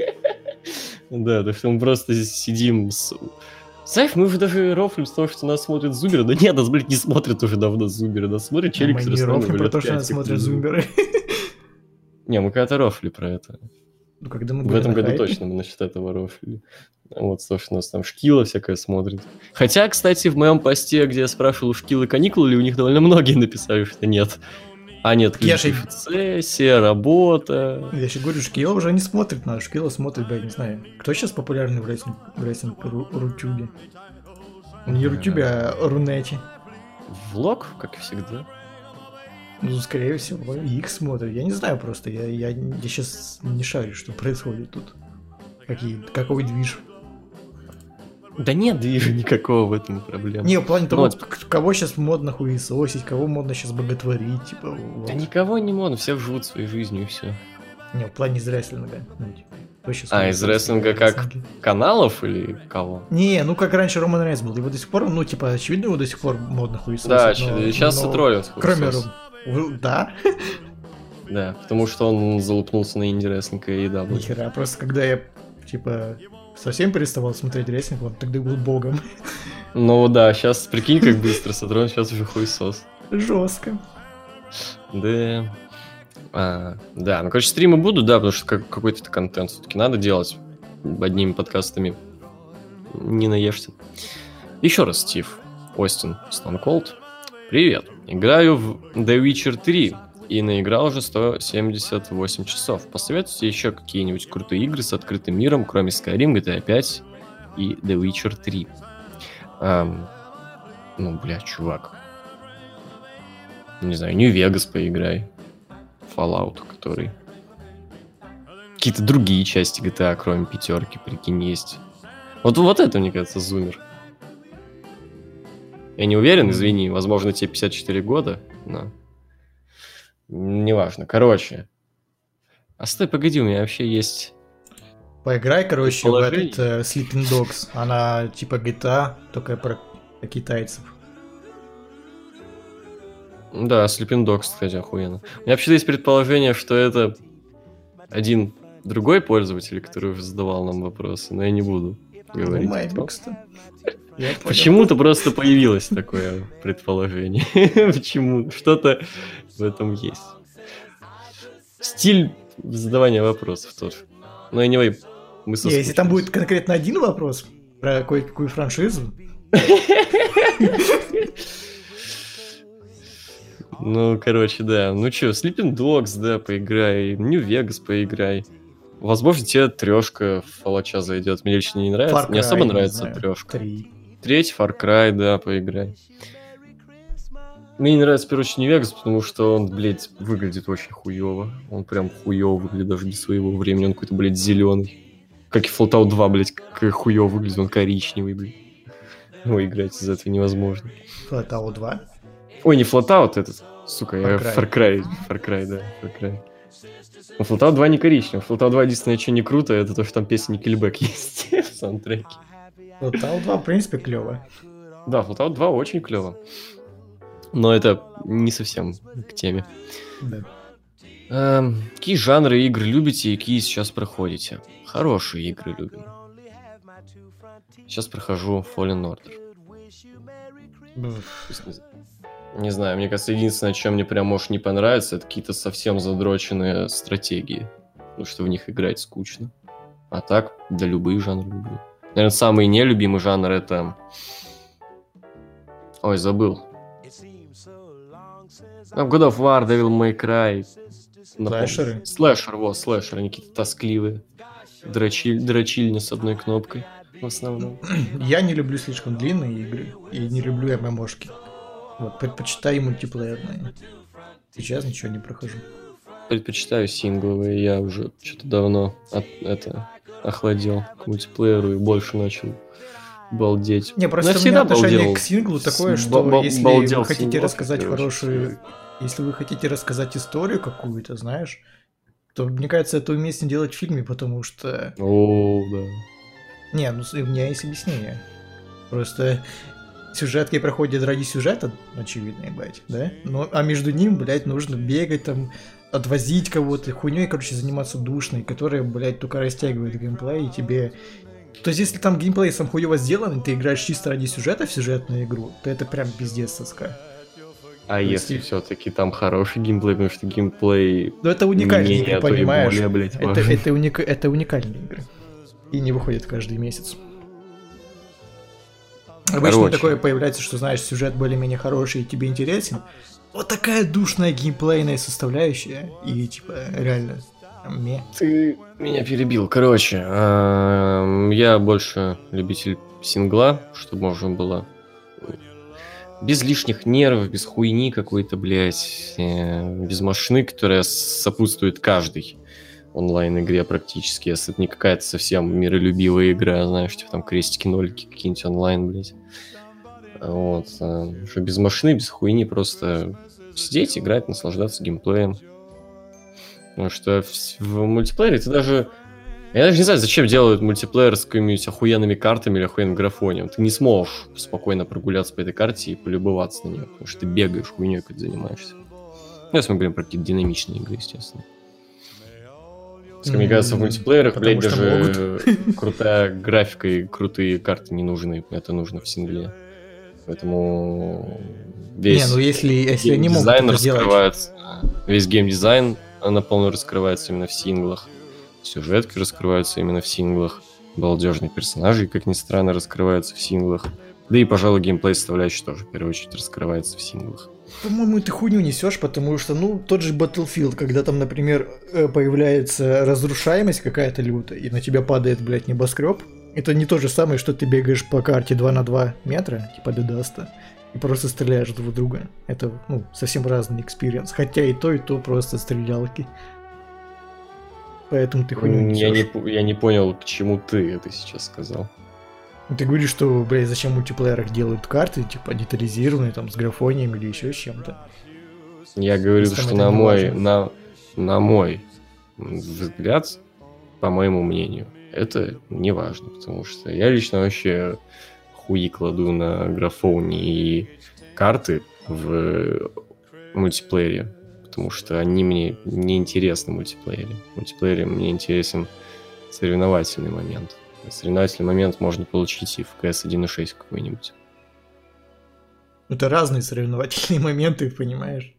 Да, так что мы просто сидим с... Знаешь, мы уже даже рофлим с того, что нас смотрят зумеры. Да нет, нас, блядь, не смотрят уже давно зумеры. Нас смотрят челик, который с нами, блядь, про то, что нас смотрят зумеры. Не, мы когда-то рофли про это. Ну, когда мы в этом году точно мы насчет этого рофли. Вот, то, что нас там Шкила всякое смотрит. Хотя, кстати, в моем посте, где я спрашивал, у Шкилы каникулы, ли, у них довольно многие написали, что нет. А нет, сессия, работа. Я еще говорю, Шкила уже не смотрит нас. Шкила смотрит, блядь, не знаю. Кто сейчас популярный в рейтинг Рутюбе? На Ютубе о Рунете. Влог, как и всегда. Ну, скорее всего, их смотрят. Я не знаю просто, я сейчас не шарю, что происходит тут. Какой движ. Да нет движа никакого в этом проблемы. Не, в плане того, кого сейчас модно хуесосить, кого модно сейчас боготворить, типа. Вот. Да никого не модно, все живут своей жизнью и все. Не, в плане из рестлинга. Ну, типа, из рестлинга как каналов или кого? Не, ну как раньше Роман Рейнс был, его до сих пор, ну типа, очевидно, его до сих пор модно хуесосить. Да, сейчас троллят хуесос. Кроме да? Да, потому что он залупнулся на инди-рестлинг и AEW. Нихера, просто когда я, типа, совсем переставал смотреть рестлинг, он тогда был богом. Ну да, сейчас прикинь, как быстро сотрон, сейчас уже хуесос. Жестко. Да. Да, ну, короче, стримы будут, да, потому что какой-то контент все-таки надо делать одними подкастами. Не наешься. Еще раз, Стив Остин Stone Cold. Привет. Играю в The Witcher 3 и наиграл уже 178 часов. Посоветуйте еще какие-нибудь крутые игры с открытым миром, кроме Skyrim, GTA 5 и The Witcher 3. Ну, бля, чувак. Не знаю, New Vegas поиграй. Fallout, который... Какие-то другие части GTA, кроме пятерки, прикинь, есть. Вот это, мне кажется, зумер. Я не уверен, извини, возможно, тебе 54 года, но... Неважно. Короче. А стой, погоди, у меня вообще есть... Поиграй, короче, в этот Sleeping Dogs. Она типа GTA, только про китайцев. Да, Sleeping Dogs, кстати, охуенно. У меня вообще есть предположение, что это один другой пользователь, который уже задавал нам вопросы, но я не буду говорить. Почему-то просто появилось такое предположение. Почему? Что-то в этом есть. Стиль задавания вопросов тоже. Но anyway, мы соскучились. Если там будет конкретно один вопрос про какую франшизу... Ну, короче, да. Ну чё, Sleeping Dogs, да, поиграй. New Vegas поиграй. Возможно, тебе трешка Фалача зайдет. Мне лично не нравится. Far Cry, не особо нравится трешка. Третий Far Cry, да, поиграй. Мне не нравится, в первую очередь, New Vegas, потому что он, блядь, выглядит очень хуёво. Он прям хуёво выглядит даже для своего времени. Он какой-то, блядь, зеленый. Как и Fallout 2, блядь, как хуёво выглядит. Он коричневый, блядь. Ну, играть из этого невозможно. Fallout 2? Ой, не Flatout этот. Сука, я Far Cry, да, Far Cry. Но Fallout 2 не коричневый. Fallout 2 единственное, что не круто, это то, что там песня Nickelback есть в саундтреке. Fallout 2, в принципе, клево. Да, Fallout 2 очень клево. Но это не совсем к теме. Да. Какие жанры игр любите и какие сейчас проходите? Хорошие игры любим. Сейчас прохожу Fallen Order. Не знаю, мне кажется, единственное, чем мне прям может не понравиться, это какие-то совсем задроченные стратегии. Потому что в них играть скучно. А так, да, любые жанры люблю. Наверное, самый нелюбимый жанр это... Ой, забыл. God of War, Devil May Cry. Слэшеры? Слэшеры, они какие-то тоскливые. Дрочильня с одной кнопкой, в основном. Я не люблю слишком длинные игры и не люблю ММОшки. Вот, предпочитаю мультиплеерные. Сейчас ничего не прохожу. Предпочитаю сингловые, я уже что-то давно охладел к мультиплееру и больше начал балдеть. Не, просто у меня отношение к синглу такое, что если вы хотите рассказать хорошую... Если вы хотите рассказать историю какую-то, знаешь, то, мне кажется, это уместно делать в фильме, потому что... О, да. Не, ну у меня есть объяснение. Просто сюжетки проходят ради сюжета, очевидно, блядь, да? Ну, а между ним, блядь, нужно бегать там, отвозить кого-то, хуйней, короче, заниматься душной, которая, блядь, только растягивает геймплей, и тебе... То есть, если там геймплей сам хуёво сделан, и ты играешь чисто ради сюжета в сюжетную игру, то это прям пиздец тоска. А если все-таки там хороший геймплей, потому что геймплей... Ну это уникальные игры, понимаешь? Более, блядь, это уникальные игры. И не выходят каждый месяц. Обычно такое появляется, что, знаешь, сюжет более-менее хороший и тебе интересен. Вот такая душная геймплейная составляющая. И типа реально... Ты меня перебил. Короче, я больше любитель сингла, чтобы можно было без лишних нервов, без хуйни какой-то, блядь, без машины, которая сопутствует каждой онлайн-игре практически, если это не какая-то совсем миролюбивая игра, знаешь, типа там крестики-нолики какие-нибудь онлайн, блядь. Вот. Что без машины, без хуйни, просто сидеть, играть, наслаждаться геймплеем. Потому что в мультиплеере ты даже... Я даже не знаю, зачем делают мультиплеер с какими-нибудь охуенными картами или охуенным графонием. Ты не сможешь спокойно прогуляться по этой карте и полюбоваться на нее, потому что ты бегаешь, хуйней какой-то занимаешься. Ну, если мы говорим про какие-то динамичные игры, естественно. Мне кажется, в мультиплеерах, блядь, даже крутая графика и крутые карты не нужны. Это нужно в сингле. Поэтому весь геймдизайн раскрывается. Весь геймдизайн на полную раскрывается именно в синглах. Сюжетки раскрываются именно в синглах. Балдежные персонажи, как ни странно, раскрываются в синглах. Да и, пожалуй, геймплей составляющий тоже, в первую очередь, раскрывается в синглах. По-моему, ты хуйню несешь, потому что, тот же Battlefield, когда там, например, появляется разрушаемость какая-то лютая, и на тебя падает, блядь, небоскреб, это не то же самое, что ты бегаешь по карте 2 на 2 метра, типа Дедаста, и просто стреляешь друг в друга. Это, совсем разный экспириенс. Хотя и то просто стрелялки. Поэтому ты хуйню несешь. Я не понял, к чему ты это сейчас сказал. Ты говоришь, что, блядь, зачем в мультиплеерах делают карты, типа, детализированные, там, с графонием или еще с чем-то. Я говорю, что на мой взгляд, по моему мнению, это не важно, потому что я лично вообще хуи кладу на графони и карты в мультиплеере, потому что они мне не интересны в мультиплеере. В мультиплеере мне интересен соревновательный момент. Соревновательный момент можно получить и в CS 1.6 какой-нибудь. Это разные соревновательные моменты, понимаешь?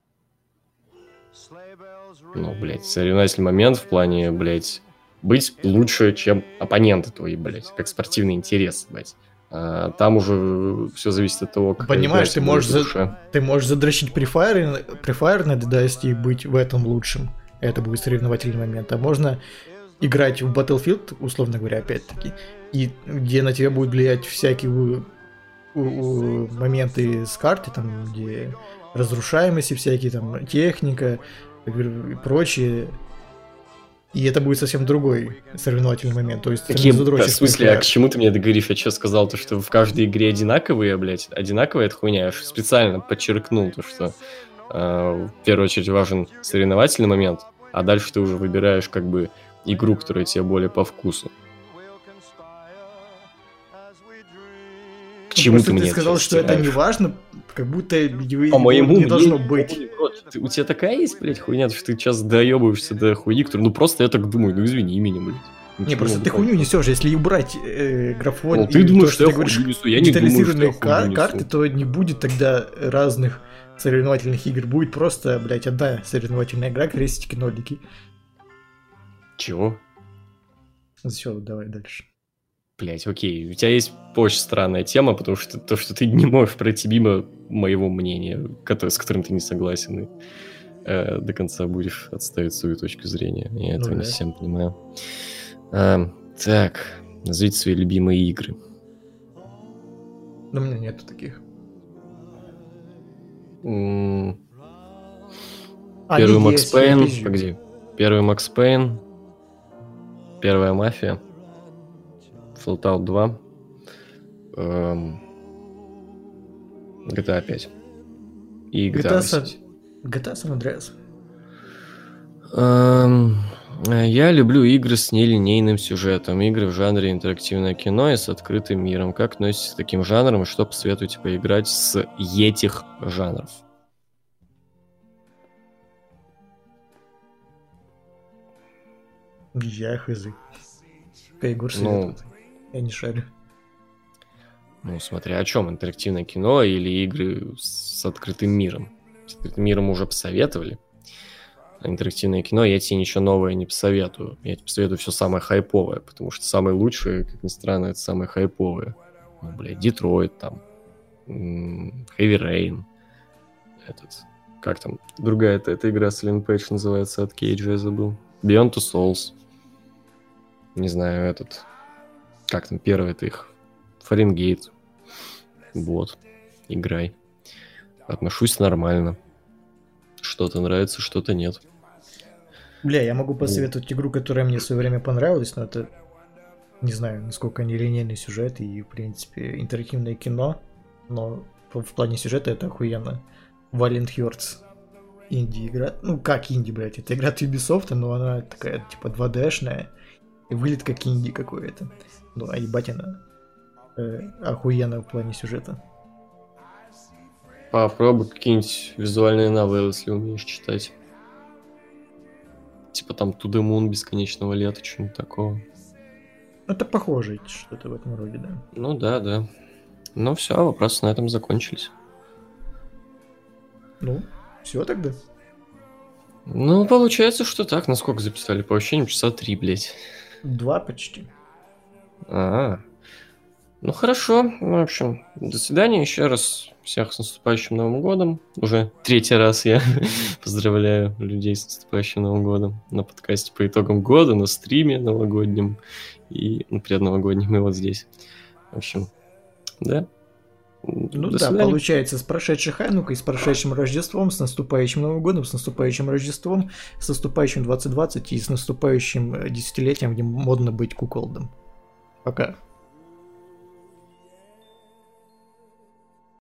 Блядь, соревновательный момент в плане, блядь, быть лучше, чем оппоненты твои, блядь, как спортивный интерес, блядь. Там уже все зависит от того, как... Понимаешь, ты можешь задрочить Prefire на Dedaste и быть в этом лучшим. Это будет соревновательный момент. А можно играть в Battlefield, условно говоря, опять-таки, и где на тебя будут влиять всякие моменты с карты, там, где разрушаемости всякие, там, техника и прочее. И это будет совсем другой соревновательный момент. То есть, в смысле, а к чему ты мне это говоришь? Я что сказал, то, что в каждой игре одинаковые, блядь? Одинаковая эта хуйня. Я специально подчеркнул то, что в первую очередь важен соревновательный момент, а дальше ты уже выбираешь как бы игру, которая тебе более по вкусу. К чему ты мне сказал, что это не важно, как будто по-моему, не должно быть. У тебя такая есть, блядь, хуйня, что ты сейчас доебываешься до хуйни, которую, просто я так думаю, извини меня, блядь. Не, просто ты хуйню несешь, если убрать графон ты думаешь, что я хуйню несу, я не думаю, что я хуйню несу. Карты, то не будет тогда разных соревновательных игр, будет просто, блядь, одна соревновательная игра, крестики-нолики. Чего? Все, давай дальше. Блять, окей, у тебя есть очень странная тема, потому что то, что ты не можешь пройти мимо моего мнения, с которым ты не согласен, и до конца будешь отставить свою точку зрения. Я этого не совсем понимаю. Так, назовите свои любимые игры. У меня нету таких. Первый Макс Пейн, погоди. Первый Макс Пейн, первая Мафия, Fallout 2, GTA 5 и GTA 8. GTA San Andreas. Я люблю игры с нелинейным сюжетом, игры в жанре интерактивное кино и с открытым миром. Как относитесь к таким жанрам и что посоветуете поиграть с этих жанров? Я хз. Егор советует. Я не шарю. Смотря о чем. Интерактивное кино или игры с открытым миром. С открытым миром уже посоветовали. А интерактивное кино я тебе ничего нового не посоветую. Я тебе посоветую все самое хайповое, потому что самое лучшее, как ни странно, это самое хайповое. Детройт там. Heavy Rain. Как там? Другая эта игра с Ellen Page называется от Кейджа, я забыл. Beyond Two Souls. Не знаю, как там первый-то их? Фаренгейт. Вот, играй. Отношусь нормально. Что-то нравится, что-то нет. Бля, я могу посоветовать игру, которая мне в свое время понравилась, но это, не знаю, насколько нелинейный сюжет и, в принципе, интерактивное кино, но в плане сюжета это охуенно. Valiant Hearts. Инди-игра. Ну, как инди, блядь, это игра от Ubisoft, но она такая, типа, 2D-шная, и выглядит как инди какое-то. Ну, а ебать она охуенно в плане сюжета. Попробуй какие-нибудь визуальные новеллы, если умеешь читать. Типа там To the Moon бесконечного лета, что-нибудь такого. Это похоже, что-то в этом роде, да. Ну да. Ну все, вопросы на этом закончились. Ну, все тогда. Ну, получается, что так. Насколько записали? По ощущениям, часа 3, блядь. 2 почти. Ну хорошо, в общем, до свидания еще раз. Всех с наступающим Новым годом. Уже 3-й раз я поздравляю людей с наступающим Новым годом на подкасте по итогам года, на стриме новогоднем и предновогоднем, и вот здесь. В общем, да. Ну да, получается, с прошедшей Ханукой, с прошедшим Рождеством, с наступающим Новым годом, с наступающим Рождеством, с наступающим 2020 и с наступающим десятилетием, где модно быть куколдом. Пока.